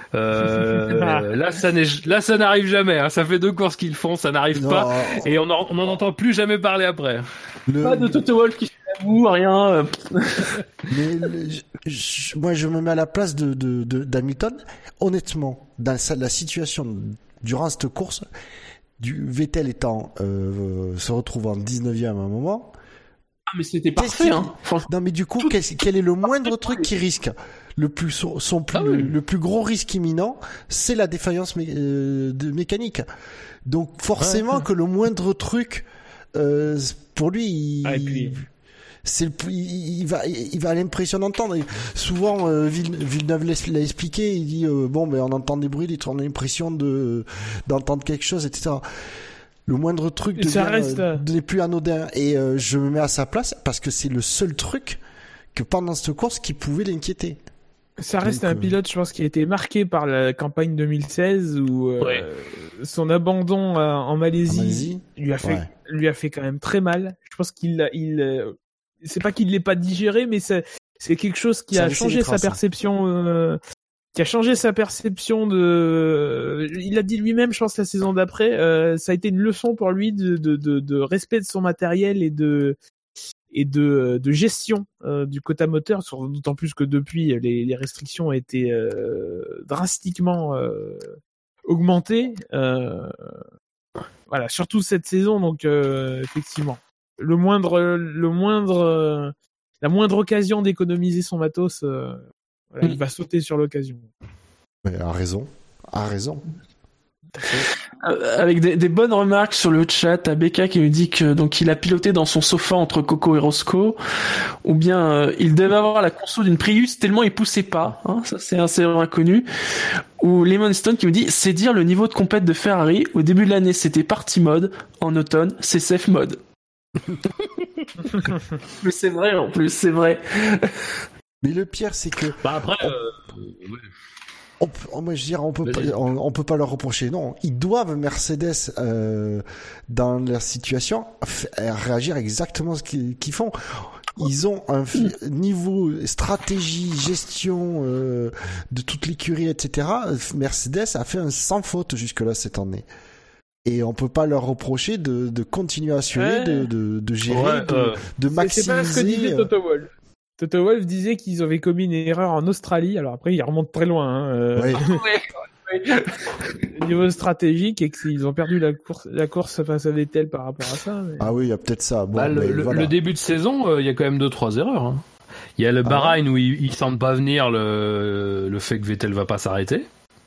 Euh, là, ça n'est, là, ça n'arrive jamais. Hein. Ça fait deux courses qu'ils font, ça n'arrive Non. pas, et on en, on en entend plus jamais parler après. Le- Pas de Toto Wolff qui fait l'amour, rien. euh. Mais le- je- je- moi, je me mets à la place de, de, de- d'Hamilton. Honnêtement, dans sa- la situation durant cette course, du Vettel étant euh, se retrouvant dix-neuvième à un moment. Ah, mais c'était Qu'est-ce parfait, qu'il- hein. Franchement. Non, mais du coup, quel, quel est le moindre truc qui risque le plus son, son plus Ah oui. le, le plus gros risque imminent, c'est la défaillance mé- euh, de mécanique. Donc forcément que le moindre truc euh, pour lui, il, Ah, et puis- c'est le, plus- il, il va il va à l'impression d'entendre. Et souvent euh, Vill- Villeneuve l'a l'a expliqué, il dit euh, bon ben on entend des bruits, on a l'impression de d'entendre quelque chose, et cetera. Le moindre truc Et ça devient, reste, euh, euh, n'est plus anodin, et euh, je me mets à sa place parce que c'est le seul truc que pendant cette course qui pouvait l'inquiéter. Ça reste Donc, un euh, pilote, je pense, qui a été marqué par la campagne deux mille seize où euh, Ouais. son abandon euh, en Malaisie, En Malaisie, lui a fait ouais. lui a fait quand même très mal. Je pense qu'il l'a- il euh, c'est pas qu'il l'ait pas digéré, mais c'est c'est quelque chose qui Ça a a laissé changé des sa traces, hein. perception euh, qui a changé sa perception de il a dit lui-même, je pense, la saison d'après, euh, ça a été une leçon pour lui de de de, de respect de son matériel et de et de, de gestion euh, du quota moteur, sur- d'autant plus que depuis les, les restrictions ont été euh, drastiquement euh, augmentées. Euh, voilà, surtout cette saison, donc euh, effectivement, le moindre, le moindre, euh, la moindre occasion d'économiser son matos, euh, voilà, Mm. il va sauter sur l'occasion. Mais a raison, a raison. Euh, avec des, des bonnes remarques sur le chat, à Becca qui nous dit que donc il a piloté dans son sofa entre Coco et Roscoe, ou bien euh, il devait avoir la console d'une Prius tellement il poussait pas, hein, ça c'est un serveur inconnu. Ou Lemon Stone qui nous dit c'est dire le niveau de compète de Ferrari, au début de l'année c'était party mode, en automne c'est safe mode. Mais c'est vrai en plus, c'est vrai. Mais le pire, c'est que Bah après, euh, on, peut- oh, moi je veux dire, on peut pas, Vas-y. on, on peut pas leur reprocher. Non, ils doivent Mercedes euh, dans leur situation f- réagir exactement ce qu'ils, qu'ils font. Ils ont un f- niveau stratégie, gestion euh, de toute l'écurie, et cetera. Mercedes a fait un sans faute jusque-là cette année. Et on peut pas leur reprocher de, de continuer à assurer, Ouais. de, de, de gérer, ouais, de, euh, de C'est- C'est pas ce que disait maximiser. euh, Toto Wolff. Toto Wolff disait qu'ils avaient commis une erreur en Australie. Alors après, il remonte très loin. Hein, euh, Ouais. au niveau stratégique, et qu'ils ont perdu la course, la course face à Vettel par rapport à ça. Mais... Ah oui, il y a peut-être ça. Bon, bah, le, mais le- voilà. le début de saison, euh, il y a quand même deux trois erreurs. Hein. Il y a le Ah Bahreïn où ils, ils sentent pas venir le, le fait que Vettel va pas s'arrêter.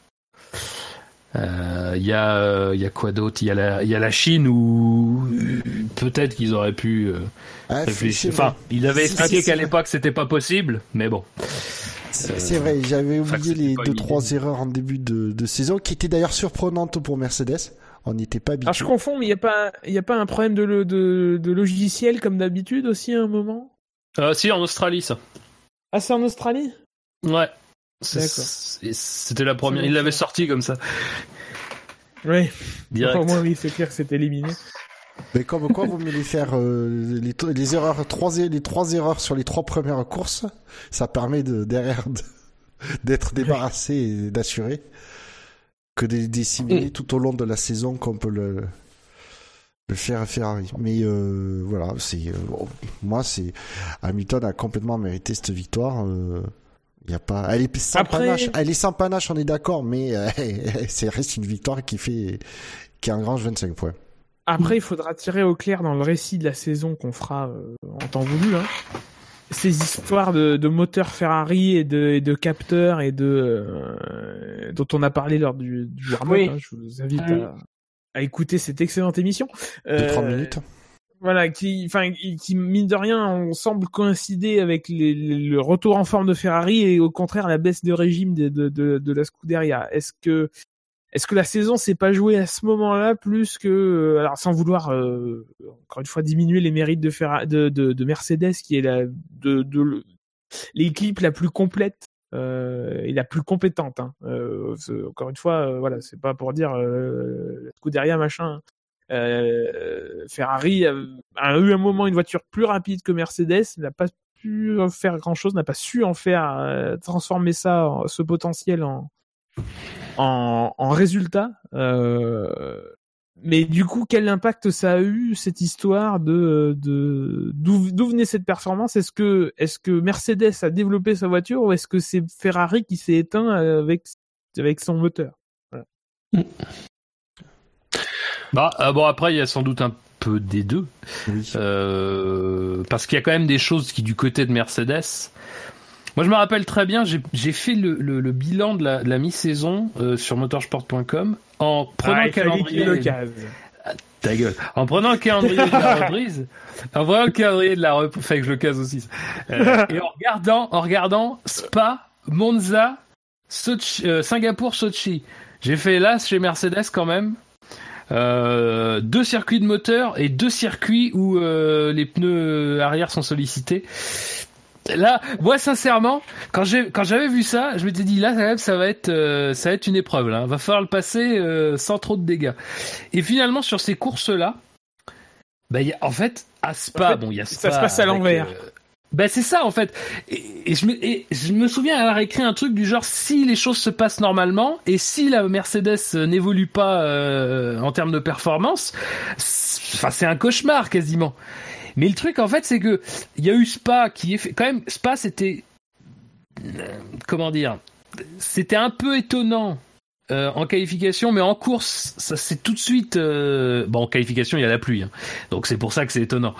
Euh, Il y a, euh, il y a quoi d'autre? Il y a la, il y a la Chine où euh, peut-être qu'ils auraient pu euh, Ah, réfléchir. c'est vrai. Enfin, ils avaient Si, expliqué si, qu'à si. l'époque c'était pas possible, mais bon. C'est C'est, c'est vrai, j'avais oublié les deux trois erreurs en début de, de saison qui étaient d'ailleurs surprenantes pour Mercedes. On n'y était pas habitué. Alors je confonds, mais il y a pas, il y a pas un problème de, de, de logiciel comme d'habitude aussi à un moment. Euh, si, en Australie, ça. Ah, c'est en Australie ? Ouais. C'est, c'est, c'était la première. Il l'avait sorti comme ça. Oui. Direct. Au moins, oui, c'est clair que c'est éliminé. Mais comme quoi, vous voulez faire euh, les, les erreurs, trois, les trois erreurs sur les trois premières courses, ça permet de derrière de, d'être débarrassé et d'assurer que de les simuler tout au long de la saison qu'on peut le le faire à Ferrari. Mais euh, voilà, c'est euh, bon, moi c'est Hamilton a complètement mérité cette victoire. Euh, Il y a pas, elle est sans Après... panache, elle est sans panache, on est d'accord, mais euh, c'est reste une victoire qui fait, qui engrange vingt-cinq points. Après, il faudra tirer au clair dans le récit de la saison qu'on fera euh, en temps voulu. Hein. Ces histoires de, de moteurs Ferrari et de, et de capteurs et de euh, dont on a parlé lors du, du warm-up. Oui. Hein, je vous invite oui. à, à écouter cette excellente émission. De euh, trente minutes. Voilà, qui, enfin, qui mine de rien, on semble coïncider avec les, les, le retour en forme de Ferrari et au contraire la baisse de régime de, de, de, de la Scuderia. Est-ce que, est-ce que la saison s'est pas jouée à ce moment-là plus que, alors sans vouloir euh, encore une fois diminuer les mérites de, Ferrari, de, de, de Mercedes, qui est la, de, de l'équipe la plus complète euh, et la plus compétente. Hein. Euh, encore une fois, euh, voilà, c'est pas pour dire euh, la Scuderia machin. Euh, Ferrari a, a eu un moment une voiture plus rapide que Mercedes, n'a pas pu faire grand chose, n'a pas su en faire euh, transformer ça, en, ce potentiel en en, en résultat. Euh, mais du coup, quel impact ça a eu cette histoire de de d'où, d'où venait cette performance ? Est-ce que est-ce que Mercedes a développé sa voiture ou est-ce que c'est Ferrari qui s'est éteint avec avec son moteur ? Voilà. Mm. Bah euh, bon, après il y a sans doute un peu des deux, oui. euh, parce qu'il y a quand même des choses qui du côté de Mercedes. Moi je me rappelle très bien, j'ai, j'ai fait le, le, le bilan de la, de la mi-saison euh, sur motorsport point com en prenant ah, le calendrier. Le ah, ta gueule. En prenant le calendrier de la reprise, en prenant le calendrier de la reprise, fait que je le case aussi. Euh, et en regardant, en regardant Spa, Monza, Sochi, euh, Singapour, Sochi. J'ai fait hélas chez Mercedes quand même. Euh, deux circuits de moteur et deux circuits où euh, les pneus arrière sont sollicités. Là, moi sincèrement, quand j'ai quand j'avais vu ça, je m'étais dit là, quand même, ça va être euh, ça va être une épreuve. Là, va falloir le passer euh, sans trop de dégâts. Et finalement, sur ces courses-là, bah, y a, en fait, à Spa, en fait, bon, il y a Spa. Ça se passe à l'envers. Euh, Ben c'est ça en fait, et, et, je me, et je me souviens avoir écrit un truc du genre si les choses se passent normalement et si la Mercedes n'évolue pas euh, en termes de performance, enfin c'est un cauchemar quasiment. Mais le truc en fait c'est que il y a eu Spa qui est fait, quand même Spa c'était euh, comment dire, c'était un peu étonnant. Euh, en qualification, mais en course, ça c'est tout de suite. Euh... Bon, en qualification, il y a la pluie, hein. Donc c'est pour ça que c'est étonnant.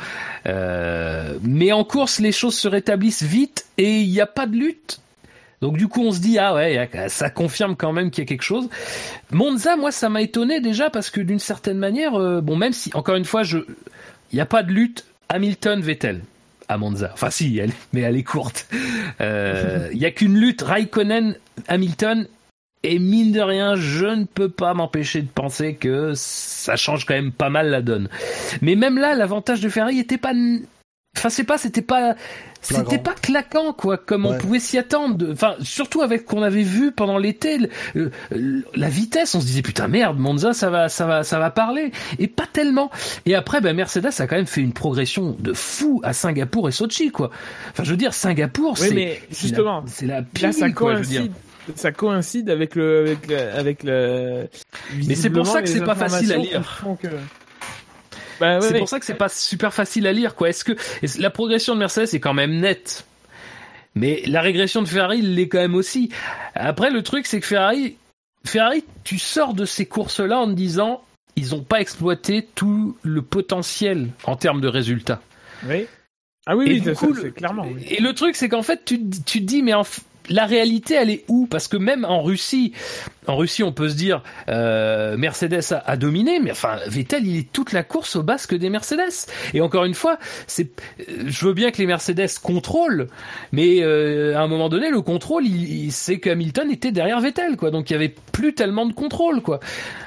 Euh... Mais en course, les choses se rétablissent vite et il n'y a pas de lutte. Donc du coup, on se dit ah ouais, ça confirme quand même qu'il y a quelque chose. Monza, moi, ça m'a étonné déjà parce que d'une certaine manière, euh, bon, même si encore une fois, je, il n'y a pas de lutte Hamilton-Vettel à Monza. Enfin si, elle... mais elle est courte. Euh... Il n'y a qu'une lutte Raikkonen-Hamilton. Et mine de rien, je ne peux pas m'empêcher de penser que ça change quand même pas mal la donne. Mais même là, l'avantage de Ferrari était pas, enfin c'est pas, c'était pas, c'était Flagrant. pas claquant quoi, comme ouais. on pouvait s'y attendre. Enfin, surtout avec ce qu'on avait vu pendant l'été, le, le, la vitesse, on se disait putain merde, Monza ça va, ça va, ça va parler. Et pas tellement. Et après, ben Mercedes a quand même fait une progression de fou à Singapour et Sochi quoi. Enfin, je veux dire, Singapour, oui, c'est, mais justement, c'est la, c'est la pire, là, ça quoi, je veux dire. Ça coïncide avec le, avec le, avec le. Mais c'est pour ça que c'est pas facile à lire. Que... Bah, ouais, c'est ouais. pour ça que c'est pas super facile à lire, quoi. Est-ce que la progression de Mercedes est quand même nette, mais la régression de Ferrari l'est quand même aussi. Après, le truc, c'est que Ferrari, Ferrari, tu sors de ces courses-là en te disant, ils ont pas exploité tout le potentiel en termes de résultats. Oui. Ah oui, et oui, du ça, coup, c'est clairement. Oui. Et le truc, c'est qu'en fait, tu, tu te dis, mais en la réalité, elle est où? Parce que même en Russie, en Russie, on peut se dire euh, Mercedes a, a dominé, mais enfin Vettel, il est toute la course au basque des Mercedes. Et encore une fois, c'est, je veux bien que les Mercedes contrôlent, mais euh, à un moment donné, le contrôle, il, il, c'est que Hamilton était derrière Vettel, quoi. Donc il y avait plus tellement de contrôle, quoi.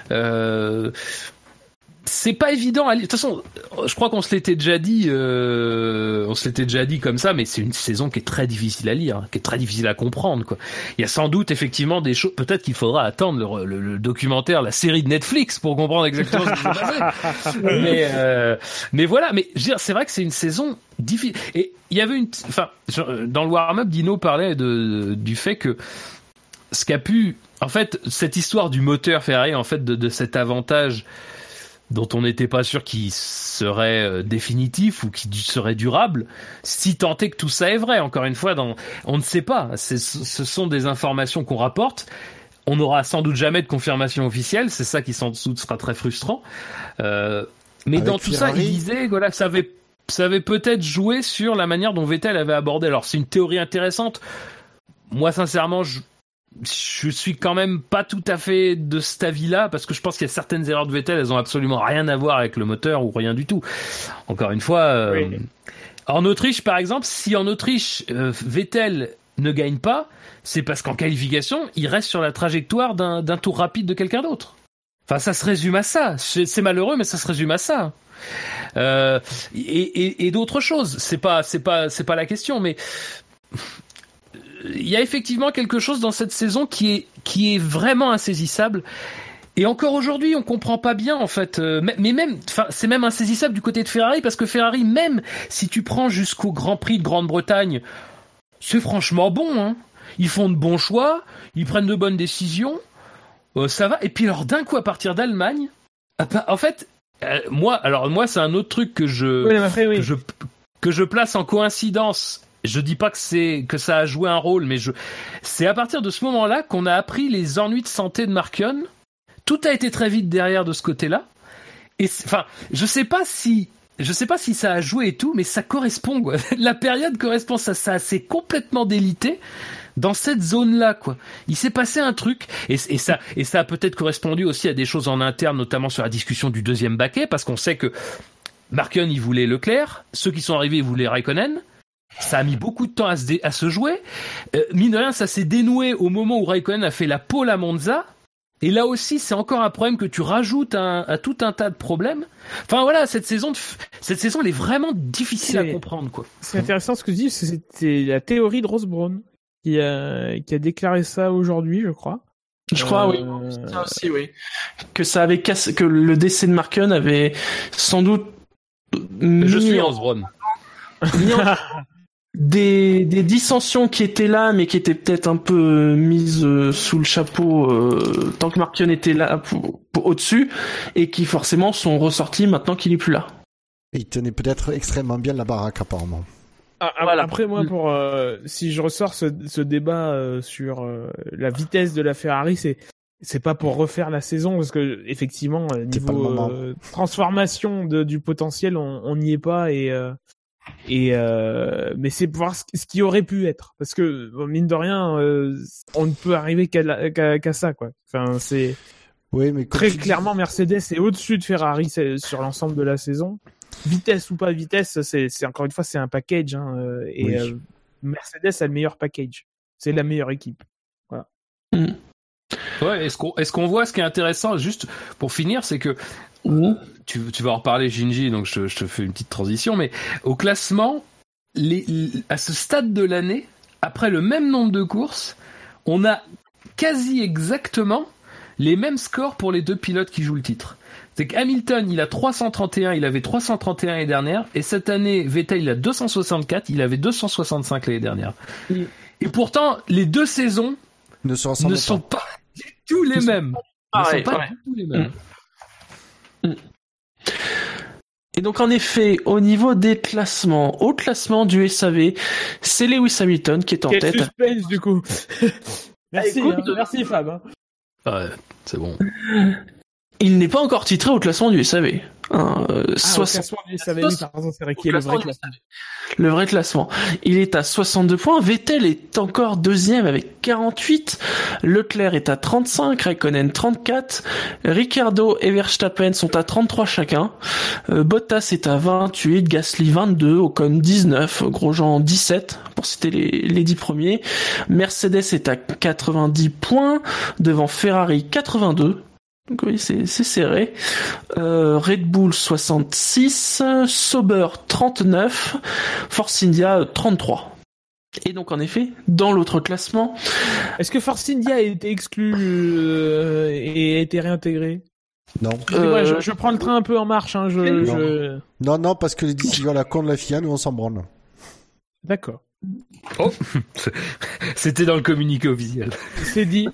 Euh, c'est pas évident à lire. De toute façon, je crois qu'on se l'était déjà dit, euh, on se l'était déjà dit comme ça, mais c'est une saison qui est très difficile à lire, qui est très difficile à comprendre, quoi. Il y a sans doute effectivement des choses. Peut-être qu'il faudra attendre le, le, le documentaire, la série de Netflix pour comprendre exactement ce qui s'est passé. Mais, euh, mais voilà. Mais je veux dire, c'est vrai que c'est une saison difficile. Et il y avait une, enfin, dans le warm-up, Dino parlait de du fait que ce qu'a pu, en fait, cette histoire du moteur Ferrari, en fait, de, de cet avantage dont on n'était pas sûr qu'il serait euh, définitif ou qu'il serait durable, si tant est que tout ça est vrai. Encore une fois, dans, on ne sait pas. C'est, ce sont des informations qu'on rapporte. On n'aura sans doute jamais de confirmation officielle. C'est ça qui sans doute sera très frustrant. Euh, mais Avec dans tout Ferrari, ça, il disait voilà, que ça avait, ça avait peut-être joué sur la manière dont Vettel avait abordé. Alors, c'est une théorie intéressante. Moi, sincèrement, je je suis quand même pas tout à fait de cet avis-là, parce que je pense qu'il y a certaines erreurs de Vettel, elles ont absolument rien à voir avec le moteur ou rien du tout. Encore une fois, euh, oui. En Autriche, par exemple, si en Autriche, euh, Vettel ne gagne pas, c'est parce qu'en qualification, il reste sur la trajectoire d'un, d'un tour rapide de quelqu'un d'autre. Enfin, ça se résume à ça. C'est, c'est malheureux, mais ça se résume à ça. Euh, et, et, et d'autres choses. C'est pas, c'est pas, c'est pas la question, mais il y a effectivement quelque chose dans cette saison qui est qui est vraiment insaisissable. Et encore aujourd'hui, on comprend pas bien en fait. Euh, mais même, enfin, c'est même insaisissable du côté de Ferrari, parce que Ferrari, même si tu prends jusqu'au Grand Prix de Grande-Bretagne, c'est franchement bon. Hein. Ils font de bons choix, ils prennent de bonnes décisions, euh, ça va. Et puis alors d'un coup, à partir d'Allemagne, en fait, euh, moi, alors moi, c'est un autre truc que je, oui, après, oui. que je que je place en coïncidence. Je dis pas que c'est que ça a joué un rôle, mais je c'est à partir de ce moment-là qu'on a appris les ennuis de santé de Marchion. Tout a été très vite derrière de ce côté-là. Et enfin, je sais pas si je sais pas si ça a joué et tout, mais ça correspond, quoi. La période correspond, ça, ça s'est complètement délité dans cette zone-là, quoi. Il s'est passé un truc, et, et ça et ça a peut-être correspondu aussi à des choses en interne, notamment sur la discussion du deuxième baquet, parce qu'on sait que Marchion, il voulait Leclerc, ceux qui sont arrivés, ils voulaient Raikkonen. Ça a mis beaucoup de temps à se, dé- à se jouer. Euh, mine de rien, ça s'est dénoué au moment où Raikkonen a fait la pole à Monza. Et là aussi, c'est encore un problème que tu rajoutes à, à tout un tas de problèmes. Enfin voilà, cette saison, de f... cette saison, elle est vraiment difficile c'est... à comprendre, quoi. C'est intéressant ce que tu dis, c'était la théorie de Ross Brawn qui a, qui a déclaré ça aujourd'hui, je crois. Je crois, euh... oui. Ça aussi, oui. Que ça avait cassé, que le décès de Marchion avait sans doute. Je suis Ross Brawn. Des, des dissensions qui étaient là, mais qui étaient peut-être un peu mises euh, sous le chapeau euh, tant que Marchion était là pour, pour, au-dessus, et qui forcément sont ressorties maintenant qu'il est plus là. Et il tenait peut-être extrêmement bien la baraque apparemment. Ah, voilà. Après moi, pour euh, si je ressors ce, ce débat euh, sur euh, la vitesse de la Ferrari, c'est c'est pas pour refaire la saison, parce que effectivement niveau euh, transformation de, du potentiel, on n'y est pas, et euh, Et euh, mais c'est pour voir ce, ce qui aurait pu être, parce que mine de rien, euh, on ne peut arriver qu'à, la, qu'à, qu'à ça, quoi. Enfin, c'est oui, mais très clairement dis... Mercedes est au-dessus de Ferrari sur l'ensemble de la saison. Vitesse ou pas vitesse, c'est, c'est encore une fois c'est un package, hein, et oui. euh, Mercedes a le meilleur package. C'est la meilleure équipe. Voilà. Mmh. Ouais. Est-ce qu'on est-ce qu'on voit ce qui est intéressant, juste pour finir, c'est que Mmh. Tu, tu vas en reparler, Shinji, donc je, je te fais une petite transition, mais au classement, les, les, à ce stade de l'année, après le même nombre de courses, on a quasi exactement les mêmes scores pour les deux pilotes qui jouent le titre. C'est qu'Hamilton, il a trois cent trente et un, il avait trois cent trente et un l'année dernière, et cette année, Vettel, il a deux cent soixante-quatre, il avait deux cent soixante-cinq l'année dernière. Mmh. Et pourtant, les deux saisons ne, ne sont pas du tout les mêmes. Ah, ne ouais, sont pas ouais. du tout les mêmes. Mmh. Et donc en effet, au niveau des classements, au classement du S A V, c'est Lewis Hamilton qui est en Quel tête. Suspense du coup. Merci, Écoute, hein. Merci Fab. Hein. Ouais, c'est bon. il n'est pas encore titré au classement du S A V. Hein, euh, ah, soixante... au classement du S A V, oui, pardon, c'est vrai qu'il y a le vrai classement. Le vrai classement. Il est à soixante-deux points. Vettel est encore deuxième avec quarante-huit. Leclerc est à trente-cinq. Raikkonen trente-quatre. Ricciardo et Verstappen sont à trente-trois chacun. Euh, Bottas est à vingt-huit. Gasly vingt-deux. Ocon dix-neuf. Grosjean dix-sept pour citer les, les dix premiers. Mercedes est à quatre-vingt-dix points devant Ferrari quatre-vingt-deux. Donc oui, c'est, c'est serré. Euh, Red Bull soixante-six, Sauber trente-neuf, Force India trente-trois. Et donc en effet, dans l'autre classement... Est-ce que Force India a été exclu euh, et a été réintégré ? Non. Euh... Je, je prends le train un peu en marche. Hein, je, non. Je... non, non, parce que les décisions à la con de la F I A, nous on s'en branle. D'accord. Oh, c'était dans le communiqué officiel. C'est dit.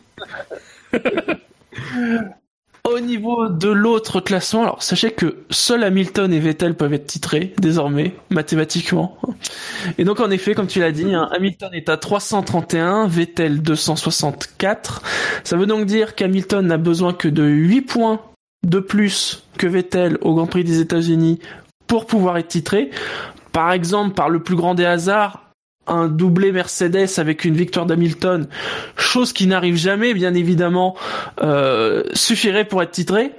Au niveau de l'autre classement, alors sachez que seuls Hamilton et Vettel peuvent être titrés désormais, mathématiquement. Et donc en effet, comme tu l'as dit, hein, Hamilton est à trois cent trente et un, Vettel deux cent soixante-quatre. Ça veut donc dire qu'Hamilton n'a besoin que de huit points de plus que Vettel au Grand Prix des États-Unis pour pouvoir être titré. Par exemple, par le plus grand des hasards, un doublé Mercedes avec une victoire d'Hamilton, chose qui n'arrive jamais, bien évidemment, euh, suffirait pour être titré.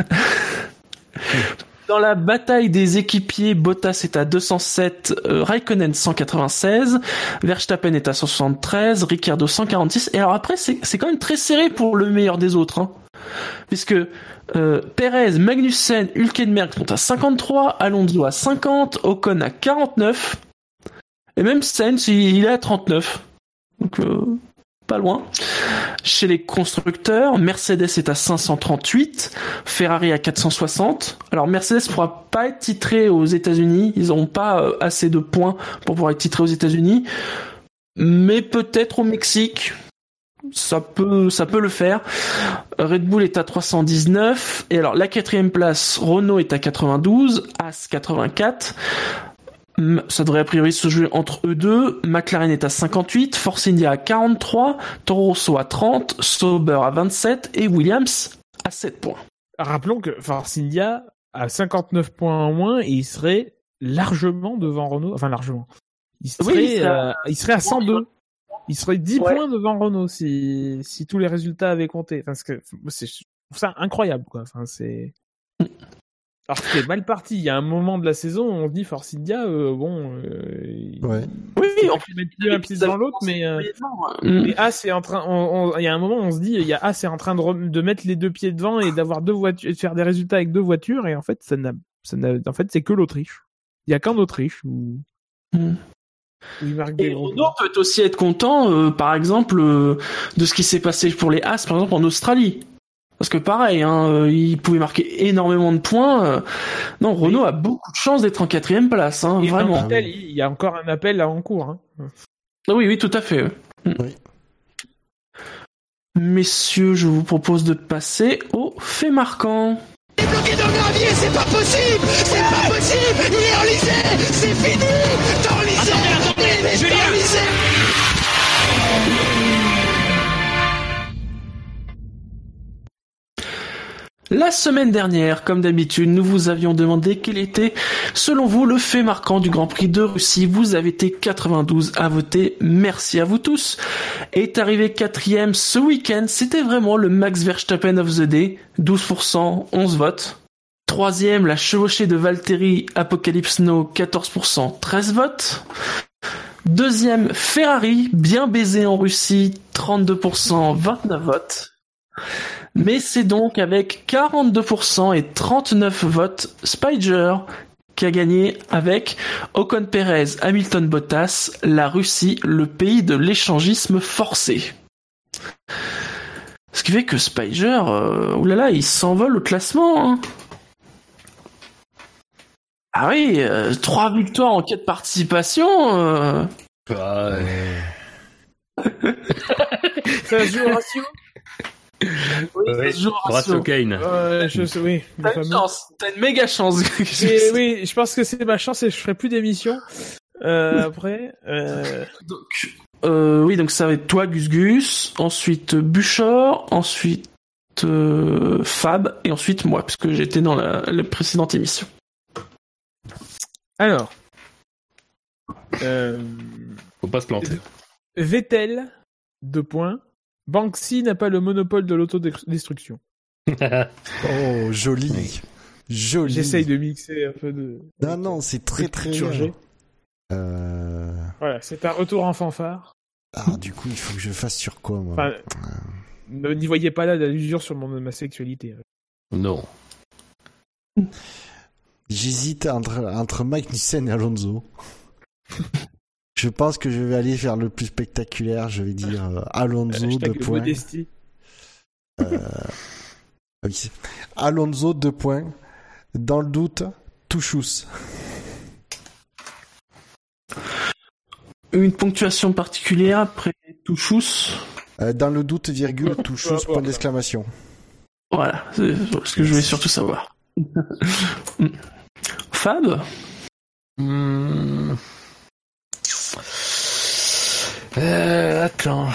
Dans la bataille des équipiers, Bottas est à deux cent sept, euh, Raikkonen cent quatre-vingt-seize, Verstappen est à cent soixante-treize, Ricciardo cent quarante-six. Et alors après, c'est, c'est quand même très serré pour le meilleur des autres, hein. Puisque euh, Perez, Magnussen, Hülkenberg sont à cinquante-trois, Alonso à cinquante, Ocon à quarante-neuf. Et même Sainz, il est à trente-neuf. Donc, euh, pas loin. Chez les constructeurs, Mercedes est à cinq cent trente-huit, Ferrari à quatre cent soixante. Alors, Mercedes pourra pas être titré aux États-Unis. Ils n'auront pas euh, assez de points pour pouvoir être titré aux États-Unis. Mais peut-être au Mexique. Ça peut, ça peut le faire. Red Bull est à trois cent dix-neuf. Et alors, la quatrième place, Renault est à quatre-vingt-douze, As quatre-vingt-quatre. Ça devrait a priori se jouer entre eux deux. McLaren est à cinquante-huit, Force India à quarante-trois, Toro Rosso à trente, Sauber à vingt-sept et Williams à sept points. Rappelons que Force India a cinquante-neuf points en moins et il serait largement devant Renault. Enfin, largement. Il serait, oui, ça... euh, il serait à cent deux. Il serait dix ouais. points devant Renault si, si tous les résultats avaient compté. Enfin, parce que c'est, je trouve ça incroyable, quoi. Enfin, c'est... Alors c'est mal parti. Il y a un moment de la saison où on se dit Force India, euh, bon, euh, ouais. oui, oui, on peut mettre un pied dans l'autre, mais, euh, mais As est en train. On, on, il y a un moment où on se dit, il y a As est en train de, re, de mettre les deux pieds devant et d'avoir deux voitures, et de faire des résultats avec deux voitures, et en fait, ça n'a, ça n'a, en fait, c'est que l'Autriche. Il y a qu'en Autriche où. Mm. où il marque des et Renault peut aussi être content, euh, par exemple, euh, de ce qui s'est passé pour les As, par exemple en Australie. Parce que pareil, hein, euh, il pouvait marquer énormément de points. Euh, non, Renault oui. a beaucoup de chance d'être en quatrième place, hein, et vraiment. En Italie, il y a encore un appel là en cours. Hein. Ah oui, oui, tout à fait. Oui. Messieurs, je vous propose de passer aux faits marquants. Il est bloqué dans le gravier, c'est pas possible, c'est pas possible. Il est enlisé, c'est fini. T'es enlisé, attendez, attendez, Julien. Enlisé. La semaine dernière, comme d'habitude, nous vous avions demandé quel était, selon vous, le fait marquant du Grand Prix de Russie. Vous avez été quatre-vingt-douze à voter. Merci à vous tous. Est arrivé quatrième ce week-end. C'était vraiment le Max Verstappen of the Day. douze pour cent, onze votes. Troisième, la chevauchée de Valtteri Apocalypse Now, quatorze pour cent, treize votes. Deuxième, Ferrari, bien baisé en Russie, trente-deux pour cent, vingt-neuf votes. Mais c'est donc avec quarante-deux pour cent et trente-neuf votes Spiger qui a gagné avec Ocon Perez, Hamilton Bottas, la Russie, le pays de l'échangisme forcé. Ce qui fait que Spiger, euh, oulala, il s'envole au classement. Hein. Ah oui, euh, trois victoires en quatre participations. Euh... Ah ouais. Ça joue au ratio. Oui, oui. Ratio Kane. Euh, je sais, oui. T'as une chance, t'as une méga chance. Et, oui, je pense que c'est ma chance et je ferai plus d'émissions. Euh, après. Euh... Donc, euh, oui, donc ça va être toi, Gus Gus. Ensuite Buchor. Ensuite euh, Fab et ensuite moi, parce que j'étais dans la, la précédente émission. Alors, euh, faut pas se planter. Vettel, deux points. Banksy n'a pas le monopole de l'autodestruction. Oh, joli. Joli. J'essaye de mixer un peu de... Non, non, c'est très très bien. Euh... Voilà, c'est un retour en fanfare. Ah, du coup, il faut que je fasse sur quoi, moi enfin, euh... N'y voyez pas là l'usure sur mon, ma sexualité. Non. J'hésite entre, entre Magnussen et Alonso. Je pense que je vais aller vers le plus spectaculaire. Je vais dire euh, Alonso, euh, deux points. Modestie. Euh... Oui. Alonso, deux points. Dans le doute, Touchous. Une ponctuation particulière après Touchous. Euh, dans le doute, virgule, Touchous, point d'exclamation. Voilà, c'est ce que je voulais surtout savoir. Fab mmh. euh, Attends.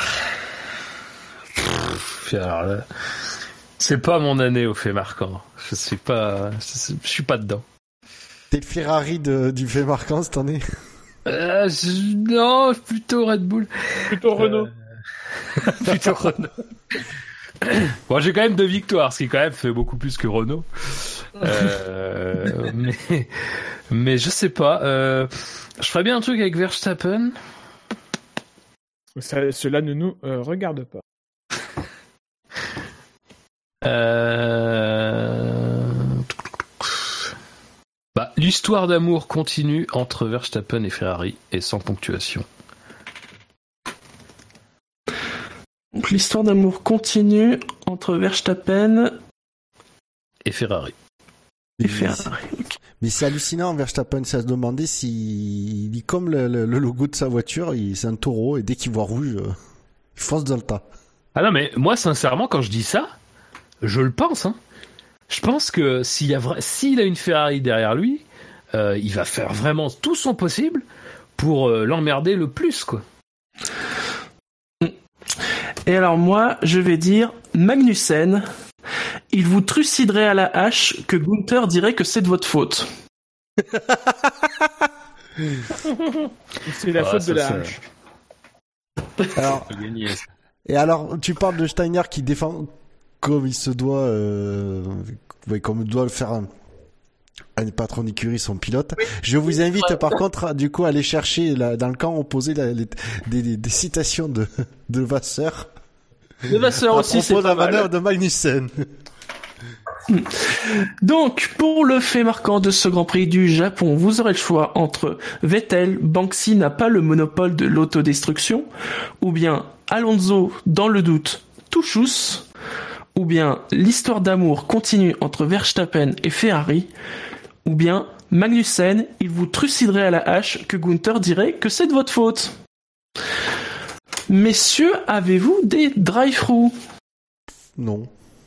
Pff, alors là, c'est pas mon année au fait marquant. Je suis pas, je, je suis pas dedans. T'es le Ferrari de, du fait marquant cette année? euh, je, Non, plutôt Red Bull. Plutôt Renault. Euh... plutôt Renault. Bon, j'ai quand même deux victoires, ce qui quand même fait beaucoup plus que Renault. Euh, mais, mais je sais pas. Euh, je ferais bien un truc avec Verstappen. Ça, cela ne nous euh, regarde pas. Euh... Bah, l'histoire d'amour continue entre Verstappen et Ferrari et sans ponctuation. Donc l'histoire d'amour continue entre Verstappen et Ferrari. Et Ferrari. Okay. Mais c'est hallucinant, Verstappen, ça se demandait s'il il, comme le, le, le logo de sa voiture, il, c'est un taureau et dès qu'il voit rouge, euh, il fonce dans le tas. Ah non, mais moi sincèrement, quand je dis ça, je le pense. Hein. Je pense que s'il, y a vra... s'il a une Ferrari derrière lui, euh, il va faire vraiment tout son possible pour euh, l'emmerder le plus, quoi. Et alors moi, je vais dire Magnussen, il vous truciderait à la hache que Gunther dirait que c'est de votre faute. C'est la ah, faute ça, de la hache. Alors, et alors, tu parles de Steiner qui défend comme il se doit, euh, ouais, comme il doit le faire un, un patron d'écurie, son pilote. Oui. Je vous invite par contre, du coup, à aller chercher là, dans le camp opposé la, les, des, des, des citations de, de Vasseur. De Vasseur aussi, c'est pas la mal. manœuvre de Magnussen. Donc, pour le fait marquant de ce Grand Prix du Japon, vous aurez le choix entre Vettel, Banksy n'a pas le monopole de l'autodestruction, ou bien Alonso, dans le doute, Touchous, ou bien l'histoire d'amour continue entre Verstappen et Ferrari, ou bien Magnussen, il vous truciderait à la hache que Gunther dirait que c'est de votre faute. Messieurs, avez-vous des drive-through? Non.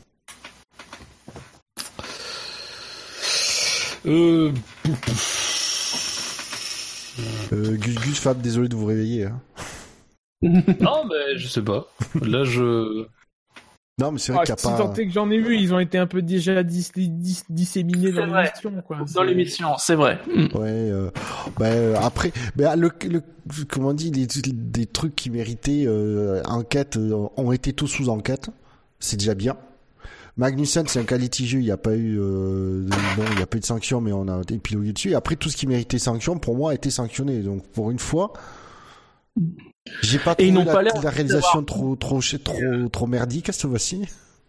Euh... euh... Gus Gus Fab, désolé de vous réveiller. Hein. Non, mais je sais pas. Là, je... Non, mais c'est vrai ah, qu'il n'y a si pas... tant est que j'en ai vu, ils ont été un peu déjà dis- dis- disséminés dans l'émission, quoi. Dans c'est... l'émission, c'est vrai. Ouais, euh, bah, euh, après, bah, le, le, comment on dit, les, des trucs qui méritaient euh, enquête euh, ont été tous sous enquête. C'est déjà bien. Magnussen, c'est un quality jeu, il n'y a pas eu, euh, de, bon, il y a pas eu de sanction, mais on a épilogué dessus. Et après, tout ce qui méritait sanction, pour moi, a été sanctionné. Donc, pour une fois, j'ai pas trouvé la, pas la réalisation trop, trop, trop, trop merdique cette fois-ci.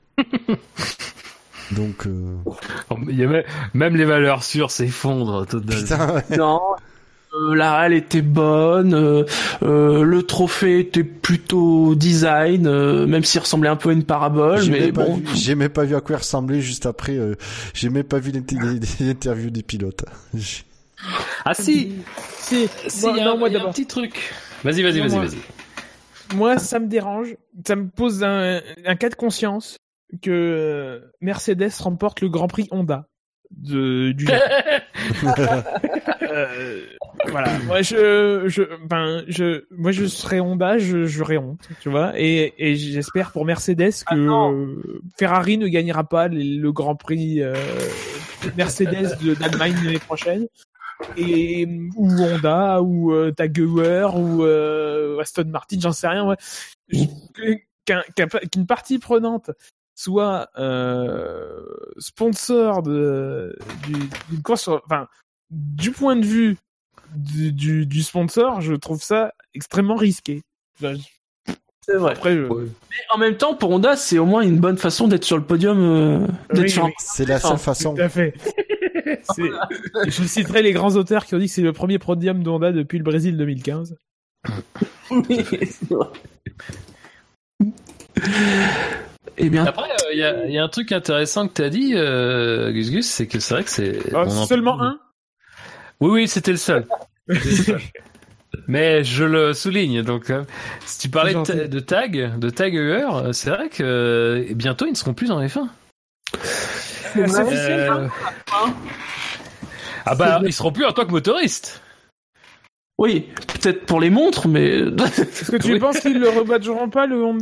Donc, euh... il y a même, même les valeurs sûres s'effondrent. Putain, ouais. Non. Euh, la réelle était bonne, euh, euh, le trophée était plutôt design, euh, même s'il ressemblait un peu à une parabole, j'ai mais bon. Vu, j'ai même pas vu à quoi il ressemblait juste après. Euh, j'ai même pas vu l'interview des pilotes. Ah si, si, si moi, y a, non, moi y a un petit truc. Vas-y, vas-y, non, vas-y, moi, vas-y. Moi, ça me dérange, ça me pose un, un cas de conscience que Mercedes remporte le Grand Prix Honda. de, du euh, voilà. Moi, je, je, ben, je, moi, je serais Honda, je, j'aurais honte, tu vois. Et, et j'espère pour Mercedes que ah Ferrari ne gagnera pas le, le Grand Prix euh, Mercedes de, d'Allemagne l'année prochaine. Et ou Honda ou euh, Jaguar ou euh, Aston Martin, j'en sais rien. Ouais. Qu'un, qu'un, qu'une partie prenante soit euh, sponsor de du, d'une course, enfin du point de vue du, du, du sponsor, je trouve ça extrêmement risqué. Enfin, c'est vrai. Après, je... Mais en même temps, pour Honda, c'est au moins une bonne façon d'être sur le podium. Euh, d'être oui, sur oui. un... C'est la seule façon. Tout à fait. C'est... Je citerai les grands auteurs qui ont dit que c'est le premier podium de Honda depuis le Brésil deux mille quinze. Oui, c'est vrai. Eh bien. Après, il euh, y, y a un truc intéressant que tu as dit, euh, Gus Gus, c'est que c'est vrai que c'est... Oh, c'est seulement un ? Oui, oui, c'était le seul. C'était le seul. Mais je le souligne, donc euh, si tu parlais de, ta- de tag, de tagueur, c'est vrai que euh, bientôt ils ne seront plus dans les F un. C'est officiel, euh... hein Ah bah, ils seront plus en tant que motoristes. Oui, peut-être pour les montres, mais... Est-ce que tu oui. penses qu'ils ne le rebattront pas, le Honda ?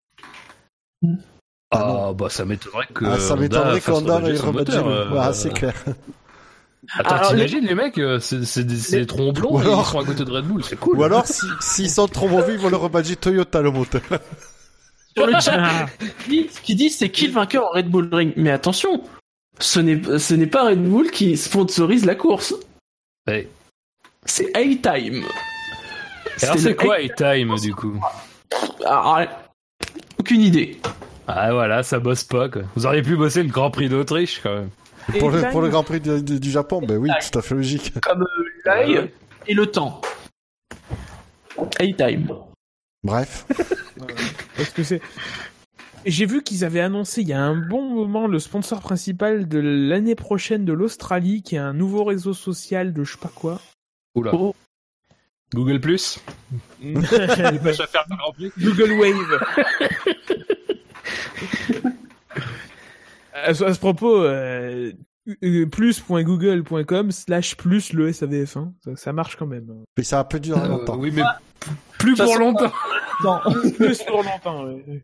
Ah, bah ça m'étonnerait que ah, ça m'étonnerait que Honda va y rebattre. Euh... Ah, c'est clair. Attends, alors, t'imagines les, les mecs, c'est, c'est des, c'est des troncs blonds, alors... ils sont à côté de Red Bull, c'est cool. Ou alors, si, s'ils sont trop mauvais, ils vont le rebadger Toyota, le moteur. Sur le chat, ce qu'ils disent, c'est qui le vainqueur en Red Bull Ring. Mais attention, ce n'est, ce n'est pas Red Bull qui sponsorise la course. Ouais. C'est A-Time. Alors c'est quoi A-Time, du coup? Ah, aucune idée. Ah voilà, ça bosse pas, quoi. Vous auriez pu bosser le Grand Prix d'Autriche, quand même. Pour le, pour le Grand Prix de, de, du Japon, ben oui, tout à fait logique. Comme euh, l'ail ouais. et le temps. A-Time. Bref. Est-ce que c'est... J'ai vu qu'ils avaient annoncé il y a un bon moment le sponsor principal de l'année prochaine de l'Australie, qui est un nouveau réseau social de je sais pas quoi. Oula. Oh. Google Plus. Google Wave. À ce propos, euh, plus point google point com slash plus le S A V F un, ça, ça marche quand même. Mais ça a peu duré euh, longtemps. Oui, mais plus pour longtemps. Non, plus pour longtemps. Ouais.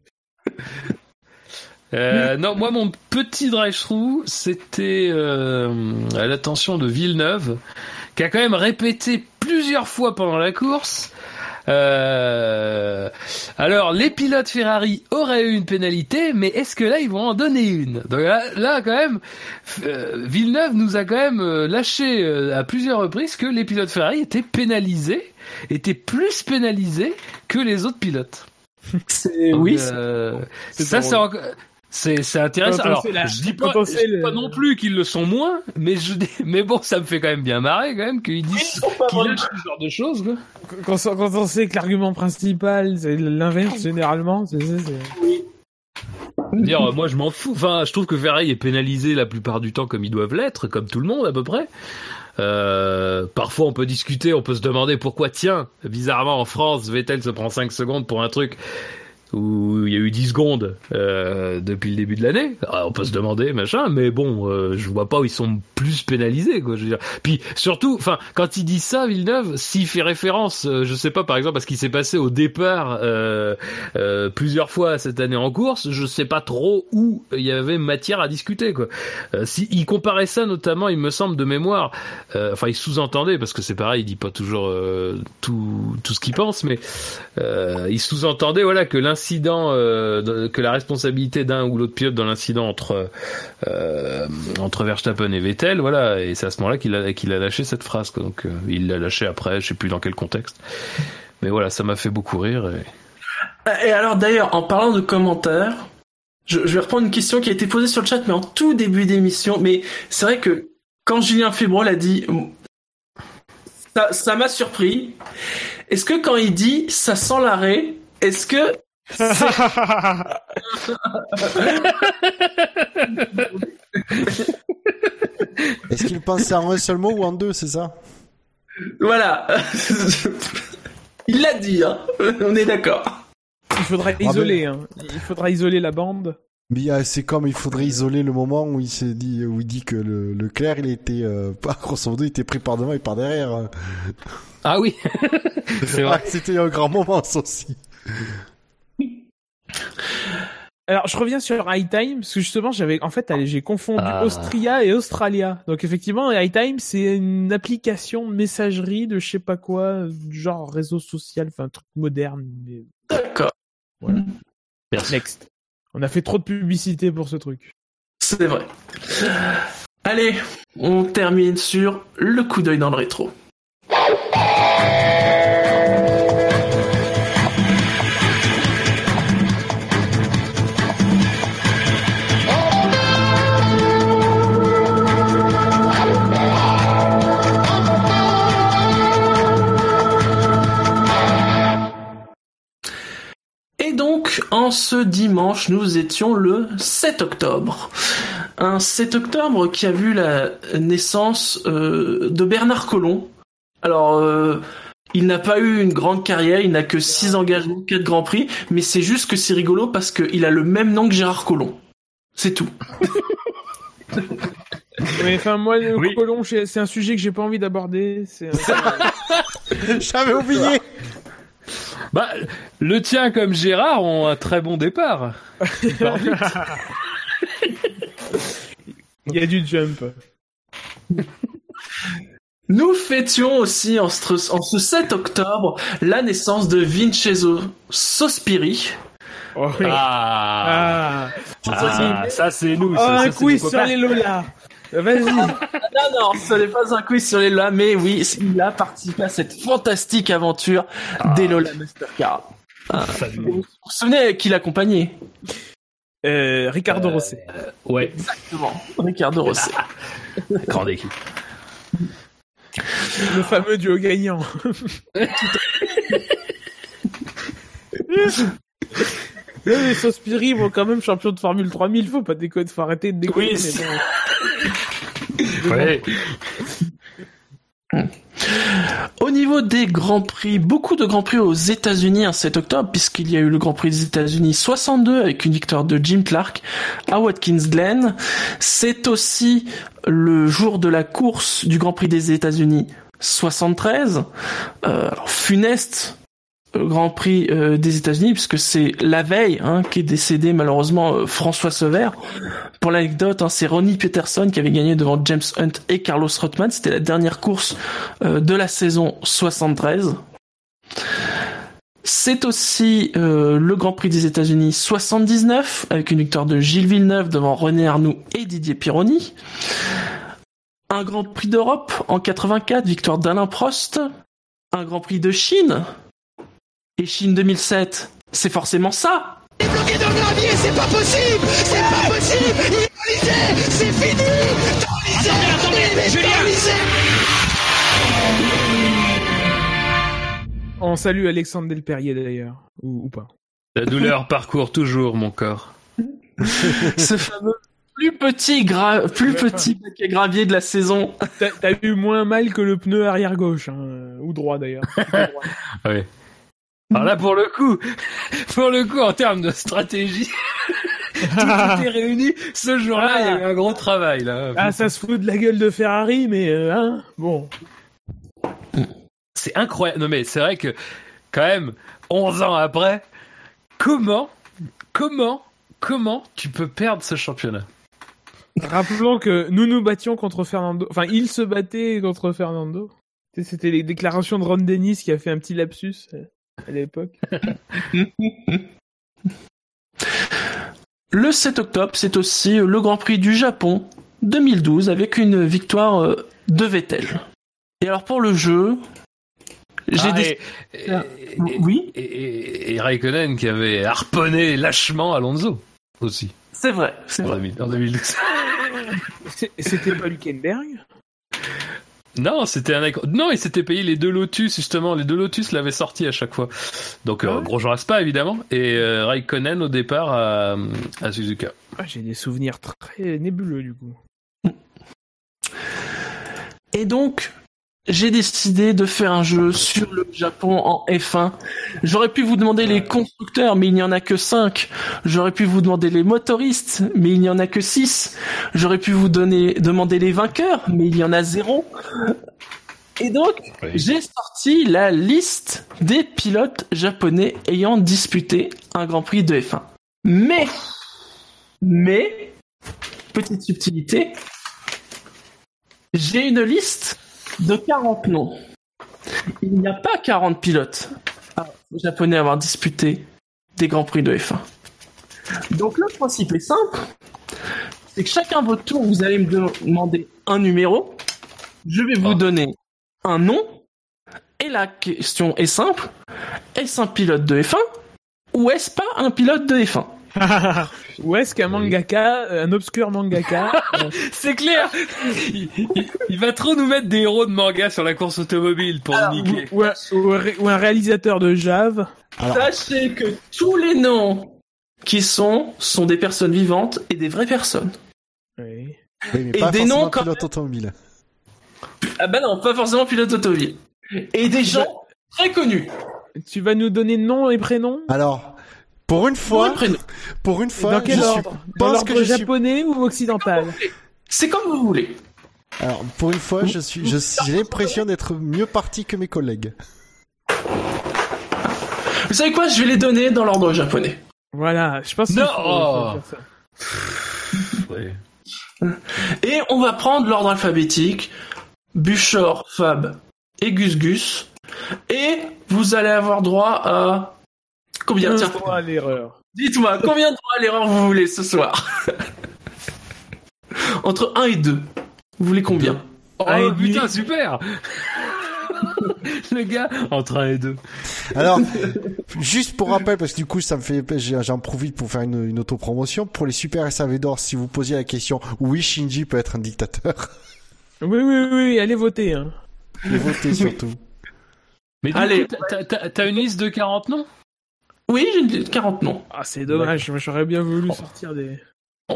Euh, non, moi mon petit drive-through, c'était euh, à l'attention de Villeneuve, qui a quand même répété plusieurs fois pendant la course. Euh, alors, les pilotes Ferrari auraient eu une pénalité, mais est-ce que là ils vont en donner une? Donc là, là quand même, euh, Villeneuve nous a quand même euh, lâché euh, à plusieurs reprises que les pilotes Ferrari étaient pénalisés, étaient plus pénalisés que les autres pilotes. C'est... Donc, oui, euh, c'est... ça c'est encore... C'est, c'est intéressant. Alors, la... je dis pas, je dis le... pas non plus qu'ils le sont moins, mais je dis, mais bon, ça me fait quand même bien marrer, quand même, qu'ils disent qu'ils lâchent ce genre de choses, quoi. Quand, quand on sait que l'argument principal, c'est l'inverse, généralement, c'est, c'est, c'est... Oui. Dire, moi, je m'en fous. Enfin, je trouve que Ferrari est pénalisé la plupart du temps comme ils doivent l'être, comme tout le monde, à peu près. Euh, parfois, on peut discuter, on peut se demander pourquoi, tiens, bizarrement, en France, Vettel se prend cinq secondes pour un truc où il y a eu dix secondes euh, depuis le début de l'année. Alors, on peut se demander, machin, mais bon, euh, je vois pas où ils sont plus pénalisés, quoi. Je veux dire. Puis surtout, enfin, quand il dit ça, Villeneuve, s'il fait référence, euh, je sais pas, par exemple, à ce qui s'est passé au départ euh, euh, plusieurs fois cette année en course, je sais pas trop où il y avait matière à discuter, quoi. Euh, si il comparait ça, notamment, il me semble de mémoire, euh, enfin, il sous-entendait, parce que c'est pareil, il dit pas toujours euh, tout tout ce qu'il pense, mais euh, il sous-entendait, voilà, que l'incident Incident, euh, de, que la responsabilité d'un ou l'autre pilote dans l'incident entre euh, entre Verstappen et Vettel, voilà, et c'est à ce moment-là qu'il a qu'il a lâché cette phrase, quoi. Donc euh, il l'a lâché après, je sais plus dans quel contexte, mais voilà, ça m'a fait beaucoup rire. Et, et alors d'ailleurs, en parlant de commentaires, je, je vais reprendre une question qui a été posée sur le chat, mais en tout début d'émission. Mais c'est vrai que quand Julien Fébrol a dit, ça, ça m'a surpris. Est-ce que quand il dit ça sent l'arrêt, est-ce que Est-ce qu'il pensait en un seul mot ou en deux, c'est ça? Voilà. Il l'a dit, hein. On est d'accord. Il faudra isoler, hein. Il faudra isoler la bande. Mais euh, c'est comme il faudrait isoler le moment où il s'est dit, où il dit que le, le Leclerc, il était, euh, pas grosso modo, il était pris par devant et par derrière. Ah oui. C'est vrai. Ah, c'était un grand moment, ça aussi. Alors, je reviens sur iTime, parce que justement, j'avais, en fait, allez, j'ai confondu Ah. Austria et Australia. Donc, effectivement, iTime, c'est une application de messagerie de je sais pas quoi, du genre réseau social, enfin, un truc moderne. Mais... D'accord. Voilà. Merci. Next. On a fait trop de publicité pour ce truc. C'est vrai. Allez, on termine sur le coup d'œil dans le rétro. Et donc, en ce dimanche, nous étions le sept octobre. Un sept octobre qui a vu la naissance euh, de Bernard Collomb. Alors, euh, il n'a pas eu une grande carrière, il n'a que six engagements, quatre grands prix, mais c'est juste que c'est rigolo parce qu'il a le même nom que Gérard Collomb. C'est tout. Mais enfin, moi, le Oui. Collomb, c'est c'est un sujet que j'ai pas envie d'aborder. C'est un- J'avais oublié. Bah, le tien comme Gérard ont un très bon départ. Il part vite. Il y a du jump. Nous fêtions aussi en ce, en ce sept octobre la naissance de Vincenzo Sospiri. Oh, oui. Ah, Ah. Ah, ça c'est nous. Oh, ça, un ça, c'est quiz nos sur copains. les Lola. Vas-y. Non, non, ce n'est pas un quiz sur les Lola, mais oui, il a participé à cette fantastique aventure des Lola Mastercard. Ah, vous vous souvenez qui l'accompagnait? Euh, Ricardo Rosset. Ouais, Exactement, Ricardo Rosset. grande équipe. Le fameux duo gagnant. Les Sospiri vont quand même champion de Formule trois mille, faut pas déconner, faut arrêter de déconner. Oui, mais bon. Ouais. Au niveau des Grands Prix, beaucoup de Grands Prix aux États-Unis un sept octobre, puisqu'il y a eu le Grand Prix des États-Unis soixante-deux avec une victoire de Jim Clark à Watkins Glen. C'est aussi le jour de la course du Grand Prix des États-Unis soixante-treize. Euh, alors, funeste euh, Grand Prix euh, des États-Unis, puisque c'est la veille hein, qu'est décédé malheureusement euh, François Sever. Pour l'anecdote, hein, c'est Ronnie Peterson qui avait gagné devant James Hunt et Carlos Rothman. C'était la dernière course euh, de la saison soixante-treize. C'est aussi euh, le Grand Prix des États-Unis soixante-dix-neuf, avec une victoire de Gilles Villeneuve devant René Arnoux et Didier Pironi. Un Grand Prix d'Europe en quatre-vingt-quatre, victoire d'Alain Prost. Un Grand Prix de Chine. Et Chine deux mille sept, c'est forcément ça. Bloqué dans le gravier, c'est pas possible. C'est pas possible. Il est enlisé. C'est fini. Enlisé. Attendez, attendez, Julien. On salue Alexandre Delperrier d'ailleurs, ou, ou pas. La douleur parcourt toujours mon corps. Ce fameux plus petit gra... plus petit paquet gravier de la saison. T'as, t'as eu moins mal que le pneu arrière gauche, hein, ou droit d'ailleurs. Ouais. Alors là, pour le coup, pour le coup, en termes de stratégie, tout était réuni. Ce jour-là, il y a eu un gros travail, là. Ah, ça se fout de la gueule de Ferrari, mais, euh, hein, bon. C'est incroyable. Non, mais c'est vrai que, quand même, onze ans après, comment, comment, comment tu peux perdre ce championnat? Rappelons que nous nous battions contre Fernando, enfin, il se battait contre Fernando. Tu sais, c'était les déclarations de Ron Dennis qui a fait un petit lapsus euh, à l'époque. Le sept octobre, c'est aussi le Grand Prix du Japon deux mille douze avec une victoire euh, de Vettel. Et alors pour le jeu, j'ai Ah, des... et, et, et, oui, et, et, et Raikkonen qui avait harponné lâchement Alonso aussi. c'est vrai, c'est vrai. En deux mille douze. C'était pas Hülkenberg? Non, c'était un non, il s'était payé les deux Lotus justement, les deux Lotus l'avaient sorti à chaque fois. Donc euh, Ouais. Grosjean Spa évidemment et euh, Raikkonen au départ à, à Suzuka. Ah, j'ai des souvenirs très nébuleux du coup. Et donc, j'ai décidé de faire un jeu sur le Japon en F un. J'aurais pu vous demander les constructeurs, mais il n'y en a que cinq. J'aurais pu vous demander les motoristes, mais il n'y en a que six. J'aurais pu vous donner, demander les vainqueurs, mais il y en a zéro. Et donc, oui. j'ai sorti la liste des pilotes japonais ayant disputé un Grand Prix de F un. Mais, mais, petite subtilité, j'ai une liste de quarante noms. Il n'y a pas quarante pilotes japonais à avoir disputé des Grands Prix de F un. Donc le principe est simple, c'est que chacun votre tour, vous allez me demander un numéro, je vais vous donner un nom, et la question est simple, est-ce un pilote de F un ou est-ce pas un pilote de F un? Ou est-ce qu'un mangaka, un obscur mangaka... C'est clair. il, il, il va trop nous mettre des héros de manga sur la course automobile pour Alors, nous niquer. Ou, ou, ou un réalisateur de Jave. Alors. Sachez que tous les noms qui sont, sont des personnes vivantes et des vraies personnes. Oui. Oui, mais et pas des noms comme... pilote automobile. Ah bah non, pas forcément pilote automobile. Et des gens très connus. Tu vas nous donner nom et prénom? Alors... Pour une fois, pour une fois, dans quel je ordre? suis, Dans l'ordre que japonais suis... ou occidental? C'est comme vous voulez. Alors, pour une fois, je suis, je, j'ai l'impression d'être mieux parti que mes collègues. Vous savez quoi? Je vais les donner dans l'ordre japonais. Voilà, je pense non. qu'il faut, faut faire ça. Ouais. Et on va prendre l'ordre alphabétique. Buchor, Fab et Gus Gus. Et vous allez avoir droit à... Combien? Tiens, droit à l'erreur. Dites-moi, combien de droits à l'erreur vous voulez ce soir? Entre un et deux. Vous voulez combien? Oh, oh putain, super. Le gars, entre un et deux. Alors, juste pour rappel, parce que du coup, ça me fait, j'en profite pour faire une, une autopromotion. Pour les super S A V d'or, si vous posiez la question, oui, Shinji peut être un dictateur. Oui, oui, oui, allez voter, hein. Allez voter surtout. Mais du allez, coup, t'as, t'as, t'as une liste de quarante noms? Oui, j'ai une liste de quarante noms. Ah, c'est dommage, moi j'aurais bien voulu oh. sortir des... Oh.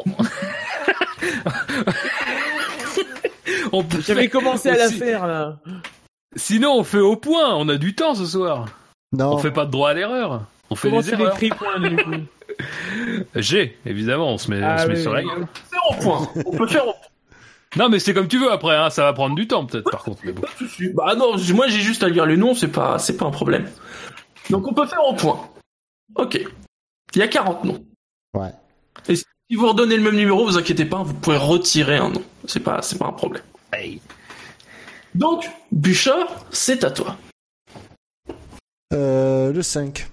on peut J'avais faire... commencé à la faire, là. Sinon, on fait au point, on a du temps ce soir. Non. On fait pas de droit à l'erreur. On fait Comment des erreurs. Comment tu l'écris, point, du coup? J'ai, évidemment, on se met, ah, on se met oui, sur oui. la gueule. On peut faire au point. On peut faire au point. Non, mais c'est comme tu veux après, hein. Ça va prendre du temps peut-être, par contre. Mais bon. Bah non, moi j'ai juste à lire les noms, c'est pas, c'est pas un problème. Donc on peut faire au point. Ok. Il y a quarante noms. Ouais. Et si vous redonnez le même numéro, vous inquiétez pas, vous pouvez retirer un nom. C'est pas, c'est pas un problème. Hey. Donc, Buchor, c'est à toi. Euh, le cinq.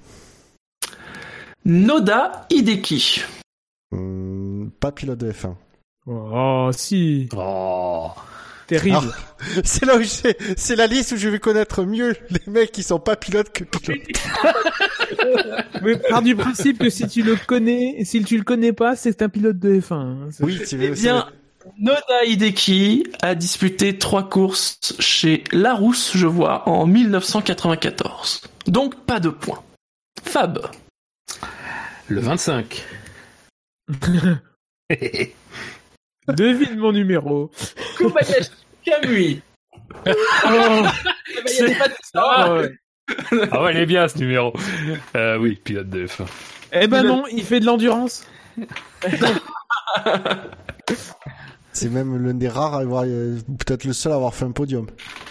Noda Hideki. Hum, pas pilote de F un. Oh, si. Oh. Terrible. Alors, c'est là où je, c'est la liste où je vais connaître mieux les mecs qui sont pas pilotes que pilotes. Mais pars du principe que si tu le connais, et si tu le connais pas, c'est un pilote de F un. C'est... Oui, c'est Eh bien, Noda Hideki a disputé trois courses chez Larousse, je vois, en dix-neuf cent quatre-vingt-quatorze. Donc, pas de points. Fab. Le vingt-cinq. Devine mon numéro. Kobayashi Kamui. Oh. C'est... Ah, ouais. Ah ouais, il est bien ce numéro. Euh, oui, pilote de F un. Eh ben non, il fait de l'endurance. C'est même l'un des rares à avoir, euh, peut-être le seul à avoir fait un podium.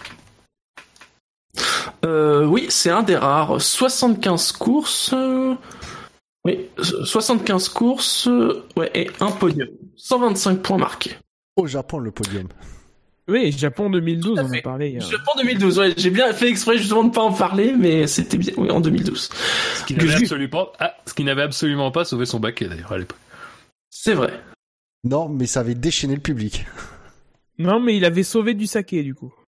Euh, oui, c'est un des rares. soixante-quinze courses. Euh... Oui, soixante-quinze courses. Euh... Ouais, et un podium. cent vingt-cinq points marqués. Au Japon, le podium. Oui, Japon deux mille douze, on en parlait. Hein. Japon deux mille douze, ouais, j'ai bien fait exprès justement de ne pas en parler, mais c'était bien, oui, en deux mille douze. Ce qui n'avait absolument, ah, ce qui n'avait absolument pas sauvé son baquet d'ailleurs à l'époque. C'est vrai. Non, mais ça avait déchaîné le public. Non, mais il avait sauvé du saké, du coup.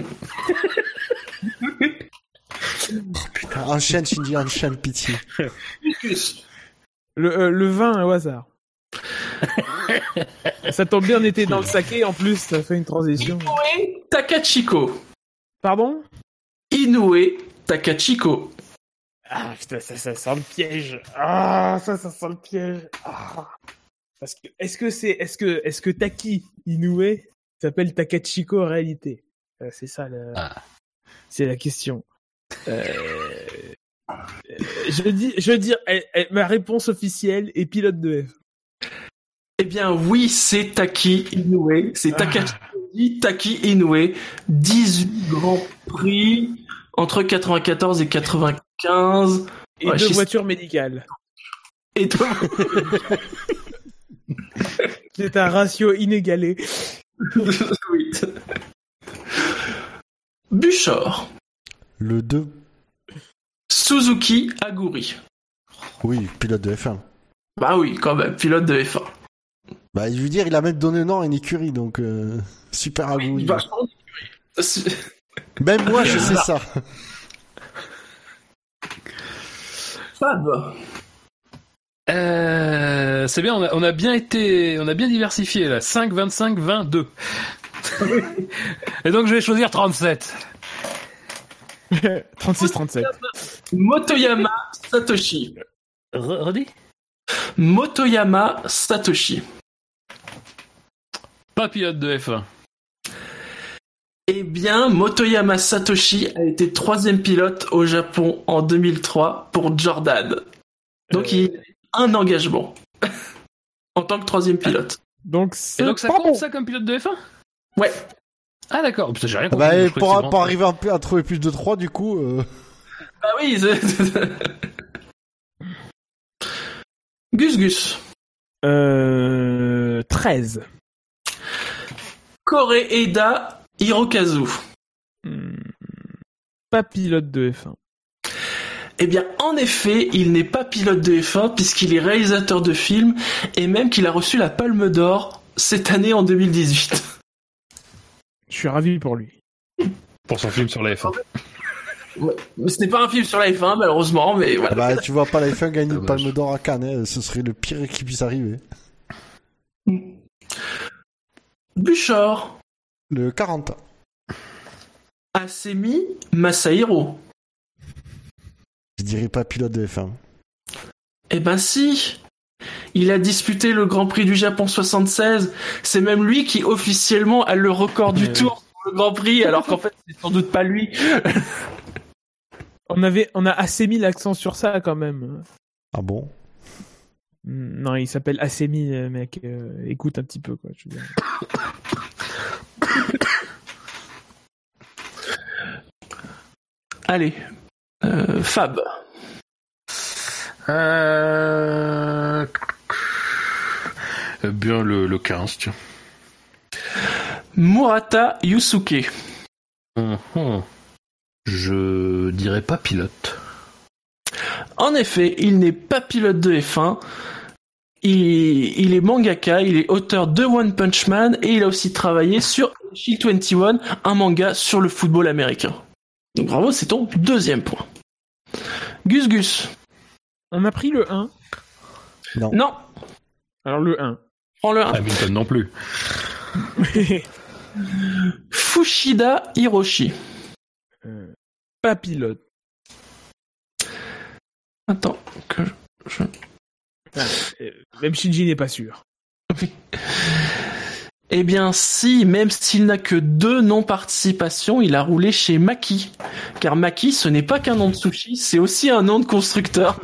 Putain, enchaîne, Shinji, enchaîne, pitié. Le, euh, le vin au hasard. Ça tombe bien, on était dans le saké, en plus, ça fait une transition. Inoue Takachiko. Pardon ? Inoue Takachiko. Ah putain, ça, ça sent le piège. Ah, ça, ça sent le piège. Ah. Parce que, est-ce que c'est, est-ce que, est-ce que Taki Inoue s'appelle Takachiko en réalité ? Euh, c'est ça, le... Ah. c'est la question. Euh... euh, je dis, je veux dire, elle, elle, ma réponse officielle est pilote de F. Eh bien, oui, c'est Taki Inoue. C'est Takashi ah. Taki Inoue. dix-huit grands prix entre quatre-vingt-quatorze et quatre-vingt-quinze. Et ouais, deux chez... voitures médicales. Et deux C'est un ratio inégalé. Oui. Buchor. Le deux. Suzuki Aguri. Oui, pilote de F un. Bah oui, quand même, pilote de F un. Bah, je veux dire, il a même donné nom à une écurie, donc euh, super Aguri. Oui, même moi, je sais ça. Fab. Euh, c'est bien, on a, on a bien été, on a bien diversifié là. cinq, vingt-cinq, vingt-deux. Et donc je vais choisir trente-sept. trente-six, trente-sept. Motoyama Satoshi. Redis. Motoyama Satoshi. Pas pilote de F un. Eh bien, Motoyama Satoshi a été troisième pilote au Japon en deux mille trois pour Jordan. Donc euh... il a un engagement en tant que troisième pilote. Donc, c'est Et donc ça compte bon. Ça comme pilote de F un ? Ouais. Ah d'accord, parce que j'ai rien compris. Bah, pour, pour arriver à, à trouver plus de trois, du coup... Euh... Bah oui, c'est... Gus Gus. Euh... treize. Koreeda Hirokazu. Hmm. Pas pilote de F un. Eh bien, en effet, il n'est pas pilote de F un puisqu'il est réalisateur de films et même qu'il a reçu la Palme d'Or cette année en deux mille dix-huit. Je suis ravi pour lui. Pour son film sur la F un. Ouais. Ce n'est pas un film sur la F un, malheureusement, mais voilà. Bah, tu vois pas la F un gagner une Palme d'Or à Cannes, hein. Ce serait le pire qui puisse arriver. Buchor. Le quarante. Asemi Masahiro. Je dirais pas pilote de F un. Eh ben si. Il a disputé le Grand Prix du Japon soixante-seize. C'est même lui qui officiellement a le record du tour sur le Grand Prix, alors qu'en fait c'est sans doute pas lui. On avait, on a assez mis l'accent sur ça quand même. Ah bon? Non, il s'appelle Assemi, mec. Euh, écoute un petit peu, quoi. Je veux dire. Allez, euh, Fab. Euh... Bien le, le quinze, tiens. Murata Yusuke. Mmh. Je dirais pas pilote. En effet, il n'est pas pilote de F un. Il, il est mangaka, il est auteur de One Punch Man et il a aussi travaillé sur Shield vingt et un, un manga sur le football américain. Donc bravo, c'est ton deuxième point. Gus Gus. On a pris le un. Non. Non. Alors le un. Prends le un. Hamilton non plus. Fushida Hiroshi. Euh, pas pilote. Attends, que je... Ah, euh, même Shinji n'est pas sûr. Eh bien si, même s'il n'a que deux non-participations, il a roulé chez Maki. Car Maki, ce n'est pas qu'un nom de sushi, c'est aussi un nom de constructeur.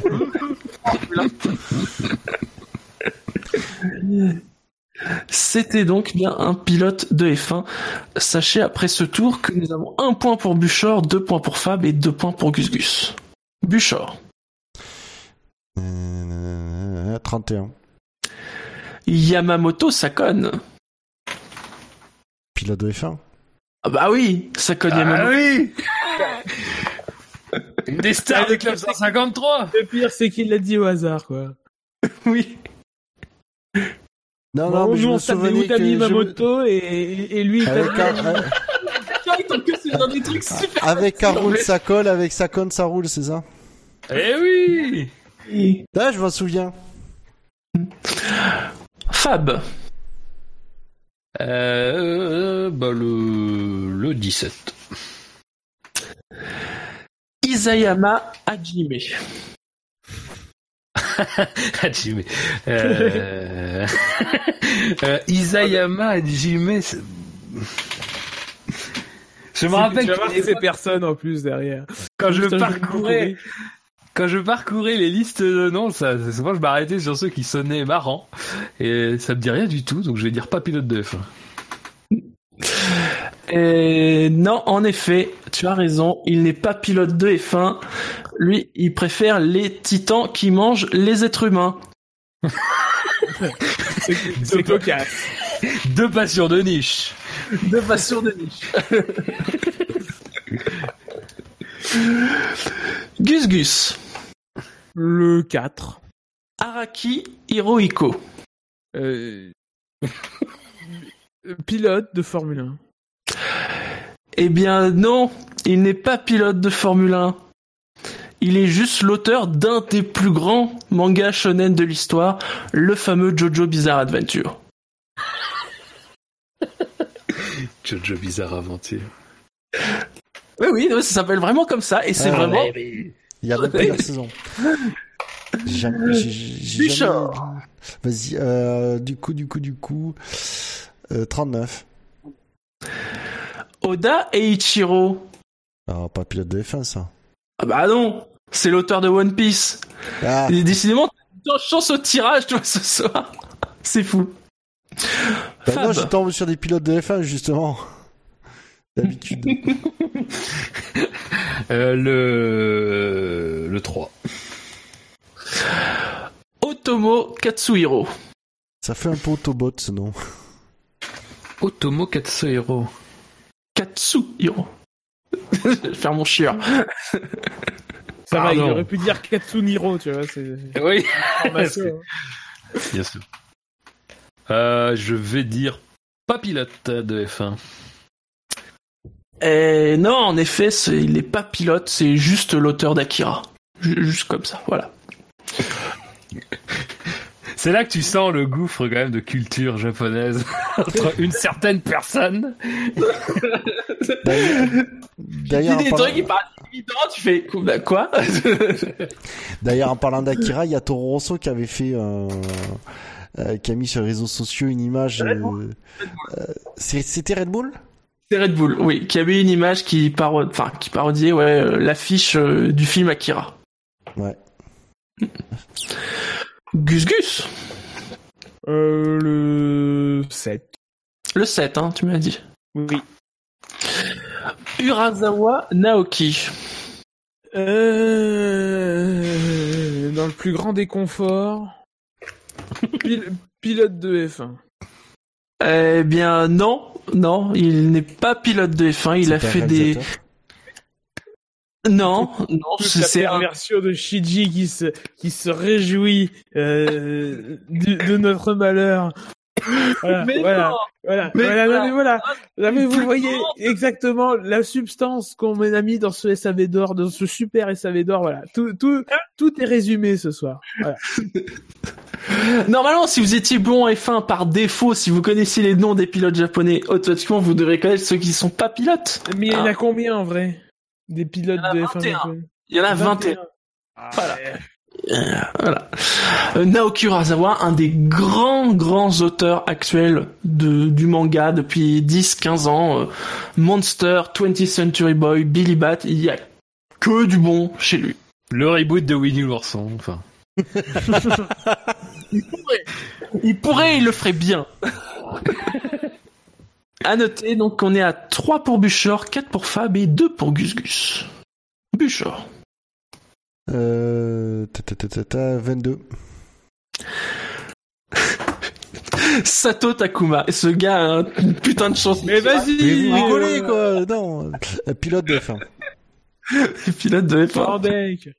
C'était donc bien un pilote de F un. Sachez après ce tour que nous avons un point pour Buchor, deux points pour Fab et deux points pour Gus Gus. Buchor. Euh, trente et un. Yamamoto Sakon. Pilote de F un. Ah bah oui, Sakon ah Yamamoto. Oui. Une des stars de Club cent cinquante-trois. Le pire, c'est qu'il l'a dit au hasard, quoi. Oui. Non, bon, non, mais nous, je on me tape des souvenais que Yamamoto je... et, et lui, il avec, tape... un, des trucs super avec un roule, ça colle, avec ça conne, ça roule, c'est ça? Eh oui. Là, je m'en souviens. Fab. Euh, bah le, le dix-sept. Isayama Hajime. Hajime. Euh... euh, Isayama Hajime. C'est... Je me rappelle tu vas voir que ces personnes en plus derrière. quand je Putain, parcourais, quand je parcourais les listes de noms, ça, souvent je m'arrêtais sur ceux qui sonnaient marrants et ça me dit rien du tout, donc je vais dire pas pilote de F un. Et non, en effet, tu as raison, il n'est pas pilote de F un. Lui, il préfère les titans qui mangent les êtres humains. c'est, c'est cocasse. Deux passions de niche. Deux passions de niche. Gus Gus. Le quatre. Araki Hirohiko. Euh... Pilote de Formule un. Eh bien non, il n'est pas pilote de Formule un. Il est juste l'auteur d'un des plus grands mangas shonen de l'histoire, le fameux Jojo Bizarre Adventure. Jojo Bizarre Aventure. Oui, oui, ça s'appelle vraiment comme ça, et c'est ah, vraiment... Il y a même pas la saison. J'ai jamais... J'ai, j'ai jamais... Vas-y, euh, du coup, du coup, du coup... Euh, trente-neuf. Oda Eiichiro. Ah, pas pilote de F un, ça. Ah bah non, c'est l'auteur de One Piece. Ah. Et décidément, t'as une chance au tirage, toi, ce soir. C'est fou. Bah non, je tombe sur des pilotes de F un, justement. D'habitude. euh, le... Le trois. Otomo Katsuhiro. Ça fait un peu Autobot, ce nom. Otomo Katsuhiro. Katsuhiro. Je vais faire mon chieur. Ça va, il aurait pu dire Katsuniro, tu vois. C'est... Oui. c'est... Bien sûr. Euh, je vais dire pas pilote de F un. Et non, en effet, c'est... il n'est pas pilote, c'est juste l'auteur d'Akira. Juste comme ça, voilà. C'est là que tu sens le gouffre quand même de culture japonaise entre une certaine personne. D'ailleurs, il y a des trucs qui parlent évident, tu fais quoi? D'ailleurs, en parlant d'Akira, il y a Toro Rosso qui avait fait un... Euh, qui a mis sur les réseaux sociaux une image. Euh... Euh, c'était Red Bull? C'est Red Bull, oui, qui avait une image qui, paro... enfin, qui parodiait ouais, euh, l'affiche euh, du film Akira. Ouais. Gus Gus. Euh, le sept. Le sept, hein, tu m'as dit. Oui. Urasawa Naoki. Euh... Dans le plus grand déconfort. Pil- pilote de F un. Eh bien, non. Non, il n'est pas pilote de F un. Il c'est a fait des... Non, non, toute c'est, la c'est perversion un... de Shiji qui se qui se réjouit euh, de, de notre malheur. Voilà, mais voilà, non, voilà, mais voilà, voilà. non, mais voilà. Là, mais vous voyez exactement la substance qu'on a mis dans ce S A V d'or, dans ce super S A V d'or. Voilà, tout, tout, tout est résumé ce soir. Voilà. Normalement, si vous étiez bon en F un par défaut, si vous connaissiez les noms des pilotes japonais, automatiquement vous devrez connaître ceux qui sont pas pilotes. Mais il y en a hein. Combien en vrai? Des pilotes de F un. Il y en a vingt et un. Ah, voilà. Euh, voilà. Euh, Naoki Urasawa, un des grands, grands auteurs actuels de, du manga depuis dix quinze ans. Euh, Monster, twentieth Century Boy, Billy Bat, il y a que du bon chez lui. Le reboot de Winnie l'ourson, enfin. il pourrait, il pourrait, il le ferait bien. À noter, donc, on est à trois pour Buchor, quatre pour Fab et deux pour Gus Gus. Buchor. Euh, ta, ta, ta, ta, ta, vingt-deux. Sato Takuma. Ce gars a une putain de chance. Mais vas-y! Mais vous rigolez, quoi! Non! Pilote de F un. Pilote de F un. Bordec.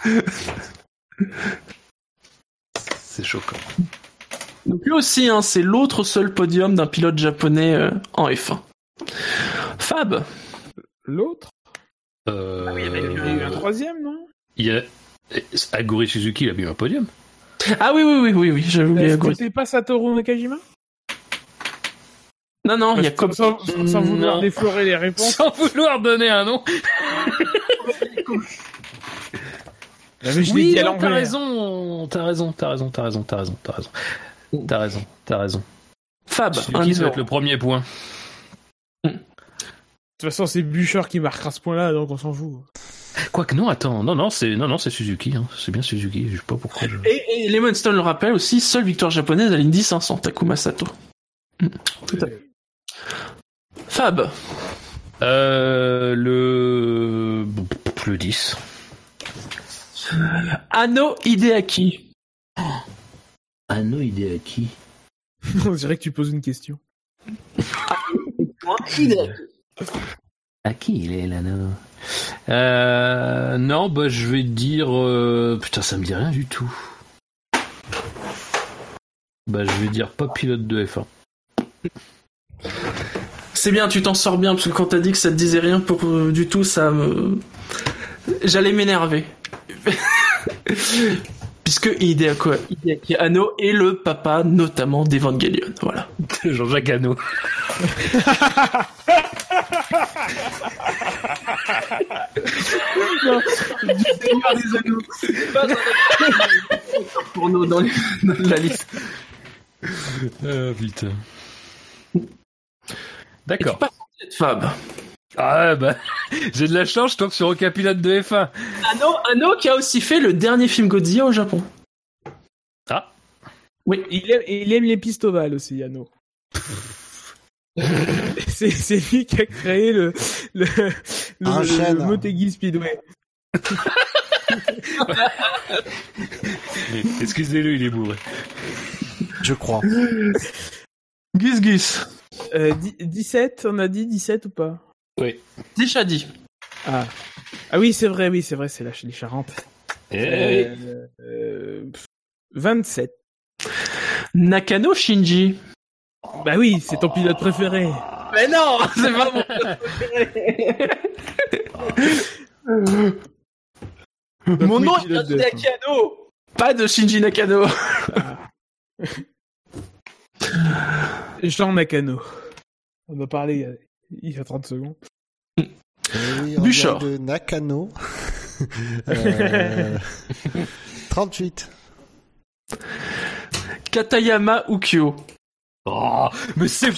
C'est choquant. Donc lui aussi, hein, c'est l'autre seul podium d'un pilote japonais euh, en F un. Fab. L'autre? Euh... Ah oui, il y avait eu un troisième, non? Il y a... Aguri Suzuki, il a mis un podium. Ah oui, oui, oui, oui, oui, j'avais oublié Aguri. C'était pas Satoru Nakajima? Non, non, il y a comme... Sans, sans, sans vouloir non. déflorer les réponses. Sans vouloir donner un nom. Ah, mais je oui, l'ai dit à non, t'as l'envers. raison, t'as raison, t'as raison, t'as raison, t'as raison, t'as raison. T'as raison, t'as raison. Fab, Suzuki, ça va être le premier point. toute façon, c'est Buescher qui marquera ce point-là, donc on s'en fout. Quoique non, attends, non, non, c'est, non, non, c'est Suzuki, hein. C'est bien Suzuki, je sais pas pourquoi. Je... Et, et Lemon Stone le rappelle aussi, seule victoire japonaise à l'Indy cinq cents, Takuma Sato. Mmh, tout à fait. Fab. Euh, le, le dix. Anno Hideaki. Anno Hideaki. On dirait que tu poses une question. À qui il est l'anneau? Euh, non, bah je vais dire. Euh... Putain, ça me dit rien du tout. Bah je vais dire pas pilote de F un. C'est bien, tu t'en sors bien, parce que quand t'as dit que ça te disait rien pour euh, du tout, ça me. J'allais m'énerver. Puisque Hideaki, Hideaki Anno est le papa, notamment d'Evangelion. Voilà. Jean-Jacques Anno. Non, du Seigneur des Anneaux. C'est pas dans la... pour nous, dans, les... dans la liste. Ah putain. D'accord. Et tu passes en tête, Fab. Ah bah, j'ai de la chance, je tombe sur aucun pilote de F un. Anno, Anno qui a aussi fait le dernier film Godzilla au Japon. Ah. Oui, il aime, il aime les pistes ovales aussi, Anno. c'est, c'est lui qui a créé le, le, le, le Motegi Speedway. Excusez-le, il est bourré. Je crois. Gus Gus. Euh, dix-sept, on a dit dix-sept ou pas? Oui. Déjà dit. Ah. Ah oui, c'est vrai, oui, c'est vrai, c'est la, les Charentes. Et... Euh, euh, vingt-sept. Nakano Shinji. Bah oui, c'est ton pilote préféré. Mais non, c'est pas mon pilote préféré. Mon nom est Nakano. Pas de Shinji Nakano. Jean Nakano. On a parlé il y a trente secondes. Oui, Buescher. De Nakano. euh... trente-huit. Katayama Ukyo. Oh, mais c'est...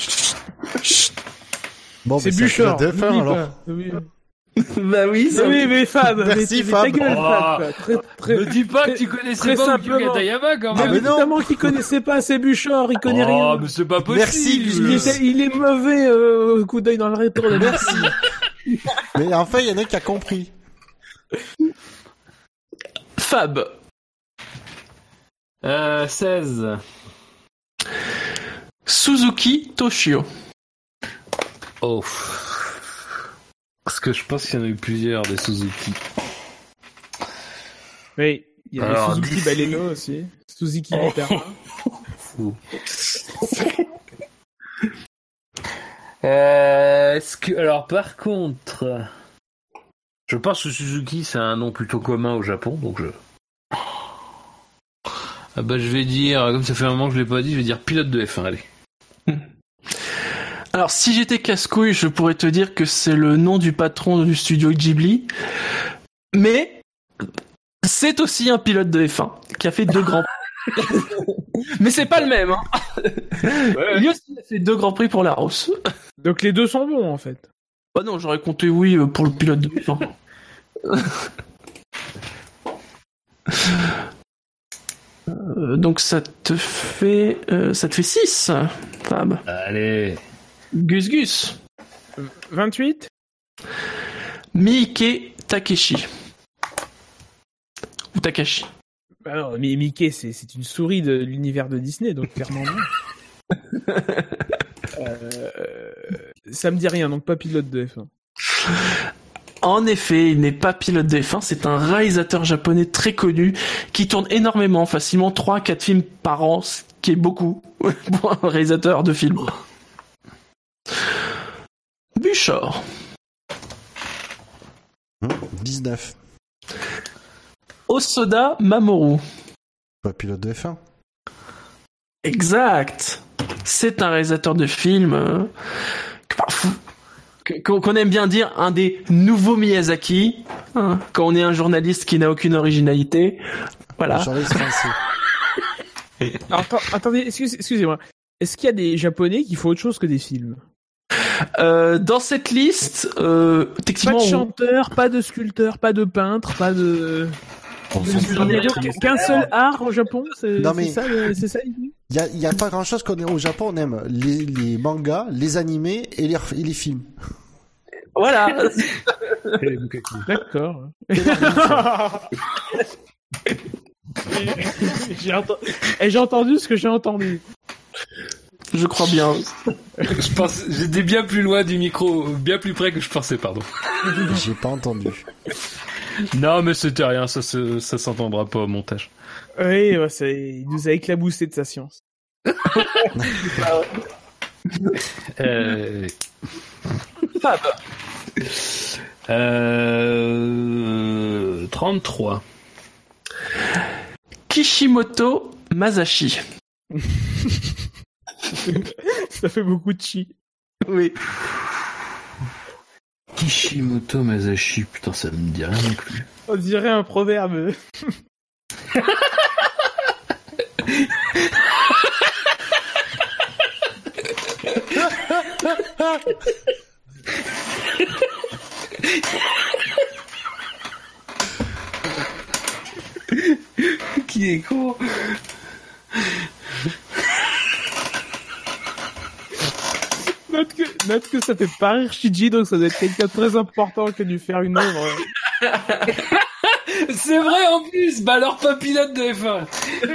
Bon, c'est Buescher. C'est Buescher, alors. Oui. Bah oui, ça... oui, mais Fab, merci mais, Fab. Mais ta gueule, oh, Fab. Très, très, ne dis pas très, que tu connaissais pas Ukyo Katayama quand mais même. Mais évidemment qu'il connaissait pas, c'est Buescher, il connaît oh, rien. Oh, mais c'est pas possible. Merci, il, était, il est mauvais, euh, coup d'œil dans le rétro. Merci. Mais enfin, il y en a qui a compris. Fab. Euh, seize. Suzuki Toshio. Oh. Parce que je pense qu'il y en a eu plusieurs des Suzuki. Oui, il y a alors, les Suzuki d'ici... Baleno aussi. Suzuki Vitara. Fou. euh, est-ce que... Alors par contre... Je pense que Suzuki c'est un nom plutôt commun au Japon, donc je... Ah bah je vais dire, comme ça fait un moment que je l'ai pas dit, je vais dire pilote de F un, allez. Alors si j'étais casse-couille, je pourrais te dire que c'est le nom du patron du studio Ghibli, mais c'est aussi un pilote de F un qui a fait deux grands prix. Mais c'est pas le même, hein. Ouais. Lui aussi a fait deux grands prix pour la Rousse. Donc les deux sont bons en fait. Bah non, j'aurais compté oui pour le pilote de F un. euh, donc ça te fait euh, ça te fait six, Fab. Allez. Gus Gus. vingt-huit. Miike Takeshi. Ou Takashi. Bah non, mais Mickey, c'est, c'est une souris de l'univers de Disney, donc clairement non. euh, ça me dit rien, donc pas pilote de F un. En effet, il n'est pas pilote de F un, c'est un réalisateur japonais très connu qui tourne énormément, facilement trois à quatre films par an, ce qui est beaucoup pour un réalisateur de films. Buescher. dix-neuf. Osoda Mamoru. Pas pilote de F un. Exact. C'est un réalisateur de films euh, que, qu'on aime bien dire un des nouveaux Miyazaki, hein, quand on est un journaliste qui n'a aucune originalité. Voilà. Journaliste français. Alors, attends, attendez, excuse, excusez-moi. Est-ce qu'il y a des Japonais qui font autre chose que des films? Euh, dans cette liste, euh, Pas techniquement, de on- chanteur, pas de sculpteur, pas de peintre, pas de. On s'en fout. Il y a donc qu'un seul art au Japon, c'est Non, c'est mais- ça, le- c'est ça l'idée. Il y a, il y a pas grand chose qu'on est au Japon. On aime les, les mangas, les animés et les, et les films. voilà. D'accord. j'ai, enten- Et j'ai entendu ce que j'ai entendu. Je crois bien. Je pense, j'étais bien plus loin du micro, bien plus près que je pensais, pardon. J'ai pas entendu. Non, mais c'était rien, ça, se- ça s'entendra pas au montage. Oui, ouais, c'est... il nous a éclaboussé de sa science. Euh... Fab. Euh... trente-trois. Kishimoto Masashi. Ça fait beaucoup de chi. Oui. Kishimoto Masashi, putain, ça me dit rien non plus. On dirait un proverbe. Qui est con. Note que, note que ça fait pas rire Shiji, donc ça doit être quelqu'un de très important qui a dû faire une œuvre. C'est vrai en plus. Bah alors pas pilote de F un.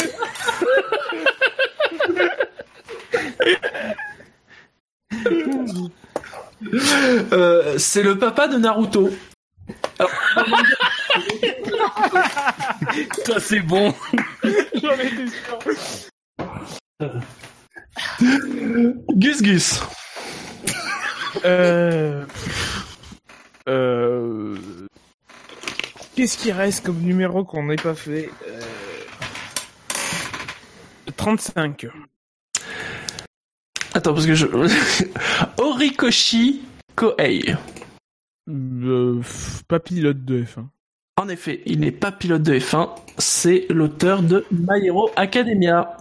Euh, c'est le papa de Naruto. Alors, Ça c'est bon. J'en étais sûr. Gus Gus. Euh... Euh... Qu'est-ce qui reste comme numéro qu'on n'ait pas fait euh... trente-cinq. Attends, parce que je... Horikoshi Kohei. Euh, pff, pas pilote de F un. En effet, il n'est pas pilote de F un, c'est l'auteur de My Hero Academia.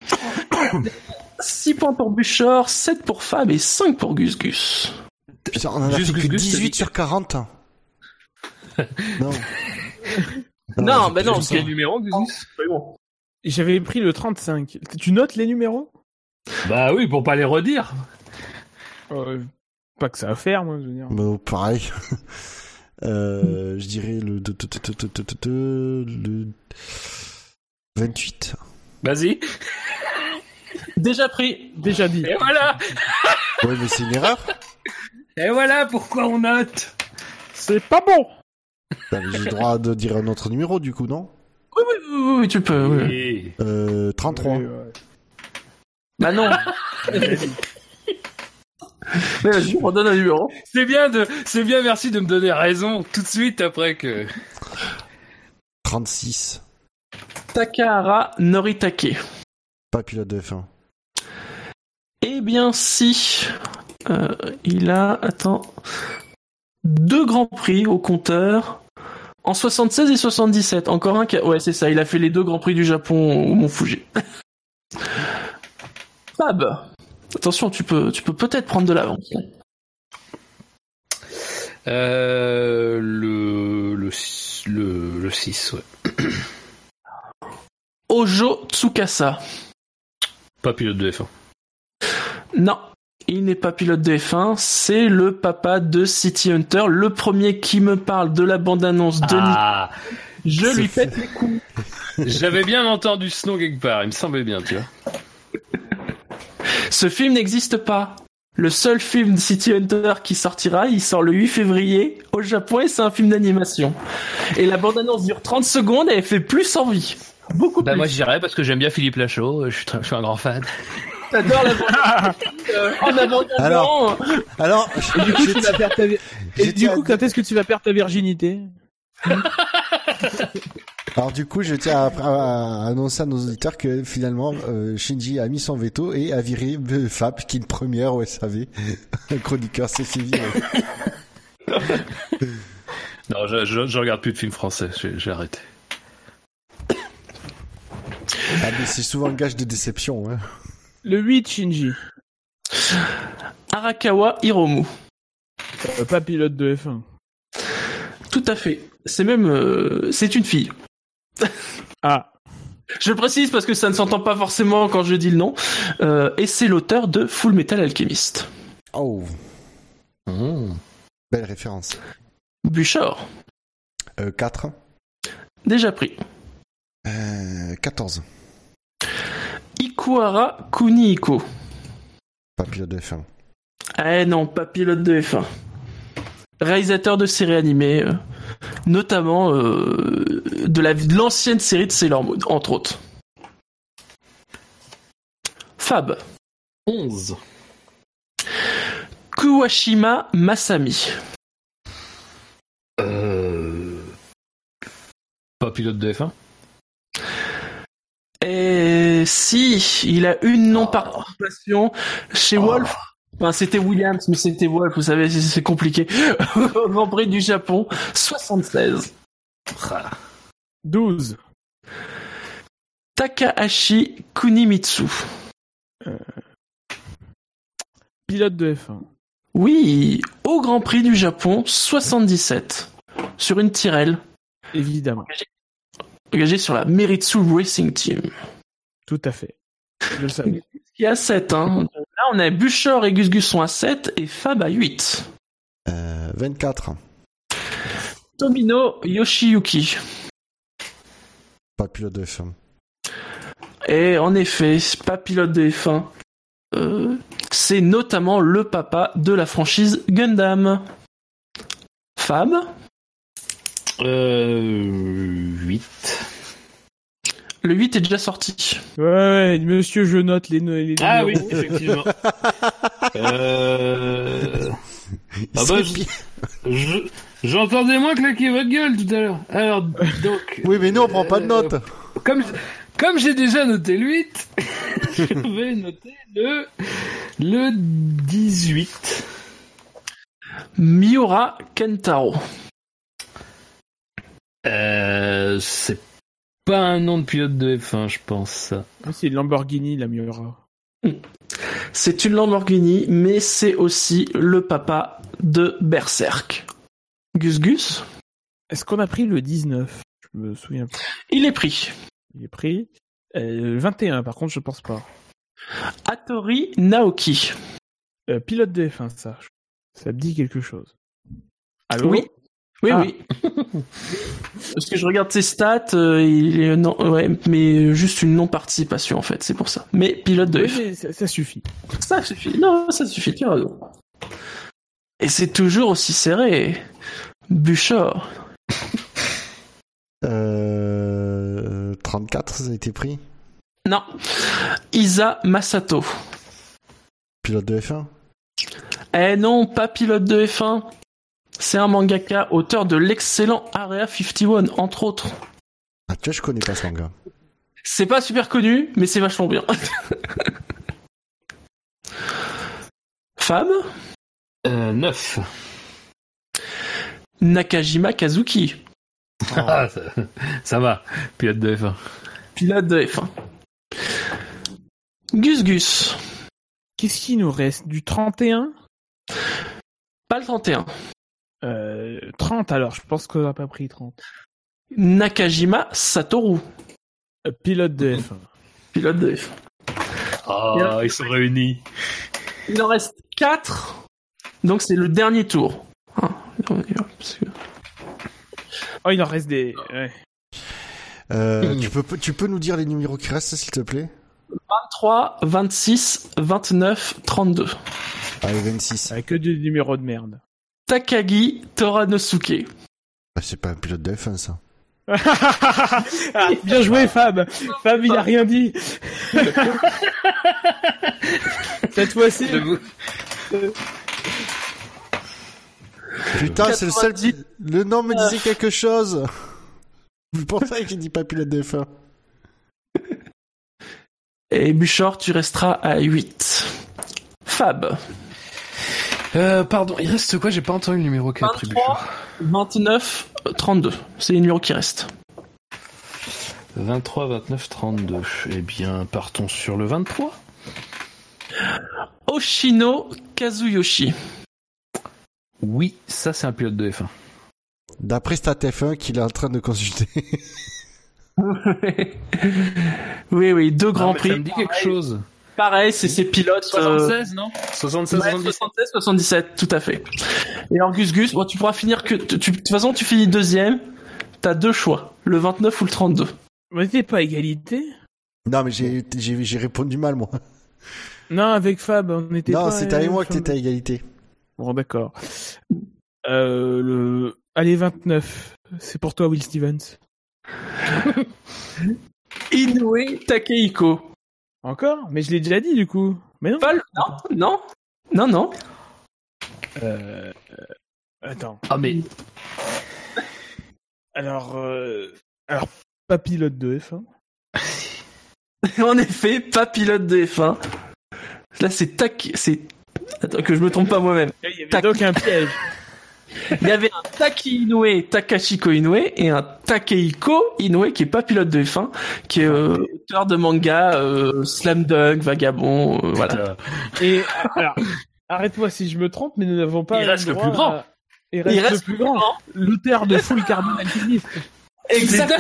six points pour Buchor, sept pour Fab et cinq pour Gus Gus. Putain, on en a Juste fait que Gus Gus, dix-huit c'est sur quarante. Non. Non, mais non, Parce qu'il y a le numéro, Gus Gus. J'avais pris le trente-cinq. Tu notes les numéros? Bah oui, pour pas les redire. euh, Pas que ça à faire, moi, je veux dire. Bah, pareil. euh, je dirais le, le vingt-huit. Vas-y. Déjà pris. Déjà dit. Et voilà. Ouais, mais c'est une erreur. Et voilà pourquoi on note. C'est pas bon. Bah, j'ai le droit de dire un autre numéro, du coup, non? Oui, oui, oui, oui, tu peux. Oui. Et... Euh, trente-trois. Oui, ouais. Bah non. Mais vas-y, on donne un numéro. C'est bien de, c'est bien, merci de me donner raison tout de suite après que. trente-six. Takahara Noritake. Pas pilote de F un. Eh bien, si. Euh, il a, attends, deux grands prix au compteur. En soixante-seize et soixante-dix-sept. Encore un qui a... Ouais, c'est ça, il a fait les deux grands prix du Japon au Mont Fuji. Fab. Attention, tu peux, tu peux peut-être prendre de l'avance. Euh, le, le, le, le six, ouais. Ojo Tsukasa. Pas pilote de F un. Non, il n'est pas pilote de F un, c'est le papa de City Hunter, le premier qui me parle de la bande-annonce de Ah, Nick. Je c'est lui fait. pète les couilles. J'avais bien entendu ce nom quelque part, il me semblait bien, tu vois. Ce film n'existe pas. Le seul film de City Hunter qui sortira, il sort le huit février au Japon et c'est un film d'animation. Et la bande-annonce dure trente secondes et elle fait plus envie. Beaucoup Bah plus. moi j'irais parce que j'aime bien Philippe Lachaud, je suis, très, je suis un grand fan. T'adores la bande-annonce. euh, en avant Alors, alors, Et du coup, tu vas perdre ta vi- Et je du tiens coup, à- quand est-ce que tu vas perdre ta virginité? Alors du coup, je tiens à, à- à annoncer à nos auditeurs que finalement, euh, Shinji a mis son veto et a viré euh, Fab, qui est une première au S A V. Un chroniqueur s'est fait virer. Non, je, je, je regarde plus de films français, j'ai, j'ai arrêté. Ah mais c'est souvent un gage de déception. Hein. Le huit, Shinji. Arakawa Hiromu. Euh, pas pilote de F un. Tout à fait. C'est même... Euh, c'est une fille. Ah. Je le précise parce que ça ne s'entend pas forcément quand je dis le nom. Euh, et c'est l'auteur de Full Metal Alchemist. Oh. Mmh. Belle référence. Buchor. Euh, quatre. Déjà pris. Euh, quatorze. Ikuhara Kunihiko. Pas pilote de F un. Eh non, pas pilote de F un. Réalisateur de séries animées, euh, notamment euh, de, la, de l'ancienne série de Sailor Moon, entre autres. Fab. onze. Kuwashima Masami. Euh... Pas pilote de F un. Et si, il a une non-participation chez Oh. Wolf. Enfin, c'était Williams, mais c'était Wolf, vous savez, c'est, c'est compliqué. Au Grand Prix du Japon, soixante-seize. douze. Takahashi Kunimitsu. Euh... Pilote de F un. Oui, au Grand Prix du Japon, soixante-dix-sept. Sur une Tyrrell. Évidemment. Engagé, engagé sur la Meritsu Racing Team. Tout à fait. Je le savais. Qui est à sept, hein. Là, on a Buchor et Gus Gus sont à sept et Fab à huit. Euh, vingt-quatre. Tomino Yoshiyuki. Pas pilote de F un. Et en effet, c'est pas pilote de F un. Euh, c'est notamment le papa de la franchise Gundam. Fab. Euh... huit. Le huit est déjà sorti. Ouais, ouais, monsieur, je note les, les Ah numéros. oui, effectivement. euh... Ah bah, je... je... J'entendais moins claquer votre gueule tout à l'heure. Alors, donc... Oui, mais nous, on prend pas de notes. Euh, comme, comme j'ai déjà noté le huit, je vais noter le... le dix-huit. Miura Kentaro. Euh... C'est pas un nom de pilote de F un, je pense. Ah, c'est une Lamborghini, la Miura. C'est une Lamborghini, mais c'est aussi le papa de Berserk. Gus Gus. Est-ce qu'on a pris le dix-neuf? Je me souviens pas. Il est pris. Il est pris. Euh, vingt et un, par contre, je pense pas. Hattori Naoki. Euh, pilote de F un, ça. Ça me dit quelque chose. Allô? Oui. Oui, Ah. oui. Parce que je regarde ses stats, euh, il est non, ouais, mais juste une non-participation en fait, c'est pour ça. Mais pilote de Oui, F un. mais ça, ça suffit. Ça suffit. Non, ça suffit, tu as raison. Et c'est toujours aussi serré. Buchor. Euh... trente-quatre, ça a été pris. Non. Isa Masato. Pilote de F un. Eh non, pas pilote de F un. C'est un mangaka, auteur de l'excellent Area cinquante et un, entre autres. Ah, tu vois, je connais pas ce manga. C'est pas super connu, mais c'est vachement bien. Femme. Euh, neuf. Nakajima Kazuki. Ah, ça, ça va, pilote de F un. Pilote de F un. Gus Gus. Qu'est-ce qui nous reste? Du trente et un? Pas le trente et un. Euh, trente alors, je pense qu'on n'a pas pris trente. Nakajima Satoru. Euh, pilote de F un. Pilote de F un. Ah, ils sont réunis. Il en reste quatre. Donc c'est le dernier tour. Hein, parce que... Oh, il en reste des... Ouais. Euh, Mmh. tu, peux, tu peux nous dire les numéros qui restent, s'il te plaît? vingt-trois, vingt-six, vingt-neuf, trente-deux. Allez, vingt-six. Avec que des numéros de merde. Takagi Toranosuke. Bah, c'est pas un pilote de F un, ça. Ah, bien joué, Fab. Fab, il a rien dit. Cette fois-ci. Putain, c'est le seul... Le nom me disait quelque chose. C'est pour ça que j'ai dit pas pilote de F un. Et Buchor, tu resteras à huit. Fab. Euh, pardon, il reste quoi? J'ai pas entendu le numéro qui a pris vingt-trois, vingt-neuf, trente-deux. C'est les numéros qui restent. vingt-trois, vingt-neuf, trente-deux. Eh bien, partons sur le vingt-trois. Oshino Kazuyoshi. Oui, ça c'est un pilote de F un. D'après Stat F un qu'il est en train de consulter. Oui, oui, deux grands prix. Ça me dit quelque chose. Pareil, c'est ces pilotes. soixante-seize, euh... non soixante-seize, ouais, soixante-seize, soixante-dix-sept, tout à fait. Et alors Gus Gus, bon, tu pourras finir que. Tu, tu, de toute façon, tu finis deuxième. T'as deux choix, le vingt-neuf ou le trente-deux. Mais t'es pas à égalité? Non, mais j'ai, j'ai, j'ai répondu mal, moi. Non, avec Fab, on était non, pas... Non, c'était avec moi que t'étais à égalité. Bon, d'accord. Euh, le... Allez, vingt-neuf. C'est pour toi, Will Stevens. Inoue Takehiko. Encore? Mais je l'ai déjà dit, du coup. Mais non. Pas le... Non, non, non, non. Euh... Attends. Ah, mais... Alors, euh... Alors, pas pilote de F un. En effet, pas pilote de F un. Là, c'est tac, c'est. Attends, que je me trompe pas moi-même. Il y avait tac... donc un piège. Il y avait un Taki Inoue, Takashiko Inoue, et un Takehiko Inoue qui est pas pilote de F un, qui est euh, auteur de manga, euh, Slam Dunk, Vagabond, euh, voilà. Et alors, arrête-moi si je me trompe, mais nous n'avons pas. Il reste le plus grand. À... Il, reste Il reste le plus grand. grand. L'auteur de Full Carbon Alchemist. Exact.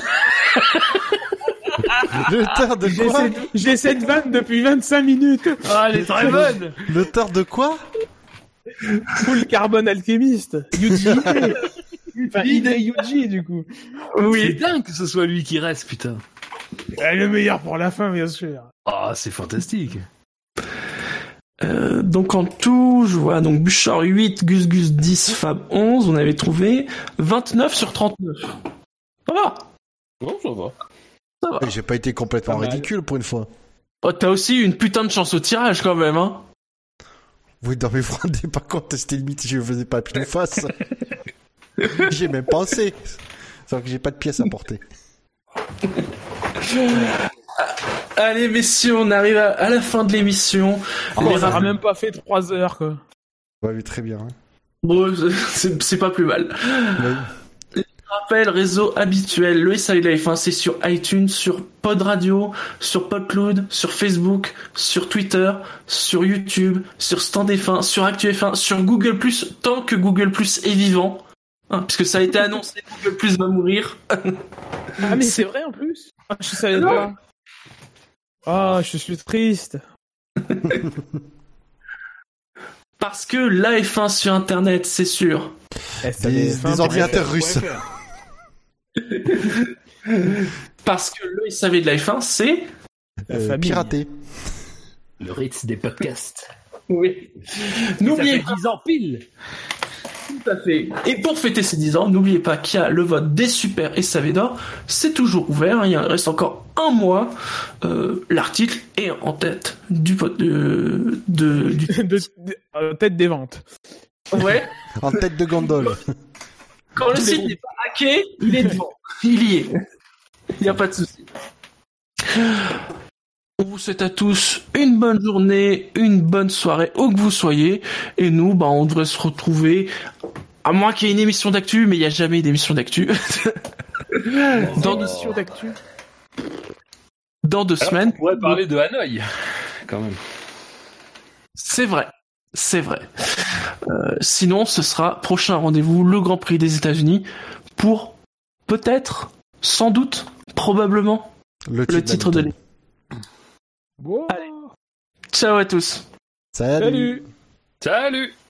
L'auteur de quoi? J'ai, j'ai cette vanne depuis vingt-cinq minutes. Ah, elle est très bonne. L'auteur de quoi? Full Carbon Alchemist. Yuji. Enfin, Hide Yuji, du coup. Oui. C'est dingue que ce soit lui qui reste, putain. Ah, le meilleur pour la fin, bien sûr. Ah, c'est fantastique. Euh, donc en tout, je vois donc Bouchard huit, Gus Gus dix, Fab onze, on avait trouvé vingt-neuf sur trente-neuf. Ça va. Bon, ça va. Ça va. Et j'ai pas été complètement ridicule pour une fois. Oh, t'as aussi eu une putain de chance au tirage quand même, hein. Oui, non mais vous vous rendez pas compte, c'était limite, je faisais pas pile ou face. J'ai même pensé. Sauf que j'ai pas de pièces à porter. Allez messieurs, on arrive à, à la fin de l'émission. Oh, on n'aura même pas fait trois heures, quoi. Ouais, mais très bien. Hein. Bon, c'est, c'est pas plus mal. Oui. Je rappelle, réseau habituel, le S A V de la F un, c'est sur iTunes, sur Pod Radio, sur PodCloud, sur Facebook, sur Twitter, sur YouTube, sur Stand F un, sur Actu F un, sur Google plus, tant que Google plus est vivant. Hein, puisque ça a été annoncé, Google plus va mourir. Ah, mais c'est vrai en plus? Ah, je savais pas. Ah, oh, je suis triste. Parce que la F un sur Internet, c'est sûr. Des, des ordinateurs russes. Parce que le S A V de la F un, c'est... Euh, piraté. Le Ritz des podcasts. Oui. N'oubliez pas... dix ans pile. Tout à fait. Et pour fêter ces dix ans, n'oubliez pas qu'il y a le vote des super S A V d'or. C'est toujours ouvert. Il reste encore un mois. Euh, l'article est en tête du vote de, de, du... de, de, de tête des ventes. Ouais. En tête de gondole. Quand le site n'est pas hacké, il est devant. Il y est. Il n'y a pas de souci. On vous souhaite à tous une bonne journée, une bonne soirée, où que vous soyez. Et nous, bah, on devrait se retrouver, à moins qu'il y ait une émission d'actu, mais il n'y a jamais d'émission d'actu. Dans une émission d'actu. Dans deux Alors, semaines. On pourrait parler de Hanoï, quand même. C'est vrai. C'est vrai. Euh, sinon, ce sera prochain rendez-vous, le Grand Prix des États-Unis, pour peut-être, sans doute, probablement, le titre, le titre de l'émission. Wow. Allez. Ciao à tous. Salut. Salut. Salut.